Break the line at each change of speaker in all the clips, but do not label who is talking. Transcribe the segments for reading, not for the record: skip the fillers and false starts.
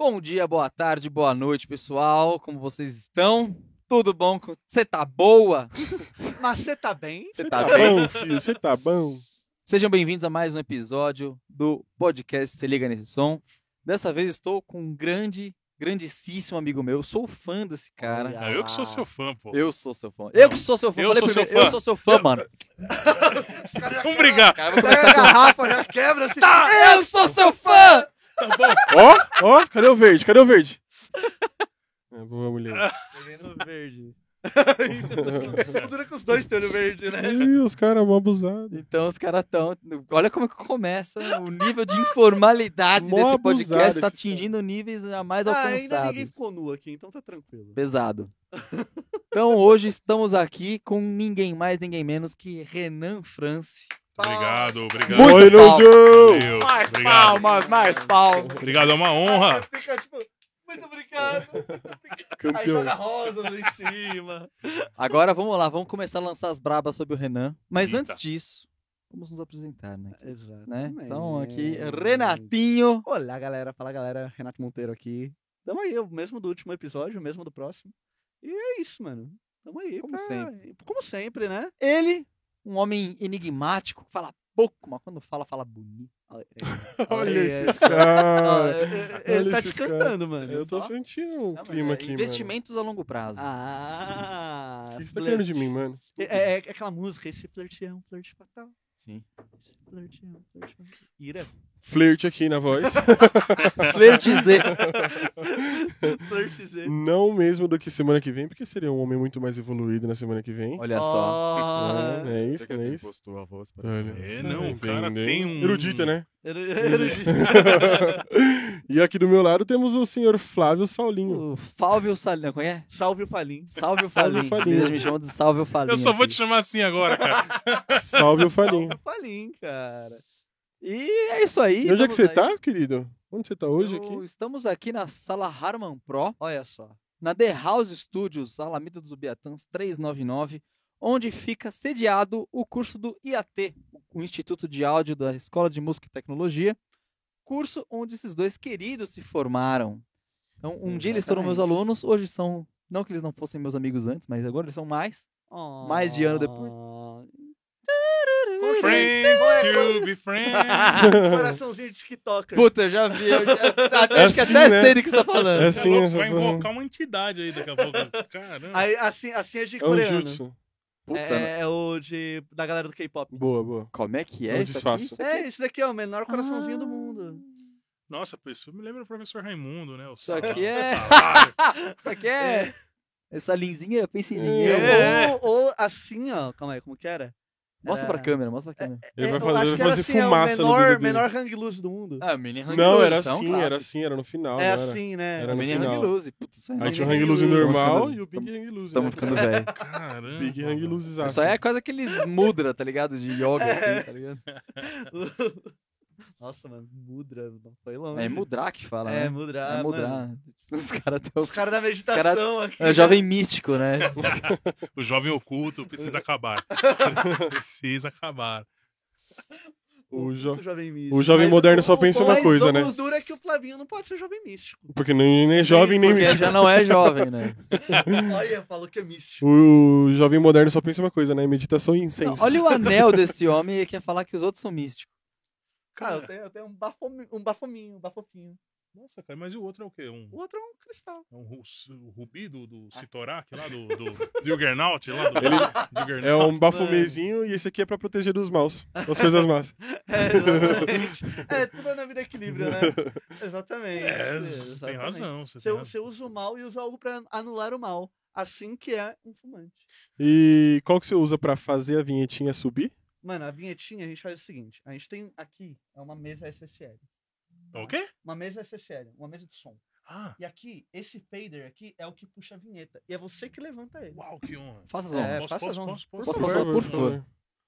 Bom dia, boa tarde, boa noite, pessoal. Como vocês estão? Tudo bom? Você tá boa?
Mas você tá bem?
Você
Tá
tá bem?
bom, filho? Você tá bom?
Sejam bem-vindos a mais um episódio do podcast Se Liga Nesse Som. Dessa vez estou com um grandíssimo amigo meu. Eu sou fã desse cara.
Olha.
É eu que sou seu fã, pô.
Eu sou seu fã. Eu que sou seu fã.
Eu
Falei
sou seu
primeiro,
fã.
Eu sou seu fã, mano.
Vamos brigar.
Cara, eu vou
Pega
começar
a garrafa, já quebra assim.
Eu sou seu fã!
Tá bom.
Ó, cadê o verde? Cadê o verde? É, boa, mulher.
Peguei no verde.
Dura que os dois têm olho verde, né?
Ih, os caras mó abusados.
Então os caras estão. Olha como que começa o nível de informalidade
Mó
desse
abusado
podcast. Tá
esses
atingindo níveis jamais
Ainda
alcançados.
ninguém ficou nu aqui, então tá tranquilo.
Pesado. Então hoje estamos aqui com ninguém mais, ninguém menos que Renan France.
Obrigado.
Muito
Oi, Nojão!
Valeu.
Mais
Obrigado.
palmas, mais palmas.
Obrigado, é uma honra.
Fica tipo, muito obrigado. Aí
Campeão.
joga rosas em cima.
Agora vamos lá, vamos começar a lançar as brabas sobre o Renan. Mas
Eita.
antes disso, vamos nos apresentar, né?
Exato.
Então aqui, Renatinho.
Olá, galera. Fala, galera. Renato Monteiro aqui. Tamo aí, o mesmo do último episódio, o mesmo do próximo. E é isso, mano. Tamo aí.
Como sempre.
Como sempre, né?
Ele, um homem enigmático, fala pouco, mas quando fala, fala bonito.
Olha
Aí,
esses
ó,
caras.
ele
Olha
tá
esses
te cantando, mano.
Eu tô
só.
sentindo um
Não, mas
clima
é
aqui,
investimentos a longo prazo.
Ah,
mano. O que você tá querendo de mim, mano?
É aquela música, esse flerte é um flerte fatal.
Sim.
Esse flerte é um flerte fatal. Ira.
Flerte aqui na voz.
Flertizei.
Flerte Z.
Não mesmo do que semana que vem, porque seria um homem muito mais evoluído na semana que vem.
Olha só.
Ah,
É isso, não é isso?
Postou a voz pra
Olha.
É, não, o cara
Entendeu?
tem um...
Erudito, né?
Era-
E aqui do meu lado temos o senhor Flávio Saulinho.
O Fálvio Salim, não conhece?
Salve o Falim.
Salve o
Salve
Falim.
o Falim.
Eles me chamam de Salve o Falim.
Eu só vou
aqui.
te chamar assim agora, cara.
Salve o Falinho.
Salve o Falim, cara.
E é isso aí.
E onde é que você
estamos
tá, querido? Onde você tá hoje
aí.
aqui?
Estamos aqui na sala Harman Pro,
Olha só.
na The House Studios, Alameda dos Ubiatãs 399, onde fica sediado o curso do IAT, o Instituto de Áudio da Escola de Música e Tecnologia, curso onde esses dois queridos se formaram. Então, um dia eles foram meus
Exatamente.
alunos, hoje são, não que eles não fossem meus amigos antes, mas agora eles são mais. Mais de ano depois.
Friends to be friends.
Coraçãozinho de TikToker.
Puta, eu já vi, acho
É
que
assim,
até
né?
sei do que você tá falando.
É
Você
assim,
é louco,
essa
você vai
porra.
invocar uma entidade aí daqui a pouco. Caramba.
Aí, assim é de
É um
coreano.
jutsu.
Puta,
É o da galera do K-pop.
Boa, boa.
como é que
É
é
um
isso
disfarce.
aqui?
É, esse daqui é o menor coraçãozinho do mundo.
Nossa, pessoal, me lembra o professor Raimundo, né? O
Isso aqui é...
salário.
Isso aqui é... Essa linzinha, pense em
É.
dinheiro.
Ou assim, ó. Calma aí, como que era?
Mostra pra câmera, mostra pra câmera.
Ele vai
eu
fazer,
acho
vai
que era
fazer
assim, é o
fumaça no dedo dele.
menor hang loose do mundo.
Ah, mini hang
Não,
loose,
era
isso é um
assim,
clássico.
era assim, era no final.
É
não era?
assim, né?
Era no
Mini
final.
hang loose. Putz, isso
Aí tinha o
Mini
hang loose
hang loose.
normal
Tamo
e o big hang loose.
Estamos
né?
ficando velho.
Caramba.
Big hang loose
Isso aí é quase aqueles mudra, tá ligado? De yoga, assim, tá ligado?
Nossa, mano, mudra, não foi longe.
É mudra que fala,
É,
né?
mudra.
É mudra.
mano.
Os caras tão...
Os caras da meditação aqui.
É o jovem místico, né?
O jovem oculto precisa acabar. Precisa acabar.
O
jovem místico.
o jovem
Mas
moderno só pensa uma
mas
coisa, né?
O duro é que o Flavinho não pode ser jovem místico.
Porque nem é jovem, nem
Porque
místico.
já não é jovem, né?
Olha, falou que é místico.
O jovem moderno só pensa uma coisa, né? Meditação e
Não,
incenso.
olha o anel desse homem e quer falar que os outros são místicos.
Cara, eu tenho um bafominho, um bafofinho.
Nossa, cara, mas e o outro é o quê?
O outro é um cristal.
É o Rubi do Sitorak lá, do Juggernaut lá, do Juggernaut.
É um bafomezinho e esse aqui é pra proteger dos maus. Das coisas más.
É, exatamente. Tudo na vida é equilíbrio, né? Exatamente.
Você tem razão. Você tem
Você
razão.
usa o mal e usa algo pra anular o mal. Assim que é um fumante.
E qual que você usa pra fazer a vinhetinha subir?
Mano, a vinhetinha a gente faz o seguinte. A gente tem aqui, é uma mesa SSL.
O quê?
Uma mesa SSL, uma mesa de som.
Ah,
E aqui, esse fader aqui é o que puxa a vinheta. E é você que levanta ele.
uau, que honra.
Faça as
É,
honras.
faça as honras.
Posso?
Por
Por
favor, por
favor.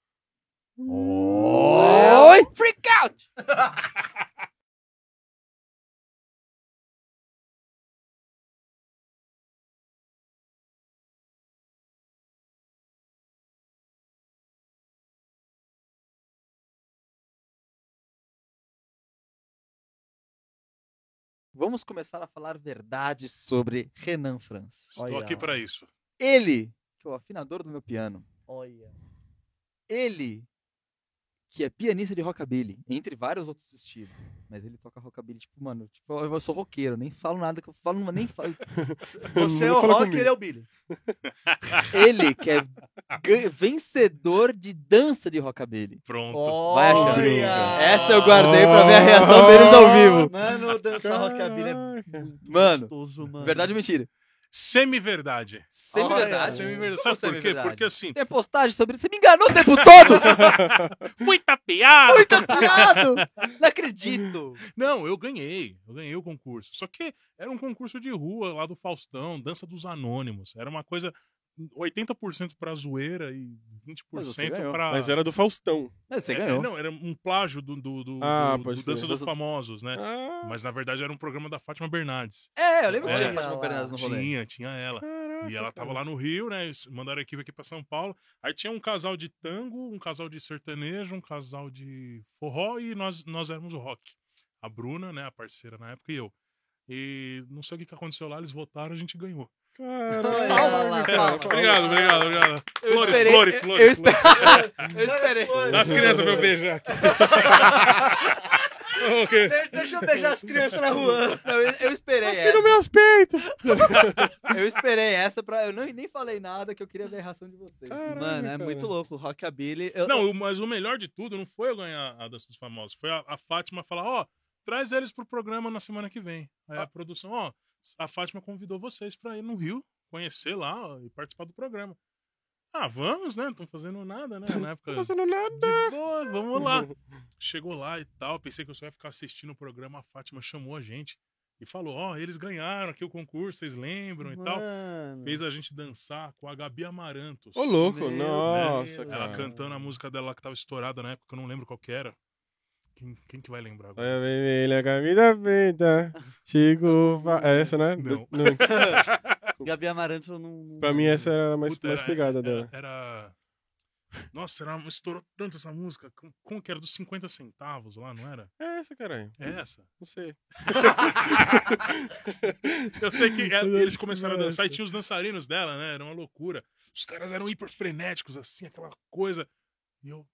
Oi! Freak out! vamos começar a falar verdades sobre Renan Francis.
Estou
Olha
aqui
lá.
pra isso.
Ele, que é o afinador do meu piano.
Olha.
Ele, que é pianista de rockabilly, entre vários outros estilos. Mas ele toca rockabilly, tipo, mano, tipo, eu sou roqueiro, nem falo nada que eu falo, nem falo.
Você é
Não
o
fala
Rock,
comigo.
ele é o Billy.
Ele, que é vencedor de dança de rockabilly.
Pronto.
Vai achando.
Olha!
Essa eu guardei pra ver a reação deles ao vivo.
Mano, dançar rockabilly é
Caraca.
muito
Mano,
gostoso, mano.
Verdade ou mentira?
Semi-verdade.
Semi-verdade.
Semi-verdade.
Como
Sabe por quê?
semi-verdade?
Porque assim,
Tem postagem sobre isso. Você me enganou o tempo todo!
fui tapeado!
Fui tapeado! Não acredito!
Não, eu ganhei o concurso. Só que era um concurso de rua lá do Faustão, dança dos anônimos. Era uma coisa 80% pra zoeira e
Mas você
20%
ganhou.
pra...
Mas era do Faustão.
Mas você
É,
ganhou.
não, era um plágio do
pode
Dança
crer.
dos Famosos, né?
Ah,
Mas na verdade era um programa da Fátima Bernardes.
É, eu lembro que
É.
tinha Fátima Bernardes no rolê.
Tinha ela.
caraca,
E ela tava
cara.
lá no Rio, né? Eles mandaram a equipe aqui pra São Paulo. Aí tinha um casal de tango, um casal de sertanejo, um casal de forró e nós éramos o rock. A Bruna, né? A parceira na época, e eu. E não sei o que aconteceu lá, eles votaram, a gente ganhou.
Caraca.
Palmas lá, palmas.
Obrigado.
Eu
Flores,
esperei-
flores,
eu
flores.
esperei- Eu esperei.
Dá as crianças pra eu beijar aqui. Ok.
Deixa eu beijar as crianças na rua.
Não, eu esperei
Assina
essa.
meus peitos.
Eu esperei essa pra... Eu nem falei nada, que eu queria ver a reação de vocês.
Caraca,
Mano, é
cara.
muito louco. Rockabilly.
Não, mas o melhor de tudo não foi eu ganhar a Dança dos Famosos. Foi a Fátima falar, ó, traz eles pro programa na semana que vem. Aí a produção, ó, a Fátima convidou vocês pra ir no Rio, conhecer lá ó, e participar do programa. Ah, vamos, né? Não estão fazendo nada, né? Na época.
Não tô fazendo nada.
De boa, vamos lá. Chegou lá e tal, pensei que eu só ia ficar assistindo o programa, a Fátima chamou a gente e falou, ó, eles ganharam aqui o concurso, vocês lembram e tal.
Mano.
Fez a gente dançar com a Gabi Amarantos.
Ô, louco.
Meu
Nossa,
Deus.
cara.
Ela cantando a música dela que tava estourada na época, que eu não lembro qual que era. Quem que vai lembrar agora?
Olha, vermelha, camisa preta. Chico. É essa, né?
Não.
Gabi Amarantos eu não.
Pra mim, essa era a mais
Puta,
pegada dela.
Nossa, estourou tanto essa música. Como que era? Dos 50 centavos lá, não era?
É essa, caralho.
É essa.
Não sei.
Eu sei que eles começaram a dançar e tinha os dançarinos dela, né? Era uma loucura. Os caras eram hiper frenéticos, assim, aquela coisa. E eu.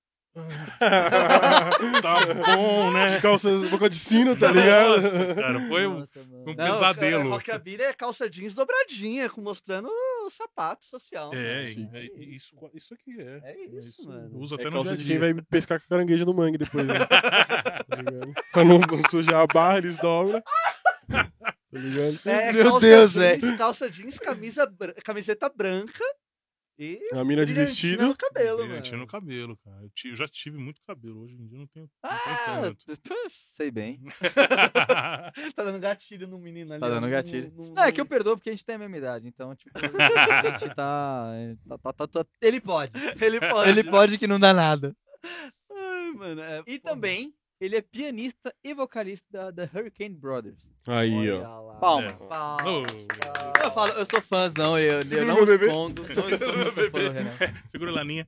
Tá bom, né?
Calças, boca de sino, tá ligado?
Nossa, cara, foi um
Nossa, mano.
um
Não,
pesadelo.
Rockabilly é calça jeans dobradinha, mostrando o sapato social.
É,
mano.
isso aqui é.
É isso, mano.
Eu uso
É
até no
calça
dia a
de
dia.
quem vai pescar com caranguejo no mangue depois, né? Tá ligado? Pra não sujar a barra, eles dobram. Tá ligado?
É,
Meu
calça
Deus,
jeans, calça jeans, camiseta branca e
A mina de
brilhantina
vestido.
no cabelo,
Brilhantina
mano.
no cabelo, cara. Eu já tive muito cabelo. Hoje em dia não tenho
Ah,
tanto.
sei bem.
Tá dando gatilho no menino ali.
Tá
ó,
dando
no-
gatilho.
no-
Não, é que eu perdoo porque a gente tem a mesma idade. Então, tipo, a gente tá... Ele pode.
Ele pode.
Ele pode que não dá nada.
Ai, mano, é
E
foda.
também, ele é pianista e vocalista da Hurricane Brothers.
Aí,
Olha
ó.
lá.
Palmas.
Palmas.
Oh.
Eu falo, eu sou fãzão, eu
Segura
não
meu bebê.
escondo. Não escondo que eu sou fã do Renan.
Segura a laninha.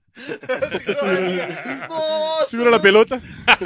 Nossa!
Segura na pelota.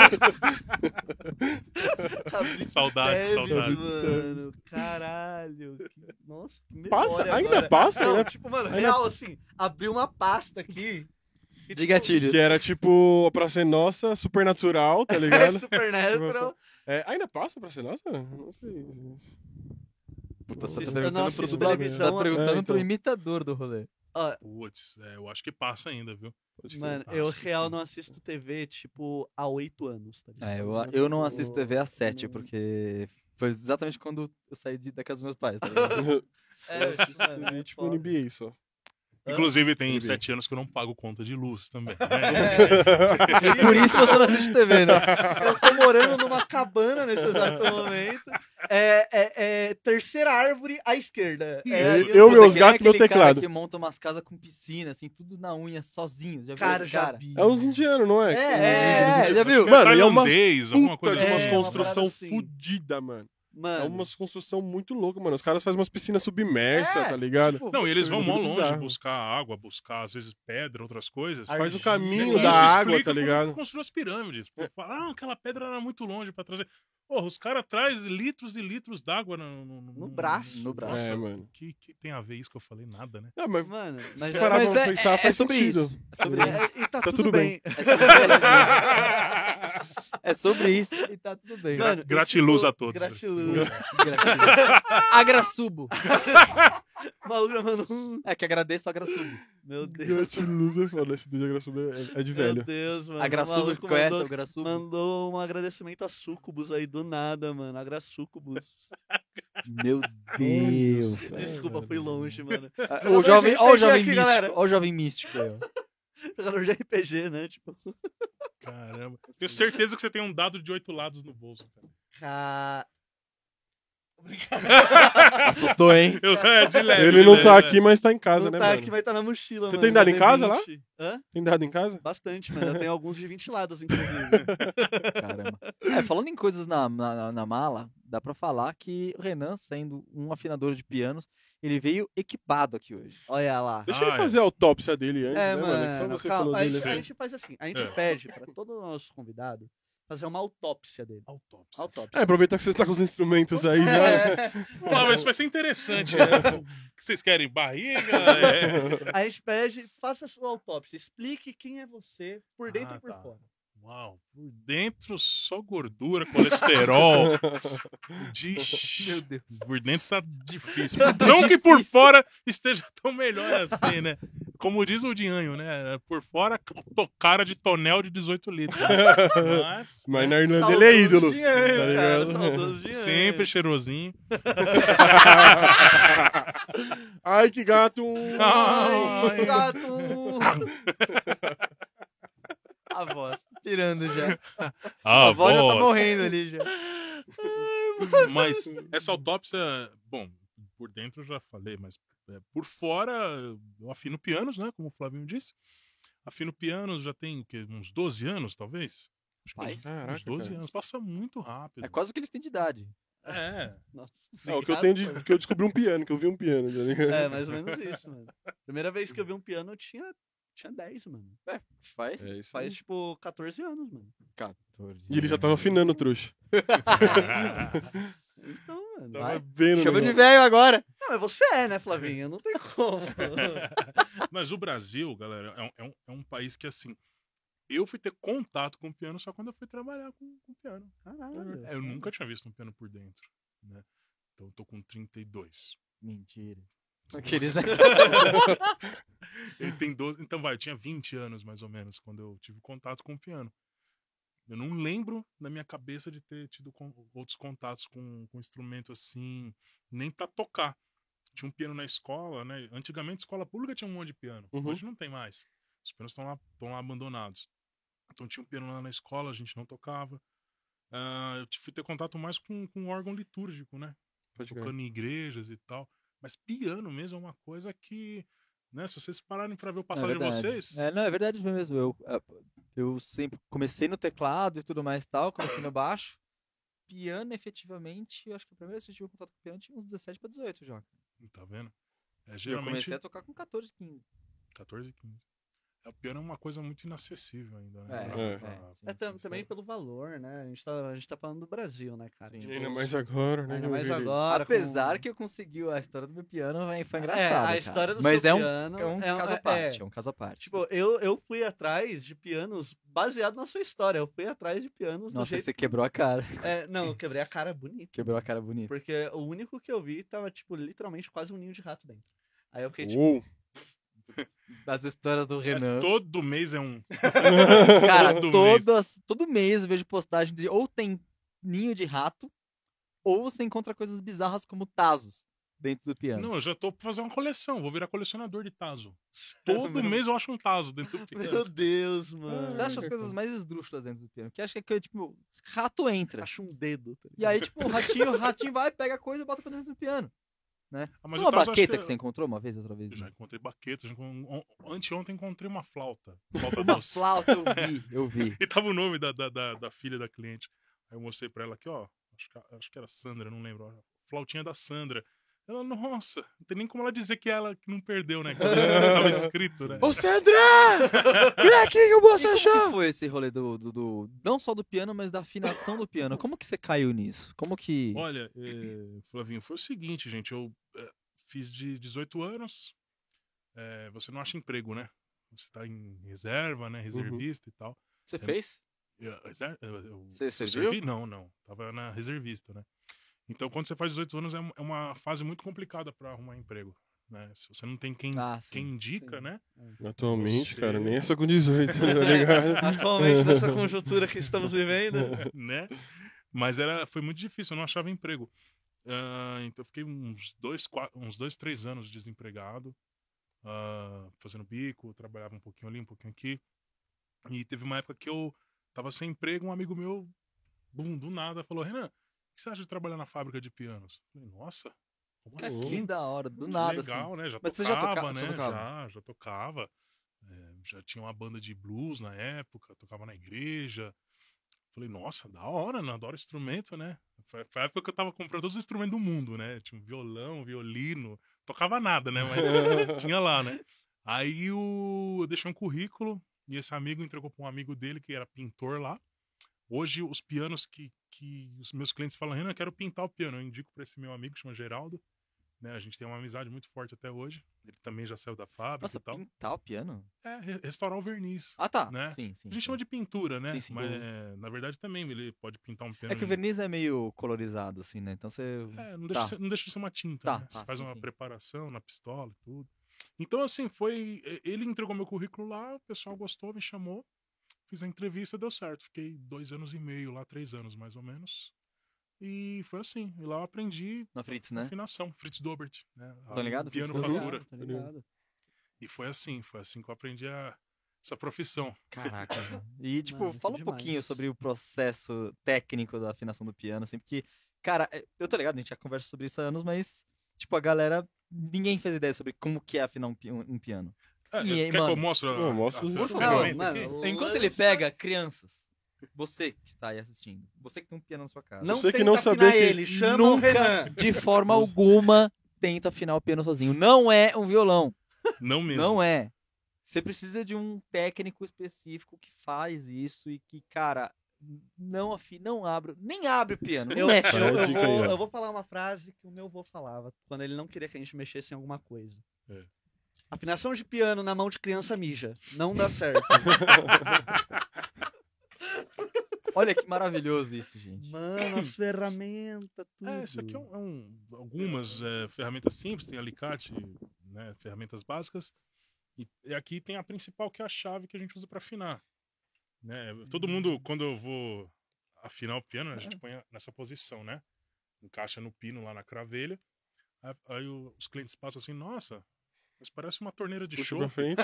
Saudades, saudades.
Mano, caralho. Nossa, que memória
Passa? Ainda
agora.
passa?
Não,
Né?
tipo, mano,
Ainda-
real, assim, abriu uma pasta aqui. que,
De gatilhos.
Que era tipo Pra Ser Nossa, Supernatural, tá
É
ligado?
Supernatural.
É, ainda passa Pra Ser Nossa? Não sei.
Puta, você
Eu
tá
não
perguntando pro
assisto
dublador.
televisão,
Tá perguntando
então.
pro imitador do rolê.
Ó,
Putz, eu acho que passa ainda, viu?
Pode
mano,
crer.
eu
Acho que
real
sim.
não assisto TV, tipo, há 8 anos, tá ligado?
Eu não assisto TV há 7,
não-
porque foi exatamente quando eu saí da casa dos meus pais. Tá ligado?
É, mano, é
tipo
foda.
NBA só.
Inclusive, tem
Entendi.
7 anos que eu não pago conta de luz também.
É por isso você não assiste TV, né?
Eu tô morando numa cabana nesse exato momento. Terceira árvore à esquerda.
Eu, meus
Quem é
gatos, meu
aquele cara
teclado.
que monta umas casas com piscina, assim, tudo na unha, sozinho. Já viu
Cara,
esse
já
cara?
vi.
É uns indianos, não é?
Já viu?
Mano, e é uma
Tailandês, alguma
puta
coisa
de
É,
umas
assim.
uma
construção
parada assim.
fodida, mano.
Mano,
É uma construção muito louca, mano. Os caras fazem umas piscinas submersas,
É,
tá ligado?
tipo,
Não, e eles vão mó
Muito
longe
bizarro.
buscar água, buscar às vezes pedra, outras coisas.
Ar-
Faz o
argila.
caminho
Isso
da água,
explica
tá
como
ligado?
construiu as pirâmides. Pô, fala, aquela pedra era muito longe pra trazer. Porra, os caras trazem litros e litros d'água
No braço.
No braço.
É, mano.
Que tem a ver isso que eu falei? Nada, né?
Não, mas
Mano, mas
se parar
Mas
pra
é,
pensar,
é
faz
sobre
sentido.
isso. É sobre isso.
e tá,
Tá
tudo
tudo
bem.
É sobre isso e tá tudo bem.
Mano,
Gratiluz
tipo,
a todos.
Gratiluz.
Agrasubo.
O maluco já mandou um.
É que agradeço, agrasubo.
Meu Deus.
Gratiluz é foda. Esse de Gratiluz é de
Meu
velho.
Deus, mano.
Agrasubo,
O maluco
conhece
mandou,
o Agrasubo?
mandou um agradecimento a Sucubus aí do nada, mano. Agrasucubus.
Meu Deus.
Deus.
velho.
Desculpa, fui longe, mano.
O jovem, ó o
RPG
jovem
aqui,
místico.
galera.
Ó o jovem místico aí, ó.
Jogador de RPG, né? Tipo.
Caramba. Tenho certeza que você tem um dado de 8 lados no bolso, cara.
Assustou, hein?
De leve,
Ele
de
não
leve,
tá
né?
aqui, mas tá em casa,
Não
né,
tá
mano?
aqui, vai estar na mochila,
Você
mano.
tem dado em
Meu
casa
D20. Hã?
Tem dado em casa?
Bastante, mano. Eu tenho alguns de 20 lados, inclusive.
Caramba. Falando em coisas na mala, dá pra falar que o Renan, sendo um afinador de pianos, ele veio equipado aqui hoje.
Olha lá.
Deixa ele
Ah,
fazer a autópsia dele antes,
É,
né,
mano.
mano? Só você
calma,
falou
a,
dele
gente, a
assim.
gente faz assim. A gente
É.
pede pra todo nosso convidado fazer uma autópsia dele.
Autópsia.
Autópsia.
É, aproveita que você tá com os instrumentos aí já.
É.
Pô, mas vai ser interessante. Né? Vocês querem barriga? É.
A gente pede, faça a sua autópsia. Explique quem é você por dentro e por
tá.
fora.
Uau, por dentro só gordura, colesterol.
Meu Deus.
Por dentro tá difícil. Não que por fora esteja tão melhor assim, né? Como diz o Dinho, né? Por fora, cara de tonel de 18 litros.
Mas na Irlanda ele é ídolo.
Dinheiro,
tá
cara,
ligado?
saudoso dinheiro.
Sempre cheirosinho.
Ai, que gato!
Ai, gato.
A voz, tirando já.
Ah,
A voz já tá
voz.
morrendo ali já.
Mas essa autópsia, bom, por dentro eu já falei, mas por fora eu afino pianos, né? Como o Flavinho disse. Afino pianos já tem o quê? Uns 12 anos, talvez? Acho que
Pai,
uns
caraca,
12
cara.
anos. Passa muito rápido.
É quase o que eles têm de idade.
É.
Nossa,
É, o que eu tenho de, que eu descobri um piano, que eu vi um piano, tá ligado?
É, mais ou menos isso, mano. Primeira vez que eu vi um piano, eu tinha 10, mano.
Faz
É isso
Faz,
aí.
tipo, 14 anos, mano.
14.
E ele já tava afinando o trouxa.
Então, mano.
Tava
Vai.
vendo o
Chama de
negócio.
velho agora.
Não, mas você é, né, Flavinho? Não tem como.
Mas o Brasil, galera, é um país que, assim, eu fui ter contato com o piano só quando eu fui trabalhar com piano.
Caralho.
Eu nunca tinha visto um piano por dentro, né? Então eu tô com 32.
Mentira. Aqueles, né?
Ele tem 12. Então vai, eu tinha 20 anos mais ou menos quando eu tive contato com o piano. Eu não lembro na minha cabeça de ter tido outros contatos com instrumento assim, nem pra tocar. Tinha um piano na escola, né? Antigamente, escola pública tinha um monte de piano.
Uhum.
Hoje não tem mais. Os pianos estão lá abandonados. Então tinha um piano lá na escola, a gente não tocava. Eu fui ter contato mais com órgão litúrgico, né?
Pode crer.
Tocando em igrejas e tal. Mas piano mesmo é uma coisa que, né? Se vocês pararem pra ver o passado de vocês...
Não, é verdade mesmo. Eu sempre comecei no teclado e tudo mais e tal, comecei no baixo. Piano, efetivamente, eu acho que a primeira vez que eu tive contato com piano tinha uns 17 pra 18 já.
Tá vendo?
Eu
Geralmente
comecei a tocar com 14, 15.
14 e 15. O piano é uma coisa muito inacessível ainda, né?
Também pelo valor, né? A gente tá falando do Brasil, né, cara?
Sim.
Tipo,
Ainda mais agora, né?
ainda mais
Rogério?
agora.
Apesar
com...
que eu consegui a história do meu piano, foi
É,
engraçado.
a história do
Mas
seu
é um,
piano
é um caso à parte. É um caso à parte.
Tipo, eu fui atrás de pianos baseado na sua história. Eu fui atrás de pianos do
Nossa,
jeito...
você quebrou a cara.
Não, eu quebrei a cara bonito.
Quebrou a cara bonita.
Porque o único que eu vi tava, tipo, literalmente quase um ninho de rato dentro. Aí eu fiquei, tipo...
Uou.
Das histórias do Renan.
Todo mês é um.
Cara,
todo
todo mês eu vejo postagem de ou tem ninho de rato, ou você encontra coisas bizarras como tazos dentro do piano.
Não, eu já tô pra fazer uma coleção. Vou virar colecionador de tazo. Todo mês eu acho um tazo dentro do piano.
Meu Deus, mano.
Você acha as coisas mais esdrúxulas dentro do piano? Que acha que, tipo, rato entra.
Acho um dedo. Tá
E aí, tipo, o ratinho vai, pega a coisa e bota pra dentro do piano. Né?
Ah, mas
Uma
o tazo eu acho
baqueta que você encontrou uma vez, outra vez?
Eu já encontrei baqueta. Anteontem encontrei uma flauta. Flauta
Uma
doce.
flauta, eu vi.
E tava o nome da filha da cliente. Aí eu mostrei pra ela aqui, ó. acho que era Sandra, não lembro. A flautinha da Sandra. Ela, nossa, não tem nem como ela dizer que ela que não perdeu, né? Que tava escrito, né?
Ô, Sandra! Vem aqui que eu vou
E como
achar!
que foi esse rolê não só do piano, mas da afinação do piano? Como que você caiu nisso? Como que...
Olha, Flavinho, foi o seguinte, gente. Eu fiz de 18 anos. Você não acha emprego, né? Você tá em reserva, né? Reservista e tal.
Você fez? Você serviu?
Servi? Não. Tava na reservista, né? Então, quando você faz 18 anos, é uma fase muito complicada pra arrumar emprego, né? Se você não tem quem indica,
sim.
né?
Atualmente,
Você-
cara, nem essa com 18, tá ligado?
Atualmente, nessa conjuntura que estamos vivendo.
Né? Mas foi muito difícil, eu não achava emprego. Então eu fiquei uns 2, 3 anos desempregado, fazendo bico, trabalhava um pouquinho ali, um pouquinho aqui. E teve uma época que eu tava sem emprego, um amigo meu, do nada, falou: Renan, o que você acha de trabalhar na fábrica de pianos? Eu falei, nossa, como
Cara,
assim?
que da hora, do nada,
Legal,
assim.
né? Já
Mas
tocava,
você já tocava?
né?
Você tocava?
Já tocava. Já tinha uma banda de blues na época, tocava na igreja. Falei, nossa, da hora, né? Adoro instrumento, né? Foi a época que eu tava comprando todos os instrumentos do mundo, né? Tinha um violão, violino, tocava nada, né? Mas tinha lá, né? Aí eu deixei um currículo e esse amigo entregou pra um amigo dele que era pintor lá. Hoje, os pianos que os meus clientes falam, Renan, eu quero pintar o piano. Eu indico pra esse meu amigo, que chama Geraldo. Né? A gente tem uma amizade muito forte até hoje. Ele também já saiu da fábrica
Nossa,
e tal.
pintar o piano?
Restaurar o verniz.
Ah, tá.
Né?
Sim.
A gente chama de pintura, né?
Sim, sim.
Mas na verdade também ele pode pintar um piano.
É que o verniz é meio colorizado, assim, né? Então você...
Não
Tá.
deixa de ser uma tinta.
Tá,
Né?
tá,
Você faz
sim,
uma
sim.
preparação na pistola e tudo. Então, assim, ele entregou meu currículo lá, o pessoal gostou, me chamou. Fiz a entrevista, deu certo. Fiquei 2 anos e meio lá, 3 anos mais ou menos. E foi assim. E lá eu aprendi
Na Fritz, né?
afinação, Fritz Dobert. Né?
Tá ligado?
Piano
Fritz Dobert?
fatura.
Tá ligado.
E foi assim que eu aprendi essa profissão.
Caraca, velho. E, tipo,
Mano, que
fala um
demais.
pouquinho sobre o processo técnico da afinação do piano, assim, porque, cara, eu tô ligado, a gente já conversa sobre isso há anos, mas, tipo, a galera, ninguém fez ideia sobre como que é afinar um piano. E aí,
Quer que eu
mano?
mostre
Não, mostra os
a
Por
Não,
ferramenta
mano,
aqui?
Enquanto ele pega crianças, você que está aí assistindo, você que tem um piano na sua casa,
Não
Você que
tenta
não sabia
afinar
que
ele, chama o
nunca,
Renan.
de forma alguma, tenta afinar o piano sozinho. Não é um violão.
Não mesmo.
Não é. Você precisa de um técnico específico que faz isso e que, cara, não afina, não abre, nem abre o piano. Não mexe.
Tá aí a dica aí, ó.
Eu vou falar uma frase que o meu avô falava quando ele não queria que a gente mexesse em alguma coisa. Afinação de piano na mão de criança mija. Não dá certo.
Olha que maravilhoso isso, gente.
Mano, as ferramentas, tudo.
Isso aqui algumas ferramentas simples, tem alicate, né, ferramentas básicas. E aqui tem a principal, que é a chave que a gente usa para afinar. Né? Todo mundo, quando eu vou afinar o piano, a gente põe nessa posição, né? Encaixa no pino lá na cravelha. Aí os clientes passam assim, nossa, mas parece uma torneira de
Puxa
show.
pra frente.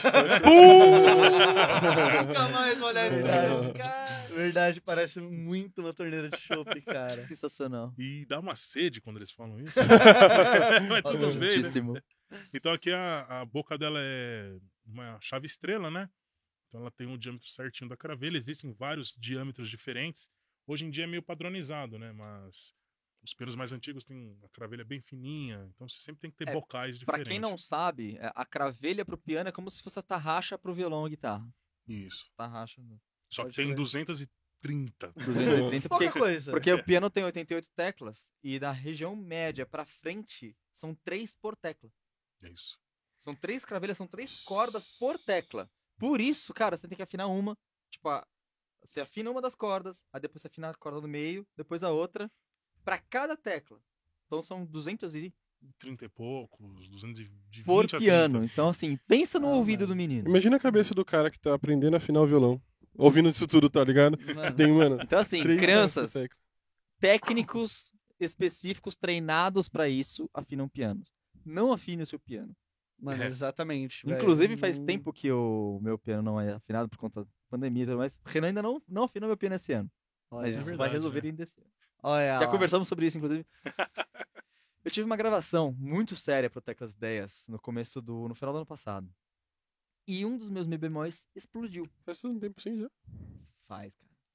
Nunca mais vou olhar a verdade. Cara, verdade, parece muito uma torneira de chopp, cara.
Sensacional.
E dá uma sede quando eles falam isso. Mas tudo bem, né?
Justíssimo.
Então aqui a boca dela é uma chave estrela, né? Então ela tem um diâmetro certinho da cravelha. Existem vários diâmetros diferentes. Hoje em dia é meio padronizado, né? Mas os pianos mais antigos têm a cravelha bem fininha. Então você sempre tem que ter bocais
Pra
diferentes.
quem não sabe, a cravelha pro piano é como se fosse a tarraxa pro violão ou guitarra.
Isso.
Tarraxa.
Só que
Pode
tem
crer.
230.
230,
Pouca coisa.
porque o piano tem 88 teclas e da região média pra frente são 3 por tecla.
É isso.
São 3 cravelhas, são 3 cordas por tecla. Por isso, cara, você tem que afinar uma. Tipo, você afina uma das cordas, aí depois você afina a corda do meio, depois a outra, pra cada tecla. Então são 230
30 e poucos, 220
por
a 30.
piano. Então, assim, pensa no
Ah,
ouvido
mano.
do menino.
Imagina a cabeça do cara que tá aprendendo a afinar o violão. Ouvindo isso tudo, tá ligado?
Mano,
Tem, mano.
Então, assim,
3
crianças,
teclas.
técnicos específicos treinados pra isso afinam pianos. Não afine o seu piano.
mano, exatamente. velho.
Inclusive, faz
Não-
tempo que o meu piano não é afinado por conta da pandemia e tudo mais. O Renan ainda não afinou meu piano esse ano.
Olha,
Mas isso vai
verdade,
resolver
né?
ainda esse ano.
olha
Já
lá.
conversamos sobre isso, inclusive. Eu tive uma gravação muito séria pro Teclas Ideias no final do ano passado. E um dos meus mi bemóis explodiu.
Faz um tempo assim já.
Faz, cara.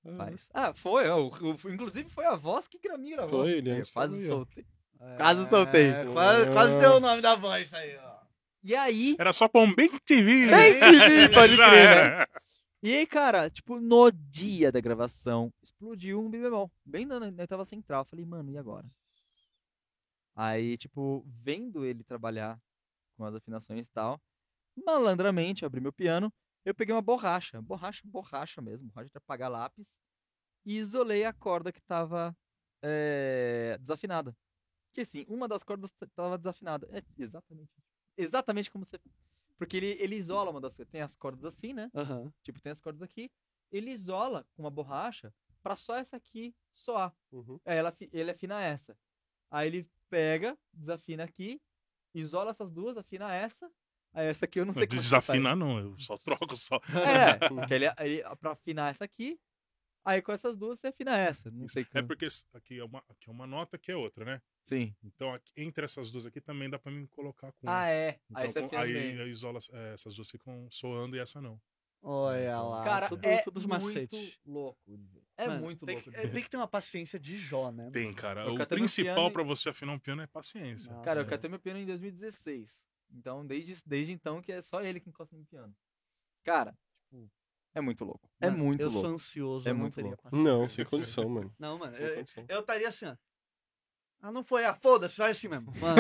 Faz. Ah, foi. Inclusive foi a voz que me gravou.
Foi, ele
Eu
antes
quase
também, ó.
soltei. Quase soltei.
Quase deu o nome da voz aí, ó.
E aí...
Era só pra um Bem TV.
Bem TV, pode
Já
crer, né?
era.
E aí, cara, tipo, no dia da gravação, explodiu um bemol. Bem na oitava central. Eu falei, mano, e agora? Aí, tipo, vendo ele trabalhar com as afinações e tal, malandramente, eu abri meu piano, eu peguei uma borracha mesmo, borracha de apagar lápis, e isolei a corda que tava desafinada. Que assim, uma das cordas tava desafinada. É exatamente como você... Porque ele isola uma das... Tem as cordas assim, né?
Aham.
Tipo, tem as cordas aqui. Ele isola com uma borracha pra só essa aqui soar.
Uhum.
Aí ele afina essa. Aí ele pega, desafina aqui, isola essas duas, afina essa. Aí essa aqui eu não sei como
Desafinar não, eu só troco só.
porque ele pra afinar essa aqui, aí com essas duas você afina essa. Não sei
É
como.
porque aqui é uma nota, aqui é outra, né?
Sim.
Então, entre essas duas aqui também dá pra mim colocar com.
Ah, é.
Então,
Aí você afina bem.
aí isola, essas duas ficam soando e essa não.
Olha lá.
Cara,
tudo,
é
tudo os
muito
macetes.
louco de ver. É
Mano,
muito
tem
louco de
que,
ver.
tem que ter uma paciência de Jó, né?
Tem, cara.
Eu
O
catei meu
principal
piano
pra você afinar um piano é paciência.
Nossa.
Cara, eu catei meu piano em 2016. Então, desde então, que é só ele que encosta no piano. Cara, tipo, é muito louco. É
Mano,
muito
eu
louco.
sou ansioso,
É
eu não
muito
teria
louco.
paciência.
Não, sem condição, mano.
Não, mano,
Sem condição.
eu estaria assim, ó. Ah, não foi? Ah, foda-se, vai assim mesmo. Mano,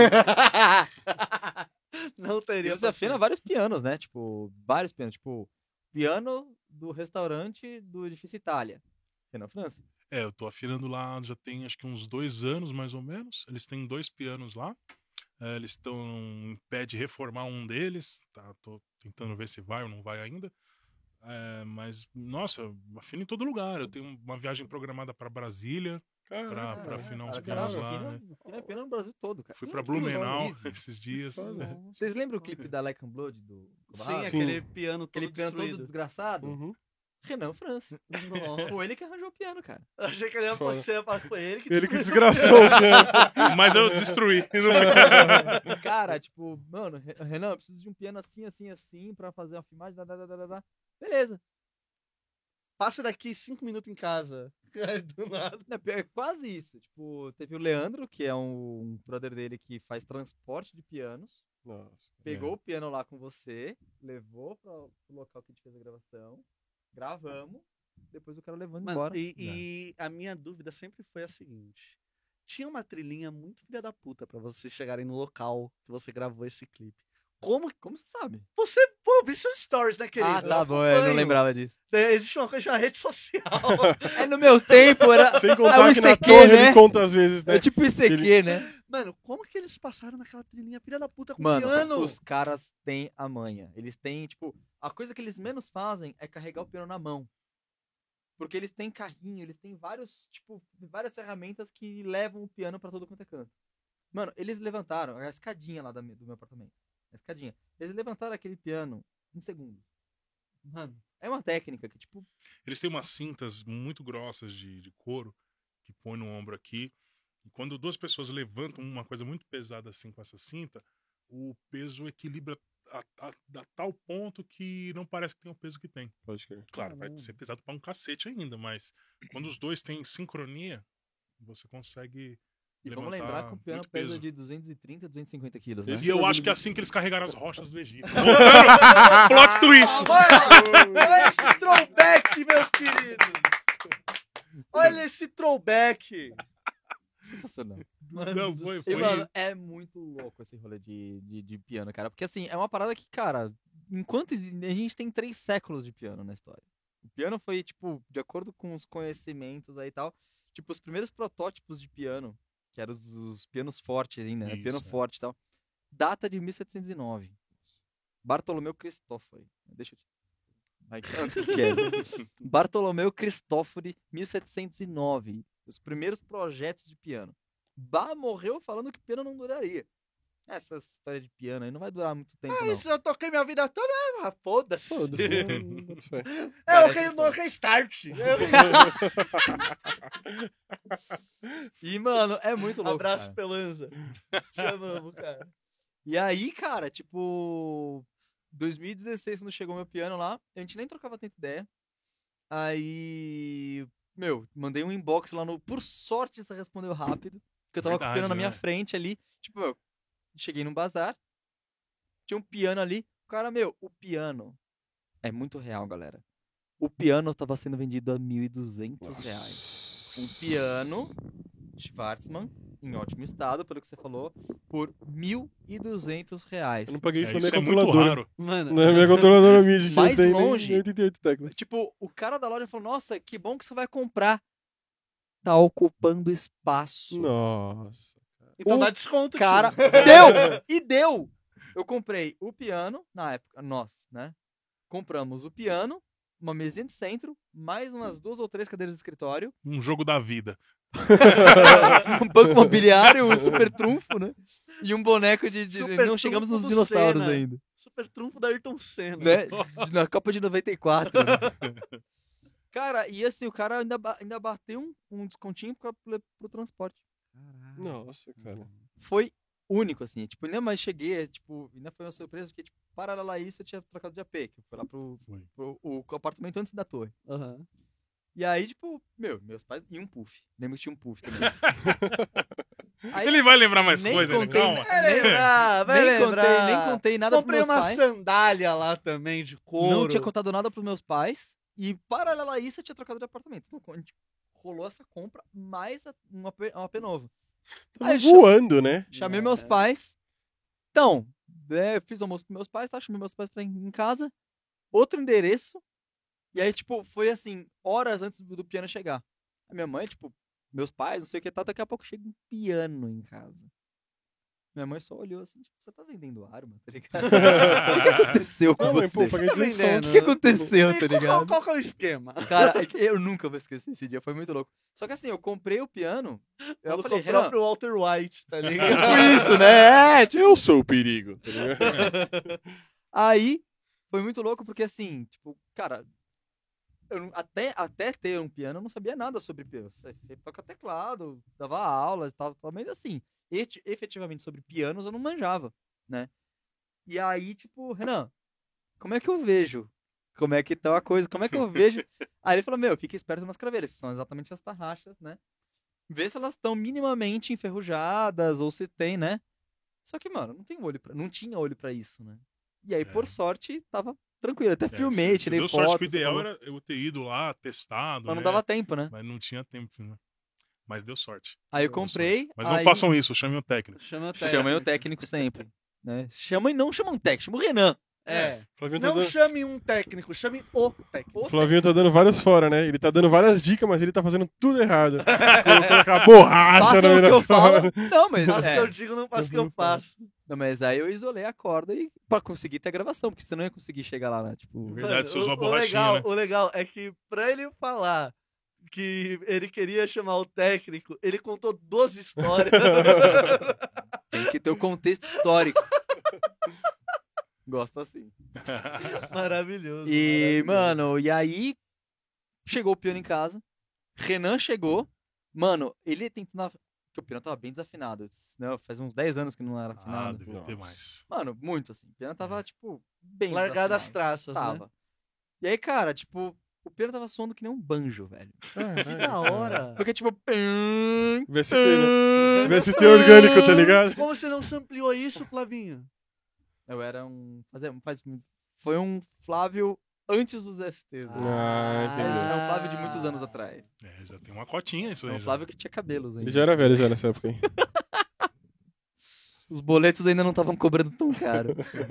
não
E
teria
você afina vários pianos, né? Tipo, vários pianos. Tipo, piano do restaurante do Edifício Itália. Renan França.
Eu tô afinando lá já tem acho que uns 2 anos, mais ou menos. Eles têm 2 pianos lá. Eles estão em pé de reformar um deles. Tá, tô tentando ver se vai ou não vai ainda. Mas, nossa, eu afino em todo lugar. Eu tenho uma viagem programada pra Brasília pra afinar uns pianos lá. Né?
Afina piano no Brasil todo, cara.
Fui pra Blumenau
Inclusive,
esses dias.
Foda.
Vocês lembram o clipe da Like and Blood do
Sim,
Kobayashi?
aquele piano todo
Aquele piano todo
destruído.
desgraçado?
Uhum.
Renan França.
Nossa.
Foi ele que arranjou o piano, cara.
Eu achei que ele ia
Foda.
falar que foi ele que
Ele que
destruiu.
desgraçou o piano.
Mas eu destruí.
Cara, tipo, mano, Renan, eu preciso de um piano assim, pra fazer uma filmagem, Beleza.
Passa daqui 5 minutos em casa. Do nada.
Não, é quase isso. Tipo, teve o Leandro, que é um brother dele que faz transporte de pianos.
Nossa.
Pegou o piano lá com você, levou pro local que a gente fez a gravação, gravamos, depois o cara levou
Mano,
embora.
e a minha dúvida sempre foi a seguinte. Tinha uma trilhinha muito filha da puta pra vocês chegarem no local que você gravou esse clipe. Como
Como você sabe?
você, pô, vi seus stories, né, querido?
Ah, tá bom, eu não
acompanho.
lembrava disso.
Existe uma coisa chamada rede social.
É no meu tempo, era.
Sem
É
contar
o
que na
ICQ,
torre
né?
ele conta às vezes, né?
É tipo ICQ, né?
Mano, como que eles passaram naquela trilhinha filha da puta com
Mano,
piano?
os caras têm a manha. Eles têm, tipo, a coisa que eles menos fazem é carregar o piano na mão. Porque eles têm carrinho, eles têm vários, tipo, várias ferramentas que levam o piano pra todo quanto é canto. Mano, eles levantaram a escadinha lá do meu apartamento. A escadinha. Eles levantaram aquele piano em segundos.
Mano,
É uma técnica que, tipo,
Eles têm umas cintas muito grossas de couro que põe no ombro aqui. E quando 2 pessoas levantam uma coisa muito pesada assim com essa cinta, o peso equilibra a tal ponto que não parece que tem o peso que tem.
Pode crer.
Claro, vai ser pesado pra um cacete ainda, mas quando os dois têm sincronia, você consegue
e
levantar
vamos lembrar que o piano
muito
pesa
peso.
de 230, 250 quilos, né?
Esse
E eu
bagulho
acho que é
de-
assim que eles carregaram as rochas do Egito. Plot twist!
olha esse throwback, meus queridos. Olha esse throwback.
Sensacional.
Não,
do
foi,
E,
foi.
mano, é muito louco esse rolê de piano, cara. Porque, assim, é uma parada que, cara, enquanto a gente tem 3 séculos de piano na história. O piano foi, tipo, de acordo com os conhecimentos aí e tal, tipo, os primeiros protótipos de piano, que eram os pianos fortes ainda, né?
Isso,
Piano
é.
forte e tal, data de 1709. Bartolomeu Cristofori. Deixa eu te... Ai, antes que quero. Bartolomeu Cristofori, 1709. Os primeiros projetos de piano. Bach morreu falando que piano não duraria. Essa história de piano aí não vai durar muito tempo, não.
Isso eu toquei minha vida toda, foda-se.
Foda-se. não boto fé.
É o
Parece
no restart.
E, mano, é muito louco,
Abraço,
cara.
Pelanza. Te amamos, cara.
E aí, cara, tipo... 2016, quando chegou meu piano lá, a gente nem trocava tanta ideia. Aí, meu, mandei um inbox lá no... Por sorte, você respondeu rápido. Porque eu tava com o
Verdade,
piano na minha
né?
frente ali. Tipo, eu cheguei num bazar. Tinha um piano ali. O cara, meu, o piano é muito real, galera. O piano tava sendo vendido a R$1.200. Um piano Schwarzman, em ótimo estado, pelo que você falou, por R$1.200.
Eu não paguei isso na minha
Isso é muito
controladora.
raro.
Mano,
Na minha controladora MIDI, que
Mais
não tem
longe.
nem 88 teclas.
Tipo, o cara da loja falou, nossa, que bom que você vai comprar. Tá ocupando espaço.
Nossa.
então
o
dá desconto,
Cara,
tio.
deu! E deu! Eu comprei o piano, na época, nós, né? Compramos o piano, uma mesinha de centro, mais umas 2 ou 3 cadeiras de escritório,
Um jogo da vida.
um banco imobiliário, um super trunfo, né? E um boneco de...
Super
não chegamos
trunfo
nos
do
dinossauros
Senna.
ainda.
Super trunfo da Ayrton Senna.
Né? Na Copa de 94. Né? Cara, e assim, o cara ainda bateu um descontinho pro transporte.
Nossa, cara.
Foi único, assim. Tipo, ainda mais cheguei, tipo, ainda foi uma surpresa, porque, tipo, paralelo a isso, eu tinha trocado de AP, que eu fui lá pro o apartamento antes da torre.
Aham.
E aí, tipo, meus pais... E um puff. Lembro que tinha um puff também. Aí,
Ele vai lembrar mais
nem
coisa, né?
contei-
Calma.
Vai lembrar, vai lembrar.
nem contei nada
Comprei
pros meus
uma
pais.
sandália lá também, de couro.
Não tinha contado nada pros meus pais. E, paralelo a isso, eu tinha trocado de apartamento. Então, a gente rolou essa compra, mais um AP novo.
Tava
Aí,
voando, né?
Chamei meus pais. Então, eu fiz almoço pros meus pais, tá? Chamei meus pais pra ir em casa. Outro endereço. E aí, tipo, foi assim, horas antes do piano chegar. A minha mãe, tipo, meus pais, não sei o que tal, daqui a pouco chega um piano em casa. Minha mãe só olhou assim, tipo, você tá vendendo arma, tá ligado? O que aconteceu com
Não, mãe,
você?
pô, paguei
Tá
200
vendendo?
conto.
O que aconteceu,
E
tá
qual-
ligado?
Qual que é o esquema?
Cara, eu nunca vou esquecer esse dia, foi muito louco. Só que assim, eu comprei o piano, eu
Falou
falei,
com o
Renan,
próprio Walter White, tá ligado?
tipo isso, né? É, tipo,
Eu sou o perigo, tá ligado?
aí, foi muito louco porque assim, tipo, cara, até ter um piano, eu não sabia nada sobre piano. Você toca teclado, dava aula e tal, mas assim, efetivamente sobre pianos eu não manjava, né? E aí, tipo, Renan, como é que eu vejo? Como é que tá a coisa? Como é que eu vejo? Aí ele falou, meu, fica esperto nas craveiras, que são exatamente as tarraxas, né? Vê se elas estão minimamente enferrujadas ou se tem, né? Só que, mano, não tinha olho pra isso, né? E aí, por sorte, tava tranquilo. Até filmei,
Você
tirei
deu
fotos.
sorte que o ideal
falou.
era eu ter ido lá, testado,
Mas não
né?
dava tempo, né?
Mas não tinha tempo, né? Mas deu sorte.
Aí eu
Deu
comprei.
sorte. Mas não
aí...
façam isso, chamem o técnico.
Chama o técnico.
Chamem o técnico sempre. Né? Não chama um técnico, chama o Renan.
É.
Flavinho tá
Não
dando...
chame um técnico, chame o técnico.
O Flavinho tá dando vários fora, né? Ele tá dando várias dicas, mas ele tá fazendo tudo errado. Colocar borracha
Faça
no
o
meio
que
da
eu falo.
sala.
Não, mas.
Faço o que
É.
eu digo, não faço o que eu faço.
Não, mas aí eu isolei a corda e pra conseguir ter a gravação, porque você não ia conseguir chegar lá, né? Tipo.
Verdade, você usou a
o
borrachinha,
legal,
né?
o legal é que pra ele falar que ele queria chamar o técnico, ele contou 12 histórias.
Tem que ter o contexto histórico. Gosto assim.
Maravilhoso.
E,
maravilhoso.
mano, e aí chegou o piano em casa. Renan chegou. Mano, ele tentando. Porque o piano tava bem desafinado. Não, faz uns 10 anos que não era
Ah,
afinado.
devia ter
Nossa.
mais.
Mano, muito assim. O piano tava, tipo, bem
Largado as
desafinado.
traças, né?
Tava. E aí, cara, tipo, o piano tava soando que nem um banjo, velho.
Que da hora.
Porque, tipo.
VST, né? VST orgânico, tá ligado?
Como você não sampleou isso, Flavinho?
Eu era um. Foi um Flávio antes dos STs. Né?
Ah, entendi.
É um Flávio de muitos anos atrás.
É, já tem uma cotinha isso
É
aí.
um
já.
Flávio que tinha cabelos ainda.
Ele já era velho já nessa época aí.
Os boletos ainda não estavam cobrando tão caro.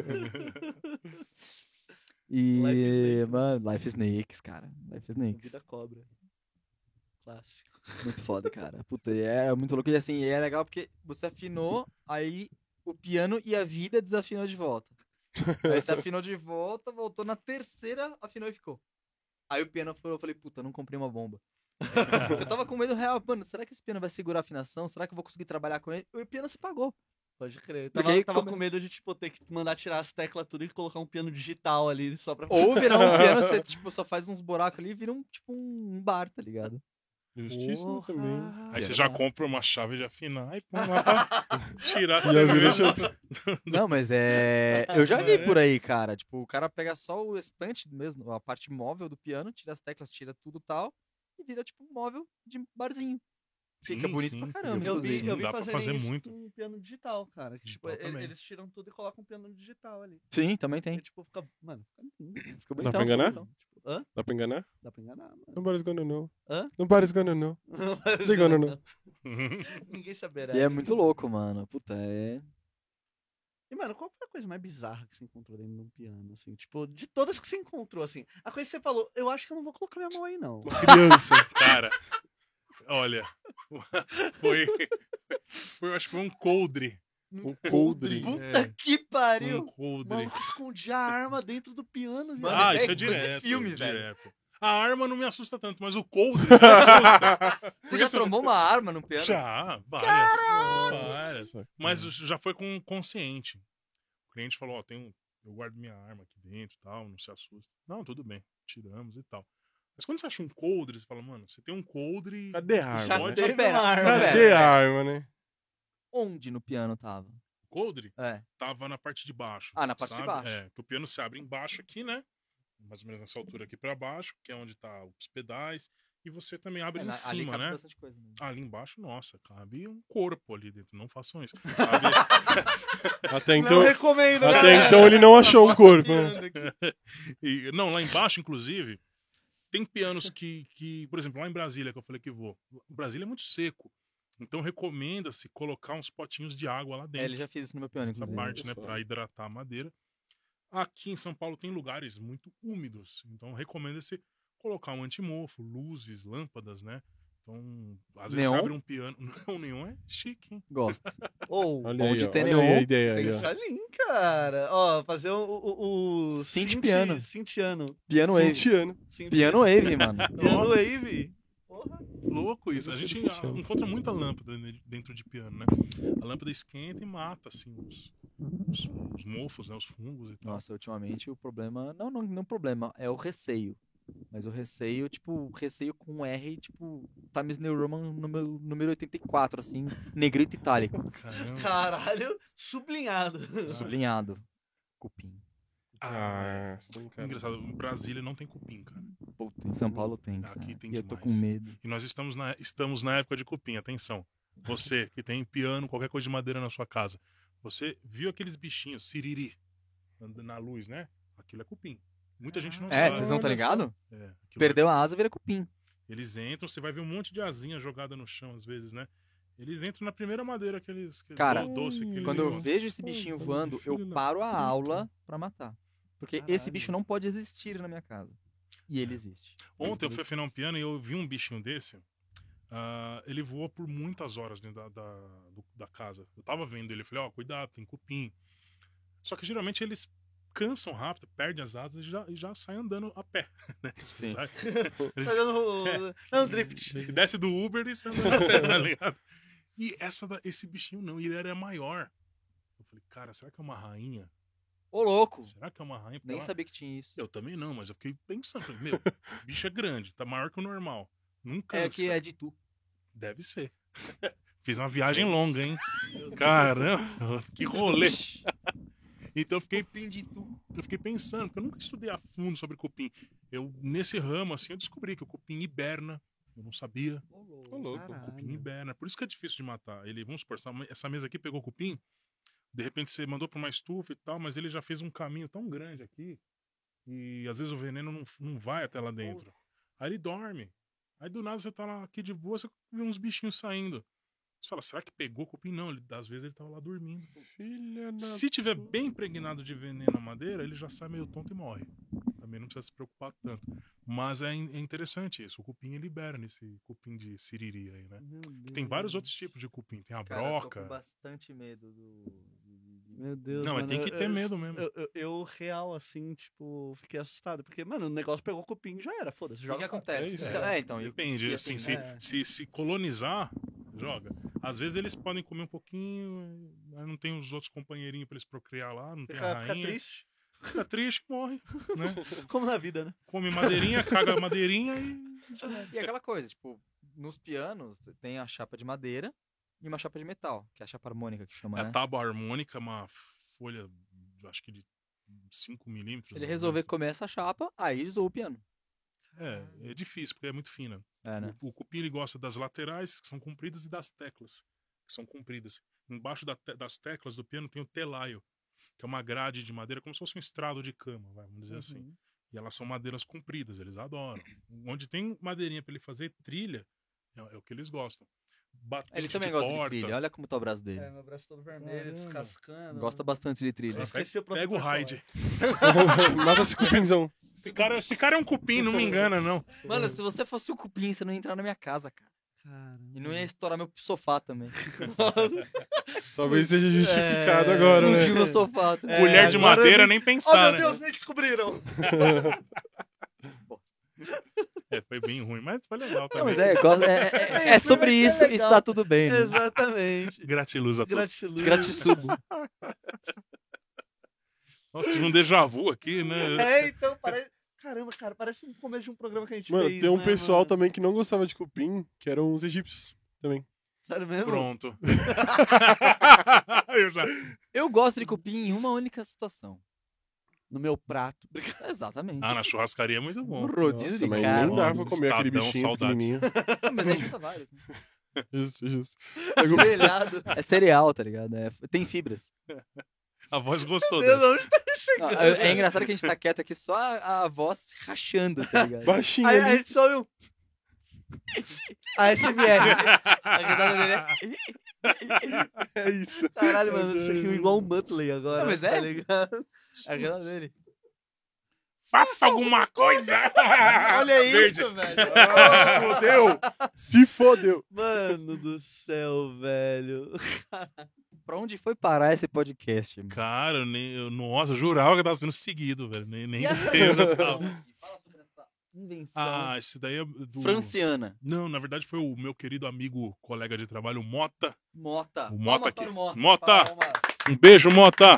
E,
Life Snake.
mano, Life Snakes, cara. Life Snakes.
Vida cobra. Clássico.
Muito foda, cara. Puta, é muito louco. E assim, é legal porque você afinou, aí o piano e a vida desafinou de volta. Aí você afinou de volta, voltou na terceira, afinou e ficou. Aí o piano falou, eu falei, puta, não comprei uma bomba. Eu tava com medo real, mano, será que esse piano vai segurar a afinação? Será que eu vou conseguir trabalhar com ele? E o piano se pagou.
Pode crer.
Porque
Tava,
aí
tava
come-
com medo de, tipo, ter que mandar tirar as teclas tudo e colocar um piano digital ali só pra...
Ou virar um piano, você tipo, só faz uns buracos ali e vira tipo, um bar, tá ligado?
Justíssimo também.
Aí você já compra uma chave de afinar e põe lá pra tirar a
Já virou
cerveja.
Não, mas eu já vi por aí, cara. Tipo, o cara pega só o estante mesmo, a parte móvel do piano, tira as teclas, tira tudo e tal, e vira tipo um móvel de barzinho. Fica
Sim,
bonito
sim.
pra caramba,
Eu vi,
inclusive.
eu vi
Dá pra
fazerem
fazer
isso
muito.
com um piano digital, cara. Que, tipo,
Digital também.
eles tiram tudo e colocam um piano digital ali.
Sim, também tem.
E, tipo, fica, mano, fica lindo.
Fica
Dá
bonitão.
pra enganar?
fica bonitão.
Tipo, hã?
Dá pra enganar?
Dá pra enganar, mano.
Nobody's gonna know.
Hã?
Nobody's gonna know. They gonna know.
Ninguém saberá.
E é muito louco, mano. Puta, é...
E, mano, qual foi a coisa mais bizarra que você encontrou dentro de um piano, assim? Tipo, de todas que você encontrou, assim. A coisa que você falou, eu acho que eu não vou colocar minha mão aí, não.
Uma criança.
Cara, olha, foi, eu acho que foi um coldre.
Um coldre.
Puta
É.
que pariu!
Um
O
coldre.
maluco escondia a arma dentro do piano, velho.
Mano,
Ah,
isso
isso
é
é
coisa de
direto.
filme, velho.
direto. A arma não me assusta tanto, mas o coldre me assusta.
Você já trombou uma arma no piano?
Já, várias.
Nossa,
Mas já foi com consciente. O cliente falou, ó, eu guardo minha arma aqui dentro e tal, não se assusta. Não, tudo bem, tiramos e tal. Mas quando você acha um coldre, você fala, mano, você tem um coldre...
Cadê a arma?
Já
né?
teve
Pera,
uma arma,
pera.
Cadê
velho.
a arma, né?
Onde no piano tava?
Coldre
É.
tava na parte de baixo.
Ah, na parte de
sabe?
baixo.
É, que o piano se abre embaixo aqui, né? Mais ou menos nessa altura aqui pra baixo, que é onde tá os pedais. E você também abre em
ali
cima,
cabe
né?
bastante coisa. Mesmo.
Ali embaixo, nossa, cabe um corpo ali dentro. Não façam isso. Cabe...
Até então,
Não recomendo,
até
galera.
então ele não achou um corpo, né?
Pirando aqui.
Não, lá embaixo, inclusive, tem pianos que, por exemplo, lá em Brasília, que eu falei que vou. Brasília é muito seco. Então recomenda-se colocar uns potinhos de água lá dentro.
Ele já fez isso no meu piano,
Essa
inclusive.
parte, né, para hidratar a madeira. Aqui em São Paulo tem lugares muito úmidos, então recomenda-se colocar um antimofo, luzes, lâmpadas, né? Então, às vezes
Neon?
você abre um piano. Não, neon é chique, hein?
Gosto.
Ou,
Olha
Onde
aí, ó,
tem
olha aí
neon,
a ideia aí, ó.
pensa ali, cara. Ó, fazer o
Synth piano.
Cintiano.
Piano Wave.
Cintiano.
Piano Wave, mano.
Piano Wave. Porra.
Louco isso. A
Eu não sei
gente
se funciona.
encontra muita lâmpada dentro de piano, né? A lâmpada esquenta e mata, assim, os mofos, né? Os fungos e tal.
Nossa, ultimamente o problema... Não o problema, é o receio. Mas o receio, tipo, receio com R, tipo, Times New Roman número 84, assim, negrito itálico.
Caramba.
Caralho, sublinhado.
Sublinhado. Cupim.
Ah, sim, cara.
Engraçado, Brasília não tem cupim, cara.
Puta, em São Paulo tem, cara.
Aqui tem
E eu tô
demais.
com medo.
E nós estamos na época de cupim, atenção. Você que tem piano, qualquer coisa de madeira na sua casa. Você viu aqueles bichinhos, siriri, andando na luz, né? Aquilo é cupim. Muita gente não
É,
sabe.
vocês não estão ligados?
É, aquilo
Perdeu a asa, vira cupim.
Eles entram, você vai ver um monte de asinha jogada no chão, às vezes, né? Eles entram na primeira madeira que eles...
Cara,
doce que eles
Quando eu
encontram.
vejo esse bichinho voando, eu paro a aula pra matar. Porque esse
Caralho.
bicho não pode existir na minha casa. E ele existe.
Ontem eu fui afinar um piano e eu vi um bichinho desse. Ele voou por muitas horas dentro da casa. Eu tava vendo ele, eu falei, ó, cuidado, tem cupim. Só que geralmente eles cansam rápido, perdem as asas e já saem andando a pé. Né?
Sim.
Sai- Eles-
Não, drift.
E desce do Uber e sai andando a pé, tá ligado? E esse bichinho não, e ele era maior. Eu falei, cara, será que é uma rainha?
Ô, louco!
Será que é uma rainha? Porque
Nem
ela-
sabia que tinha isso.
Eu também não, mas eu fiquei pensando, falei, meu, o bicho é grande, tá maior que o normal. Não cansa.
É que é de tu.
Deve ser. Fiz uma viagem longa, hein? Caramba, que rolê. Então eu fiquei pensando, porque eu nunca estudei a fundo sobre cupim. Nesse ramo, assim, eu descobri que o cupim hiberna. Eu não sabia.
Ô, louco.
O cupim hiberna. Por isso que é difícil de matar. Ele, vamos supor, essa mesa aqui pegou cupim, de repente você mandou pra uma estufa e tal, mas ele já fez um caminho tão grande aqui, e às vezes o veneno não vai até lá dentro. Aí ele dorme. Aí do nada você tá lá aqui de boa, você vê uns bichinhos saindo. Você fala, será que pegou cupim? Não, às vezes ele tava lá dormindo.
Filha da...
Se tiver bem impregnado de veneno na madeira, ele já sai meio tonto e morre. Também não precisa se preocupar tanto. Mas é interessante isso. O cupim ele libera nesse cupim de siriri aí, né? Tem vários outros tipos de cupim. Tem a
Cara, eu tô
broca.
com bastante medo
Meu Deus,
Não, mas
mano,
tem que ter medo mesmo.
Eu, real, assim, tipo, fiquei assustado. Porque, mano, o negócio pegou cupim e já era. Foda-se,
O que,
joga
que
fora.
acontece?
É isso.
Então,
Depende,
e
assim,
assim,
se colonizar, joga. Às vezes eles podem comer um pouquinho, aí não tem os outros companheirinhos pra eles procriar lá, não tem a
Fica
rainha.
triste.
Fica triste, morre, né?
Como na vida, né?
Come madeirinha, caga a madeirinha e...
E aquela coisa, tipo, nos pianos tem a chapa de madeira e uma chapa de metal, que é a chapa harmônica que chama,
A
né?
tábua harmônica é uma folha, acho que de 5 milímetros.
Se ele resolver comer essa chapa, aí ele zoou o piano.
É difícil, porque é muito fina.
É, né?
O cupim ele gosta das laterais, que são compridas, e das teclas, que são compridas. Embaixo das teclas do piano tem o telaio, que é uma grade de madeira, como se fosse um estrado de cama, vamos dizer assim. E elas são madeiras compridas, eles adoram. Onde tem madeirinha para ele fazer trilha, é o que eles gostam. Batente
Ele também
de
gosta
porta.
de trilha, olha como tá o braço dele.
É, meu braço todo vermelho,
Caramba.
descascando.
Gosta bastante de trilha.
Eu esqueci o
Pega o
protetor
raid.
Mata esse cupinzão.
Esse cara é um cupim, não me engana, não.
Mano, se você fosse o cupim, você não ia entrar na minha casa, cara. E não ia estourar meu sofá também.
Talvez seja justificado agora, né?
Explodiu meu sofá também.
Mulher de
agora
madeira,
eu-
nem
Oh,
pensar,
meu
né?
Deus, me descobriram!
Foi bem ruim, mas foi legal
Não,
também.
mas é sobre
Isso
isso
vai ser
e
legal.
está tudo bem, né?
Exatamente.
Gratiluz a todos.
Gratiluz.
Gratisubo.
Nossa, tive um déjà vu aqui, né?
É, então, parece... Caramba, cara, parece um começo de um programa que a gente
Mano,
fez,
tem um
né,
pessoal
mano?
também que não gostava de cupim, que eram os egípcios também.
Sério mesmo?
Pronto. Eu já...
Eu gosto de cupim em uma única situação.
No meu prato.
Exatamente.
Ah, na churrascaria é muito
Um
bom.
rodízio
Nossa,
de
mas
carne.
nem dá pra
Nossa,
comer aquele
Estadão,
bichinho
saudades.
pequenininho.
Ah, mas aí junta vários. Né?
Justo, justo.
Grelhado.
É cereal, tá ligado? Tem fibras.
A voz gostou
Deus,
dessa.
onde tá
Não, é engraçado que a gente tá quieto aqui, só a voz rachando, tá ligado?
Baixinho
Aí a
ali.
gente só ouviu. ASMR.
A risada dele é...
É isso.
Caralho, mano, você riu igual o Muttley agora.
Não, mas
tá
é?
ligado?
A risada dele.
Faça alguma coisa!
Olha
Verde.
isso, velho.
Ah, fodeu! Se fodeu!
Mano do céu, velho.
Pra onde foi parar esse podcast? Mano?
Cara, nossa, eu jurava que eu tava sendo seguido, velho. Nem
E essa
sei onde eu
invenção?
tava.
Fala sobre essa invenção
Ah, esse daí é do...
franciana.
Não, na verdade foi o meu querido amigo, colega de trabalho, o Mota.
Mota.
O Mota
Palmas
aqui.
para o Mota.
Mota!
Palmas.
Um beijo, Mota!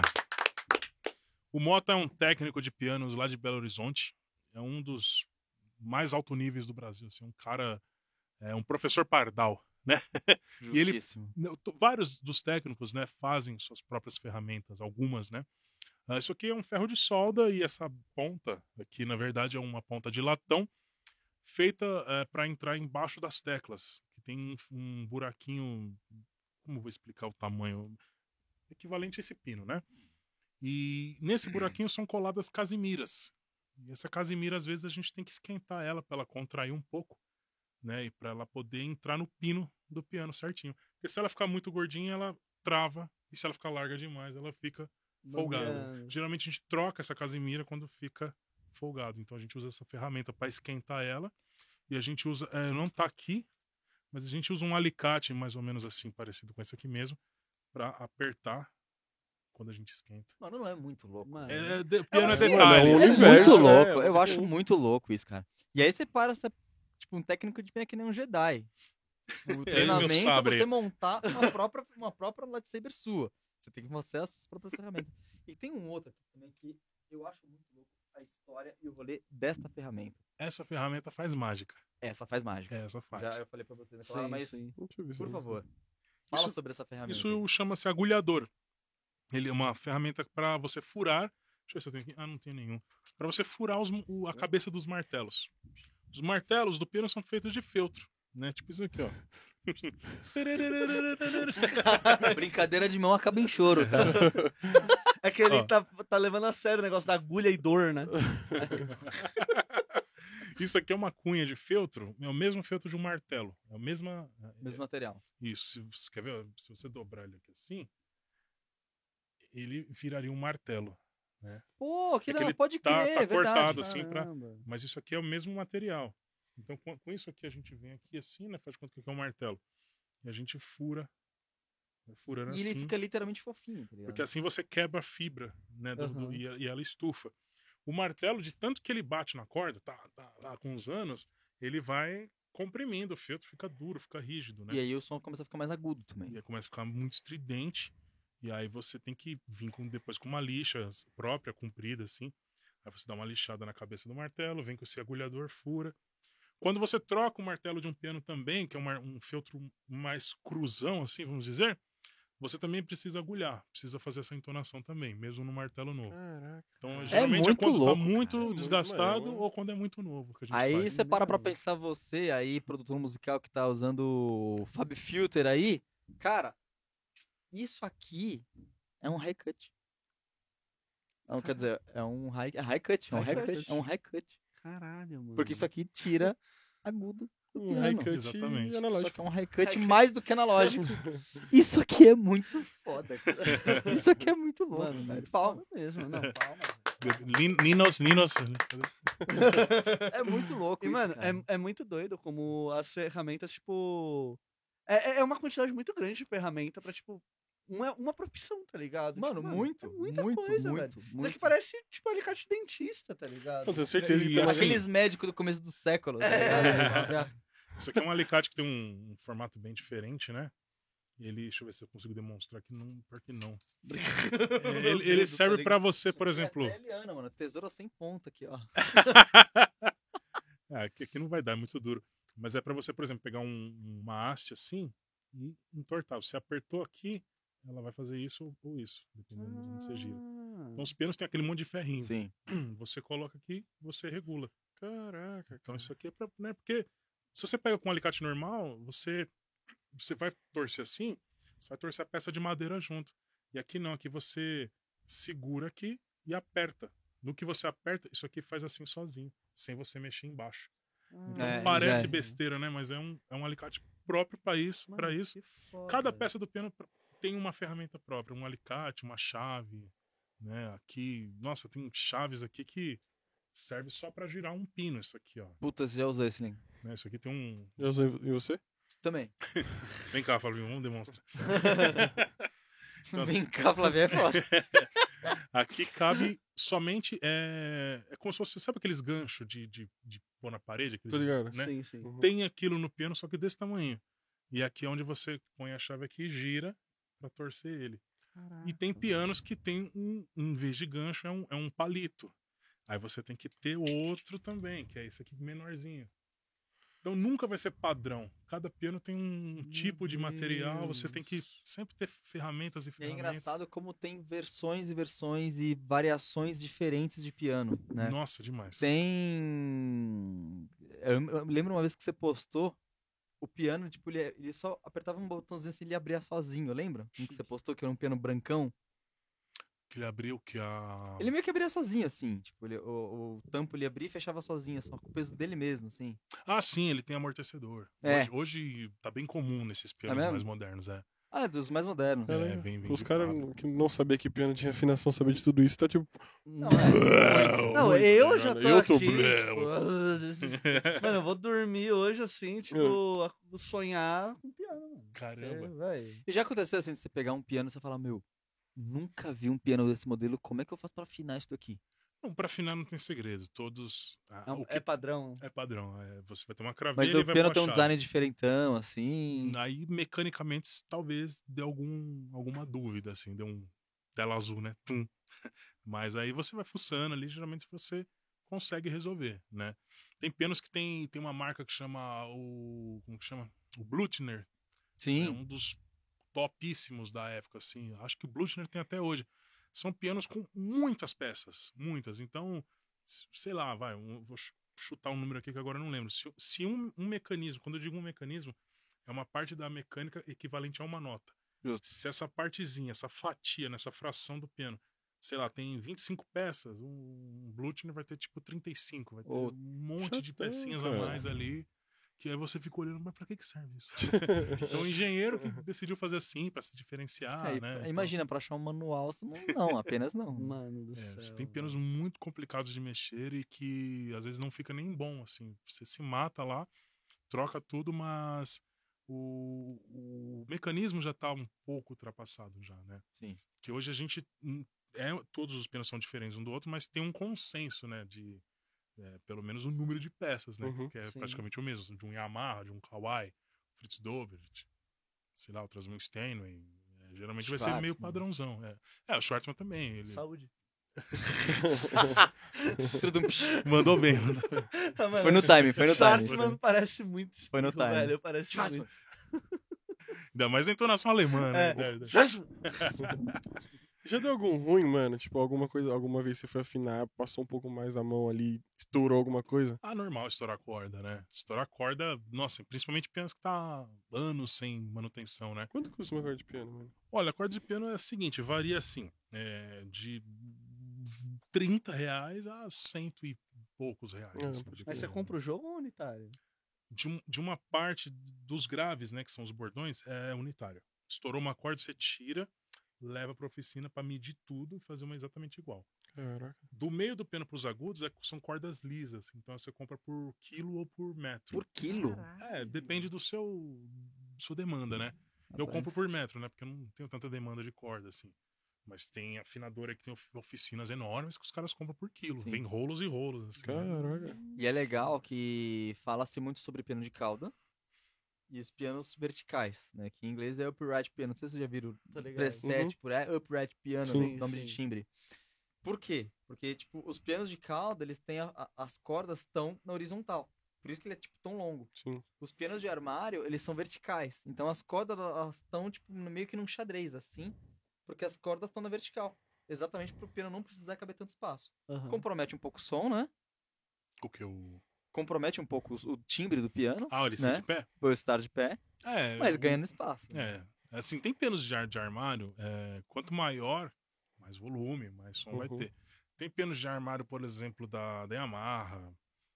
O Mota é um técnico de pianos lá de Belo Horizonte. É um dos mais alto níveis do Brasil. Assim, um cara... É um professor Pardal, né? E ele-
Justíssimo.
Vários dos técnicos, né, fazem suas próprias ferramentas, algumas, né? Isso aqui é um ferro de solda e essa ponta aqui, na verdade, é uma ponta de latão feita para entrar embaixo das teclas, que tem um buraquinho, como eu vou explicar o tamanho? Equivalente a esse pino, né? E nesse buraquinho são coladas casimiras. E essa casimira, às vezes, a gente tem que esquentar ela para ela contrair um pouco, né? E para ela poder entrar no pino do piano certinho. Porque se ela ficar muito gordinha, ela trava. E se ela ficar larga demais, ela fica folgada.
Bambiando.
Geralmente a gente troca essa casimira quando fica folgado. Então a gente usa essa ferramenta para esquentar ela. E a gente usa, não tá aqui, mas a gente usa um alicate mais ou menos assim, parecido com esse aqui mesmo, para apertar quando a gente esquenta.
Mano, não é muito louco.
Mano,
Piano é
assim,
detalhe.
é um
É
universo,
muito
né?
louco. Eu
Você-
acho muito louco isso, cara. E aí você para, tipo, um técnico de piano é que nem um Jedi. O treinamento é
sabre.
você montar uma própria lightsaber sua. Você tem que mostrar as suas próprias ferramentas. E tem um outro aqui também que eu acho muito louco a história e o rolê desta ferramenta.
Essa ferramenta faz mágica.
Essa faz mágica.
Essa faz.
Já eu falei pra você naquela hora, mas
sim.
Deixa eu ver se
por
eu-
favor, fala
Isso-
sobre essa ferramenta.
Isso chama-se agulhador. Ele é uma ferramenta para você furar. Deixa eu ver se eu tenho aqui. Ah, não tem nenhum. Para você furar a cabeça dos martelos. Os martelos do piano são feitos de feltro, né? Tipo isso aqui, ó.
Brincadeira de mão acaba em choro, tá?
É que ele
Ó.
tá levando a sério o negócio da agulha e dor, né?
Isso aqui é uma cunha de feltro, é o mesmo feltro de um martelo. É a mesma.
Mesmo material.
Isso, se você quer ver? Se você dobrar ele aqui assim, ele viraria um martelo.
Pô, que
É que
não,
ele
pode
tá
crer, é verdade.
cortado assim pra.
Caramba.
Mas isso aqui é o mesmo material. Então, com isso aqui, a gente vem aqui assim, né? Faz de conta que aqui é um martelo. E a gente fura. Vai furando
E ele
assim.
fica literalmente fofinho, tá ligado?
Porque assim você quebra a fibra, né?
Aham.
E ela estufa. O martelo, de tanto que ele bate na corda, tá com os anos, ele vai comprimindo o feltro, fica duro, fica rígido, né?
E aí o som começa a ficar mais agudo também.
E aí começa a ficar muito estridente. E aí você tem que vir depois com uma lixa própria, comprida, assim. Aí você dá uma lixada na cabeça do martelo, vem com esse agulhador, fura. Quando você troca o martelo de um piano também, que é um feltro mais cruzão, assim, vamos dizer, você também precisa agulhar, precisa fazer essa entonação também, mesmo no martelo novo.
Caraca.
Então, geralmente é
muito
quando
louco,
tá muito
cara.
desgastado
Mano.
ou quando é muito novo que a gente
Aí
faz.
você para pra pensar, você aí, produtor musical que tá usando o Fab Filter aí, cara, isso aqui é um high cut. Não, quer dizer, é um high cut, é um high cut, é um high cut.
Caralho, mano.
Porque isso aqui tira agudo do
Um
piano.
high cut
Exatamente.
Só
analógico.
que é um high cut
High cut.
mais do que analógico. Isso aqui é muito foda, cara. Isso aqui é muito louco,
Mano,
velho.
muito
Palma.
foda mesmo. Não, palma.
Ninos.
É muito louco
E,
isso,
mano,
cara.
é muito doido como as ferramentas, tipo... É uma quantidade muito grande de ferramenta pra, tipo, uma profissão, tá ligado?
Mano,
Tipo,
muito,
é muita
muito,
coisa,
muito,
velho. Isso
muito.
aqui parece, tipo, alicate de dentista, tá ligado?
Eu tenho certeza que tem uma
assim,
Aqueles médicos do começo do século, tá ligado?
Isso aqui é um alicate que tem um formato bem diferente, né? E ele, deixa eu ver se eu consigo demonstrar aqui. Não, pior que não. Ele serve pra você, por exemplo.
É Eliana, mano. Tesoura sem ponta aqui, ó.
Aqui não vai dar, é muito duro. Mas é pra você, por exemplo, pegar uma haste assim e entortar. Você apertou aqui, ela vai fazer isso ou isso, dependendo de onde você gira. Então os pianos têm aquele monte de ferrinho.
Sim.
Você coloca aqui, você regula.
Caraca.
Então isso aqui é pra, né, porque se você pega com um alicate normal, você vai torcer assim, você vai torcer a peça de madeira junto. E aqui não, aqui você segura aqui e aperta. No que você aperta, isso aqui faz assim sozinho, sem você mexer embaixo. Então
É,
parece
já é.
besteira, né? Mas é um alicate próprio para isso.
Mano,
Para isso.
que foda,
Cada
velho.
peça do piano tem uma ferramenta própria, um alicate, uma chave, né? Aqui, nossa, tem chaves aqui que serve só para girar um pino, isso aqui, ó.
Puta, você já usou esse link?
Né? Isso aqui tem um.
Eu sou e você?
Também.
Vem cá, Fabinho, vamos demonstrar.
Vem cá, Flavio, é foda.
Aqui cabe somente. É como se fosse. Sabe aqueles ganchos de pôr na parede? Aqueles,
Tô ligado.
né?
Sim, sim.
Uhum.
Tem aquilo no piano, só que desse tamanho. E aqui é onde você põe a chave aqui e gira pra torcer ele. E tem pianos que tem em vez de gancho, é um palito. Aí você tem que ter outro também, que é esse aqui menorzinho. Então nunca vai ser padrão. Cada piano tem um tipo de material, você tem que sempre ter ferramentas e
E é
ferramentas.
engraçado como tem versões e versões e variações diferentes de piano, né?
Nossa, demais.
Tem... Eu lembro uma vez que você postou o piano, tipo, ele só apertava um botãozinho assim e ele abria sozinho, lembra? Um que você postou que era um piano brancão.
Que ele abriu que a.
Ele meio que abria sozinho, assim. Tipo, o tampo ele abria e fechava sozinho, só com o peso dele mesmo, assim.
Ah, sim, ele tem amortecedor.
É.
Hoje tá bem comum nesses pianos
mesmo?
mais modernos, é.
Ah, é dos mais modernos.
É, bem
Os
de
caras
fábrica.
que não sabiam que piano tinha afinação, saber de tudo isso, tá tipo.
Não, é.
Não,
Muito,
eu
tá
já
ligado?
tô
Eu tô
aqui,
bravo.
tipo... Mano, eu vou dormir hoje, assim, tipo, sonhar com piano, mano.
Caramba.
Véi.
E já aconteceu assim, de você pegar um piano e você falar, meu, nunca vi um piano desse modelo, como é que eu faço pra afinar isso daqui?
Não, pra afinar não tem segredo. Todos. O que
É padrão.
é padrão. Você vai ter uma
Mas
cravelha
o
e vai
piano
pôr a
tem um
chave.
design diferentão, assim.
Aí, mecanicamente, talvez dê alguma dúvida, assim, dê um tela azul, né? Tum. Mas aí você vai fuçando ali, geralmente você consegue resolver, né? Tem pianos que tem uma marca que chama como que chama? O Blutner. É
Sim.
um dos topíssimos da época, assim. Acho que o Blutner tem até hoje. São pianos com muitas peças, muitas. Então, sei lá, vou chutar um número aqui que agora eu não lembro. Se um mecanismo, quando eu digo um mecanismo, é uma parte da mecânica equivalente a uma nota.
Justo.
Se essa partezinha, essa fatia, nessa fração do piano, sei lá, tem 25 peças, um Blutner vai ter tipo 35, vai ter
Ô,
um monte de
chatão,
pecinhas
cara.
a mais ali. Que aí você fica olhando, mas pra que serve isso? Então o engenheiro que decidiu fazer assim, pra se diferenciar, né? Então,
Imagina, pra achar um manual, você não, apenas não.
Mano do
você
céu.
tem pianos muito complicados de mexer e que às vezes não fica nem bom, assim. Você se mata lá, troca tudo, mas o mecanismo já tá um pouco ultrapassado já, né?
Sim.
Que hoje a gente... todos os pianos são diferentes um do outro, mas tem um consenso, né? De pelo menos o número de peças, né?
Uhum.
Que é
Sim.
praticamente o mesmo. De um Yamaha, de um Kawai, Fritz Dobert, sei lá, outras um Steinway. Geralmente vai ser
Schwartzman.
meio padrãozão. O Schwartzman também. Ele
Saúde.
Mandou bem, mandou bem.
Ah, mano,
Foi no time.
Schwartzman parece muito
Foi no
Spiegel,
time.
velho. Parece
Schwartzman.
muito.
Ainda mais a entonação alemã, né?
Já deu algum ruim, mano? Tipo, alguma vez você foi afinar, passou um pouco mais a mão ali, estourou alguma coisa?
Ah, normal estourar corda, né? Estourar corda, nossa, principalmente pianos que tá anos sem manutenção, né?
Quanto custa uma corda de piano, mano?
Olha, a corda de piano é a seguinte, varia assim, de R$30 a cento e poucos reais.
Ah,
assim,
pode
Mas você compra o jogo ou unitário?
de uma parte dos graves, né, que são os bordões, é unitário. Estourou uma corda, você tira, leva pra oficina pra medir tudo e fazer uma exatamente igual.
Caraca.
Do meio do piano pros agudos são cordas lisas, então você compra por quilo ou por metro.
Por quilo?
Depende do sua demanda, né? Eu compro por metro, né? Porque eu não tenho tanta demanda de corda, assim. Mas tem afinadora que tem oficinas enormes que os caras compram por quilo.
Sim.
Vem rolos e rolos, assim.
Caraca.
E é legal que fala-se muito sobre piano de cauda e os pianos verticais, né? Que em inglês é upright piano. Não sei se vocês já viram
Tá ligado?
preset por aí, upright piano,
Sim,
nome
sim.
de timbre. Por quê? Porque, tipo, os pianos de cauda, eles têm as cordas estão na horizontal. Por isso que ele é, tipo, tão longo.
Sim.
Os pianos de armário, eles são verticais. Então as cordas, elas estão, tipo, meio que num xadrez, assim. Porque as cordas estão na vertical. Exatamente pro piano não precisar caber tanto espaço.
Aham.
Compromete um pouco o som, né?
O que eu...
Compromete um pouco o timbre do piano.
Ah, ele
né?
de pé?
Por estar de pé. Mas ganha no espaço.
Assim, tem pianos de armário, quanto maior, mais volume, mais som vai ter. Tem pianos de armário, por exemplo, da Yamaha,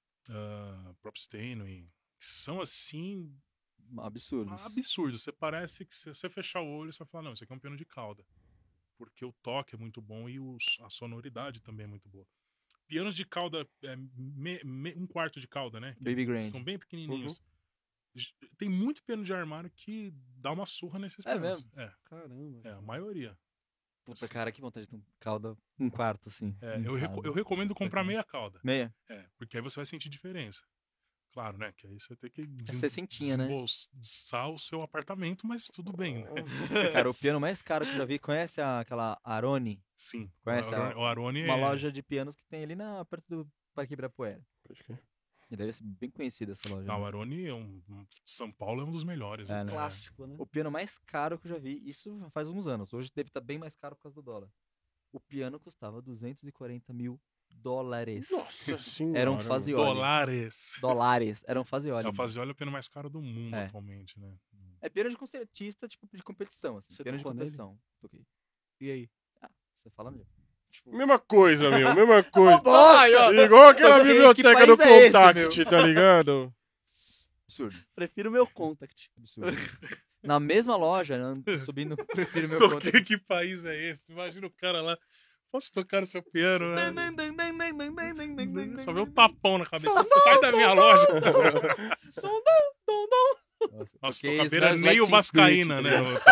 próprio Steinway, que são assim...
Absurdos.
Absurdo. Você parece que se você fechar o olho, você vai falar, não, isso aqui é um piano de cauda. Porque o toque é muito bom e a sonoridade também é muito boa. Pianos de cauda, um quarto de cauda, né?
Baby Grand.
São bem pequenininhos. Tem muito piano de armário que dá uma surra nesses
É
pianos.
mesmo?
Caramba.
A maioria.
Puta, cara, que vontade de ter um cauda, um quarto, assim.
Eu recomendo comprar meia cauda.
Meia?
Porque aí você vai sentir diferença. Claro, né? Que aí você vai ter que
sessentinha, né?
desembolsar o seu apartamento, mas tudo bem, né?
Cara, o piano mais caro que eu já vi, conhece aquela Aroni?
Sim.
Conhece
o Aroni
uma loja de pianos que tem ali perto do Parque Ibirapuera.
Pode crer.
E deve ser bem conhecida essa loja.
Não,
né?
o Aroni São Paulo é um dos melhores.
É, né?
Clássico, né?
O piano mais caro que eu já vi, isso faz uns anos. Hoje deve estar bem mais caro por causa do dólar. O piano custava $240 mil.
Nossa senhora.
Era um
mano.
Fazioli.
Dólares.
Era um Fazioli.
O Fazioli é o piano mais caro do mundo
É.
atualmente, né?
É piano de concertista, tipo, de competição, assim.
Você
Piano de
tocou nele?
competição. Toquei.
E aí?
Você fala mesmo. Tipo,
Mesma coisa, meu. Mesma coisa.
Ai, ó.
Igual aquela
Que
biblioteca
país
do
é esse,
Contact, tá ligado?
absurdo.
Prefiro o meu contact.
Absurdo. Na mesma loja, subindo, prefiro meu conta.
Toquei, que país é esse? Imagina o cara lá. Posso tocar no seu piano? Né? Só vê um tapão na cabeça. Sai da minha loja. Nossa,
porque
tua cabeira é
Smells
meio
Like Teen
vascaína,
Spirit,
né?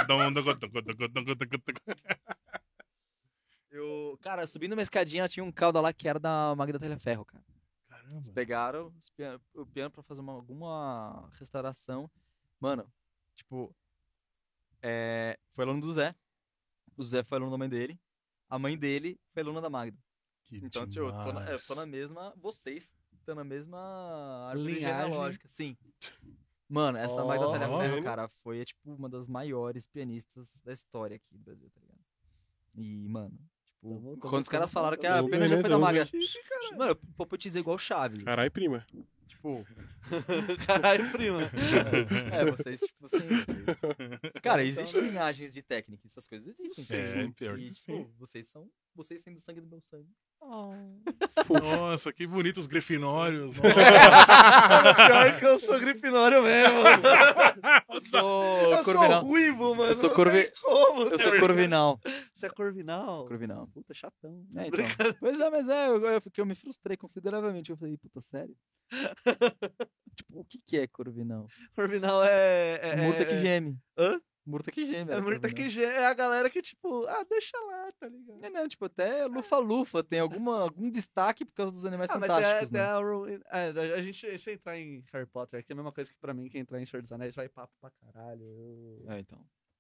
Cara, subindo uma escadinha, tinha um cauda lá que era da Magda Telhaferro, cara.
Caramba.
Pegaram o piano pra fazer alguma restauração. Mano, tipo, foi aluno do Zé. O Zé foi aluno da mãe dele. A mãe dele foi aluna da Magda.
Que
Então, tipo, eu
demais.
tô na mesma. Vocês estão na mesma árvore
Linhagem.
genealógica. Sim. Mano, essa
Ó,
Magda Telhaferro,
hein?
cara, foi, tipo, uma das maiores pianistas da história aqui do Brasil, tá ligado? E, mano, tipo, quando os caras falaram que a
Tamo
piano
bem,
já
né?
foi da
Tamo
Magda.
bem.
Mano, eu popotizei igual Chaves.
Caralho, prima.
Tipo,
Caralho, prima.
vocês, tipo assim. Cara, existem linhagens de técnica, essas coisas existem.
pior que
E,
sim.
tipo, vocês sendo sangue do meu sangue.
Nossa, que bonitos grifinórios.
Pior que eu sou grifinório mesmo.
Eu sou
Eu sou
corvinal.
ruivo, mano.
Eu sou
não
corvi-
tem como.
Eu sou corvinal.
Você é corvinal?
Sou corvinal.
Puta, chatão.
É, então. Pois é, mas eu me frustrei consideravelmente. Eu falei, puta, sério? Tipo, o que é corvinal?
Corvinal é...
Murta que geme.
Hã?
Murta que geme.
É
era
murta
corvinal.
que é a galera que, tipo, deixa lá, tá ligado?
Não, tipo, até Lufa-Lufa tem algum destaque por causa dos animais
Mas
fantásticos,
tem
né?
a gente, se entrar em Harry Potter, que é a mesma coisa que pra mim, que entrar em Senhor dos Anéis, vai papo pra caralho.
Então.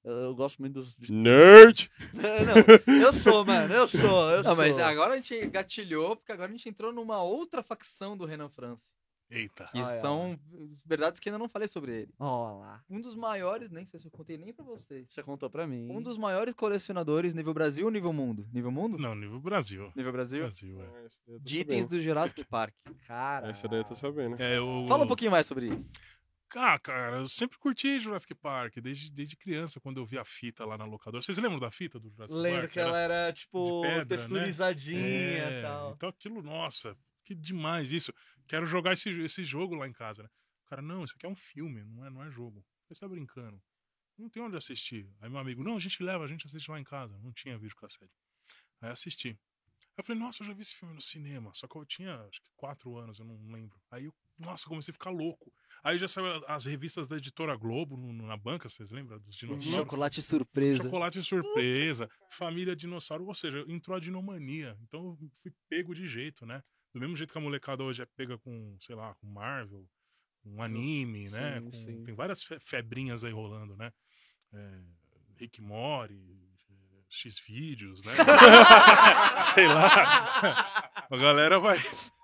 Eu gosto muito dos...
Nerd!
Não, eu sou, mano. Eu sou.
Não, mas agora a gente gatilhou, porque agora a gente entrou numa outra facção do Renan France.
Eita.
Que são verdades que ainda não falei sobre ele.
Ó lá.
Um dos maiores, nem sei se eu contei nem pra vocês.
Você contou pra mim.
Um dos maiores colecionadores nível Brasil ou nível mundo? Nível mundo?
Não, nível Brasil.
Nível Brasil?
Brasil, é.
De itens do Jurassic Park.
Cara.
Essa daí eu tô sabendo.
Fala um pouquinho mais sobre isso.
Cara, eu sempre curti Jurassic Park, desde criança, quando eu vi a fita lá na locadora. Vocês lembram da fita do Jurassic Park?
Lembro que ela era, tipo,
de pedra,
texturizadinha
né?
e tal.
Então aquilo, nossa, que demais isso. Quero jogar esse jogo lá em casa, né? O cara, não, isso aqui é um filme, não é jogo. Você tá brincando. Não tem onde assistir. Aí meu amigo, não, a gente assiste lá em casa. Não tinha videocassete. Aí assisti. Aí eu falei, nossa, eu já vi esse filme no cinema. Só que eu tinha, acho que 4 anos, eu não lembro. Aí eu, nossa, comecei a ficar louco. Aí já saiu as revistas da Editora Globo na banca, vocês lembram? Dos dinossauros.
Chocolate surpresa.
Chocolate surpresa, Família Dinossauro, ou seja, entrou a dinomania. Então eu fui pego de jeito, né? Do mesmo jeito que a molecada hoje é pega com, sei lá, com Marvel, com anime, né?
Sim. Tem
várias febrinhas aí rolando, né? Rick Mori, X-Vídeos, né? Sei lá. A galera vai...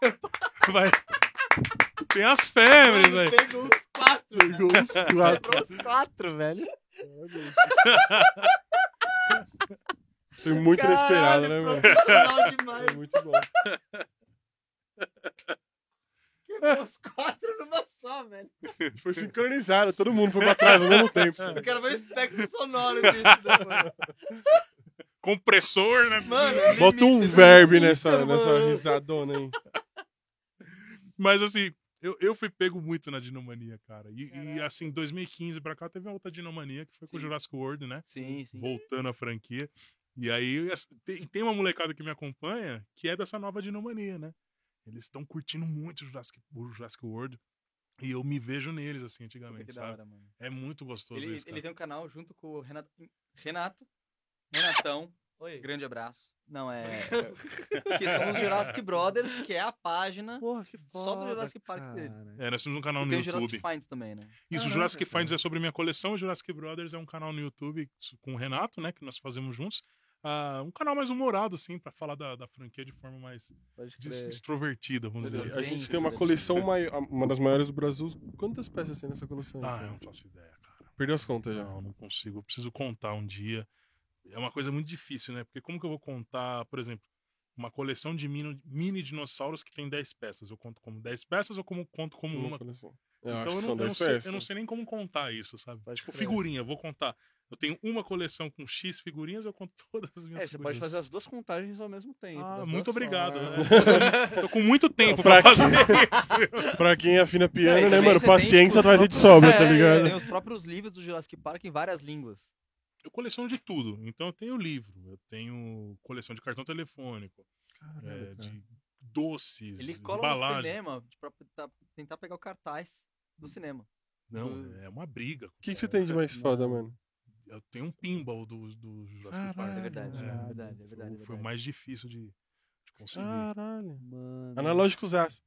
Tem as febres aí.
Pegou uns 4.
Pegou uns 4.
Pegou uns 4, velho.
Foi muito inesperado, né, mano?
Profissional demais.
Foi muito bom.
Pegou os 4 numa só, velho.
Foi sincronizado, todo mundo foi pra trás ao mesmo tempo.
Eu quero ver o espectro sonoro disso, né, mano?
Compressor, né?
Mano,
Bota um verbe nessa risadona aí.
Mas assim, eu fui pego muito na dinomania, cara. E assim, 2015 pra cá teve uma outra dinomania que foi com o Jurassic World, né?
Sim.
Voltando à franquia. E aí tem uma molecada que me acompanha que é dessa nova dinomania, né? Eles estão curtindo muito o Jurassic World. E eu me vejo neles, assim, antigamente,
Que
sabe?
da hora, mano.
É muito gostoso isso, cara.
Ele tem um canal junto com o Renatão.
Oi.
Grande abraço. Não, que são os Jurassic Brothers, que é a página
Porra, que foda,
só do Jurassic Park
cara.
dele.
Nós temos um canal
E
no
tem o
YouTube.
Jurassic Finds também, né?
Isso, o Jurassic Finds é sobre minha coleção, o Jurassic Brothers é um canal no YouTube com o Renato, né, que nós fazemos juntos. Um canal mais humorado, assim, pra falar da franquia de forma mais extrovertida, vamos dizer.
A gente tem uma coleção, uma das maiores do Brasil. Quantas peças tem nessa coleção?
Eu não faço ideia, cara.
Perdeu as contas já.
Não consigo. Eu preciso contar um dia. É uma coisa muito difícil, né? Porque como que eu vou contar, por exemplo, uma coleção de mini dinossauros que tem 10 peças? Eu conto como 10 peças ou conto como uma?
Coleção.
Então eu não sei nem como contar isso, sabe? Tipo figurinha, vou contar. Eu tenho uma coleção com X figurinhas, eu conto todas as minhas figurinhas.
Você pode fazer as duas contagens ao mesmo tempo.
Muito obrigado. Tô com muito tempo pra fazer isso.
Pra quem afina piano, né, mano? Paciência vai ter de sobra, tá ligado?
Tem os próprios livros do Jurassic Park em várias línguas.
Eu coleciono de tudo. Então eu tenho livro, eu tenho coleção de cartão telefônico, de doces,
Ele cola
embalagem.
no cinema pra tentar pegar o cartaz do cinema.
Não, é uma briga.
O que você tem de mais foda, mano?
Eu tenho um pinball do Jurassic Park.
É verdade.
Foi o mais difícil de conseguir.
Caralho.
Mano.
Analógicos aço.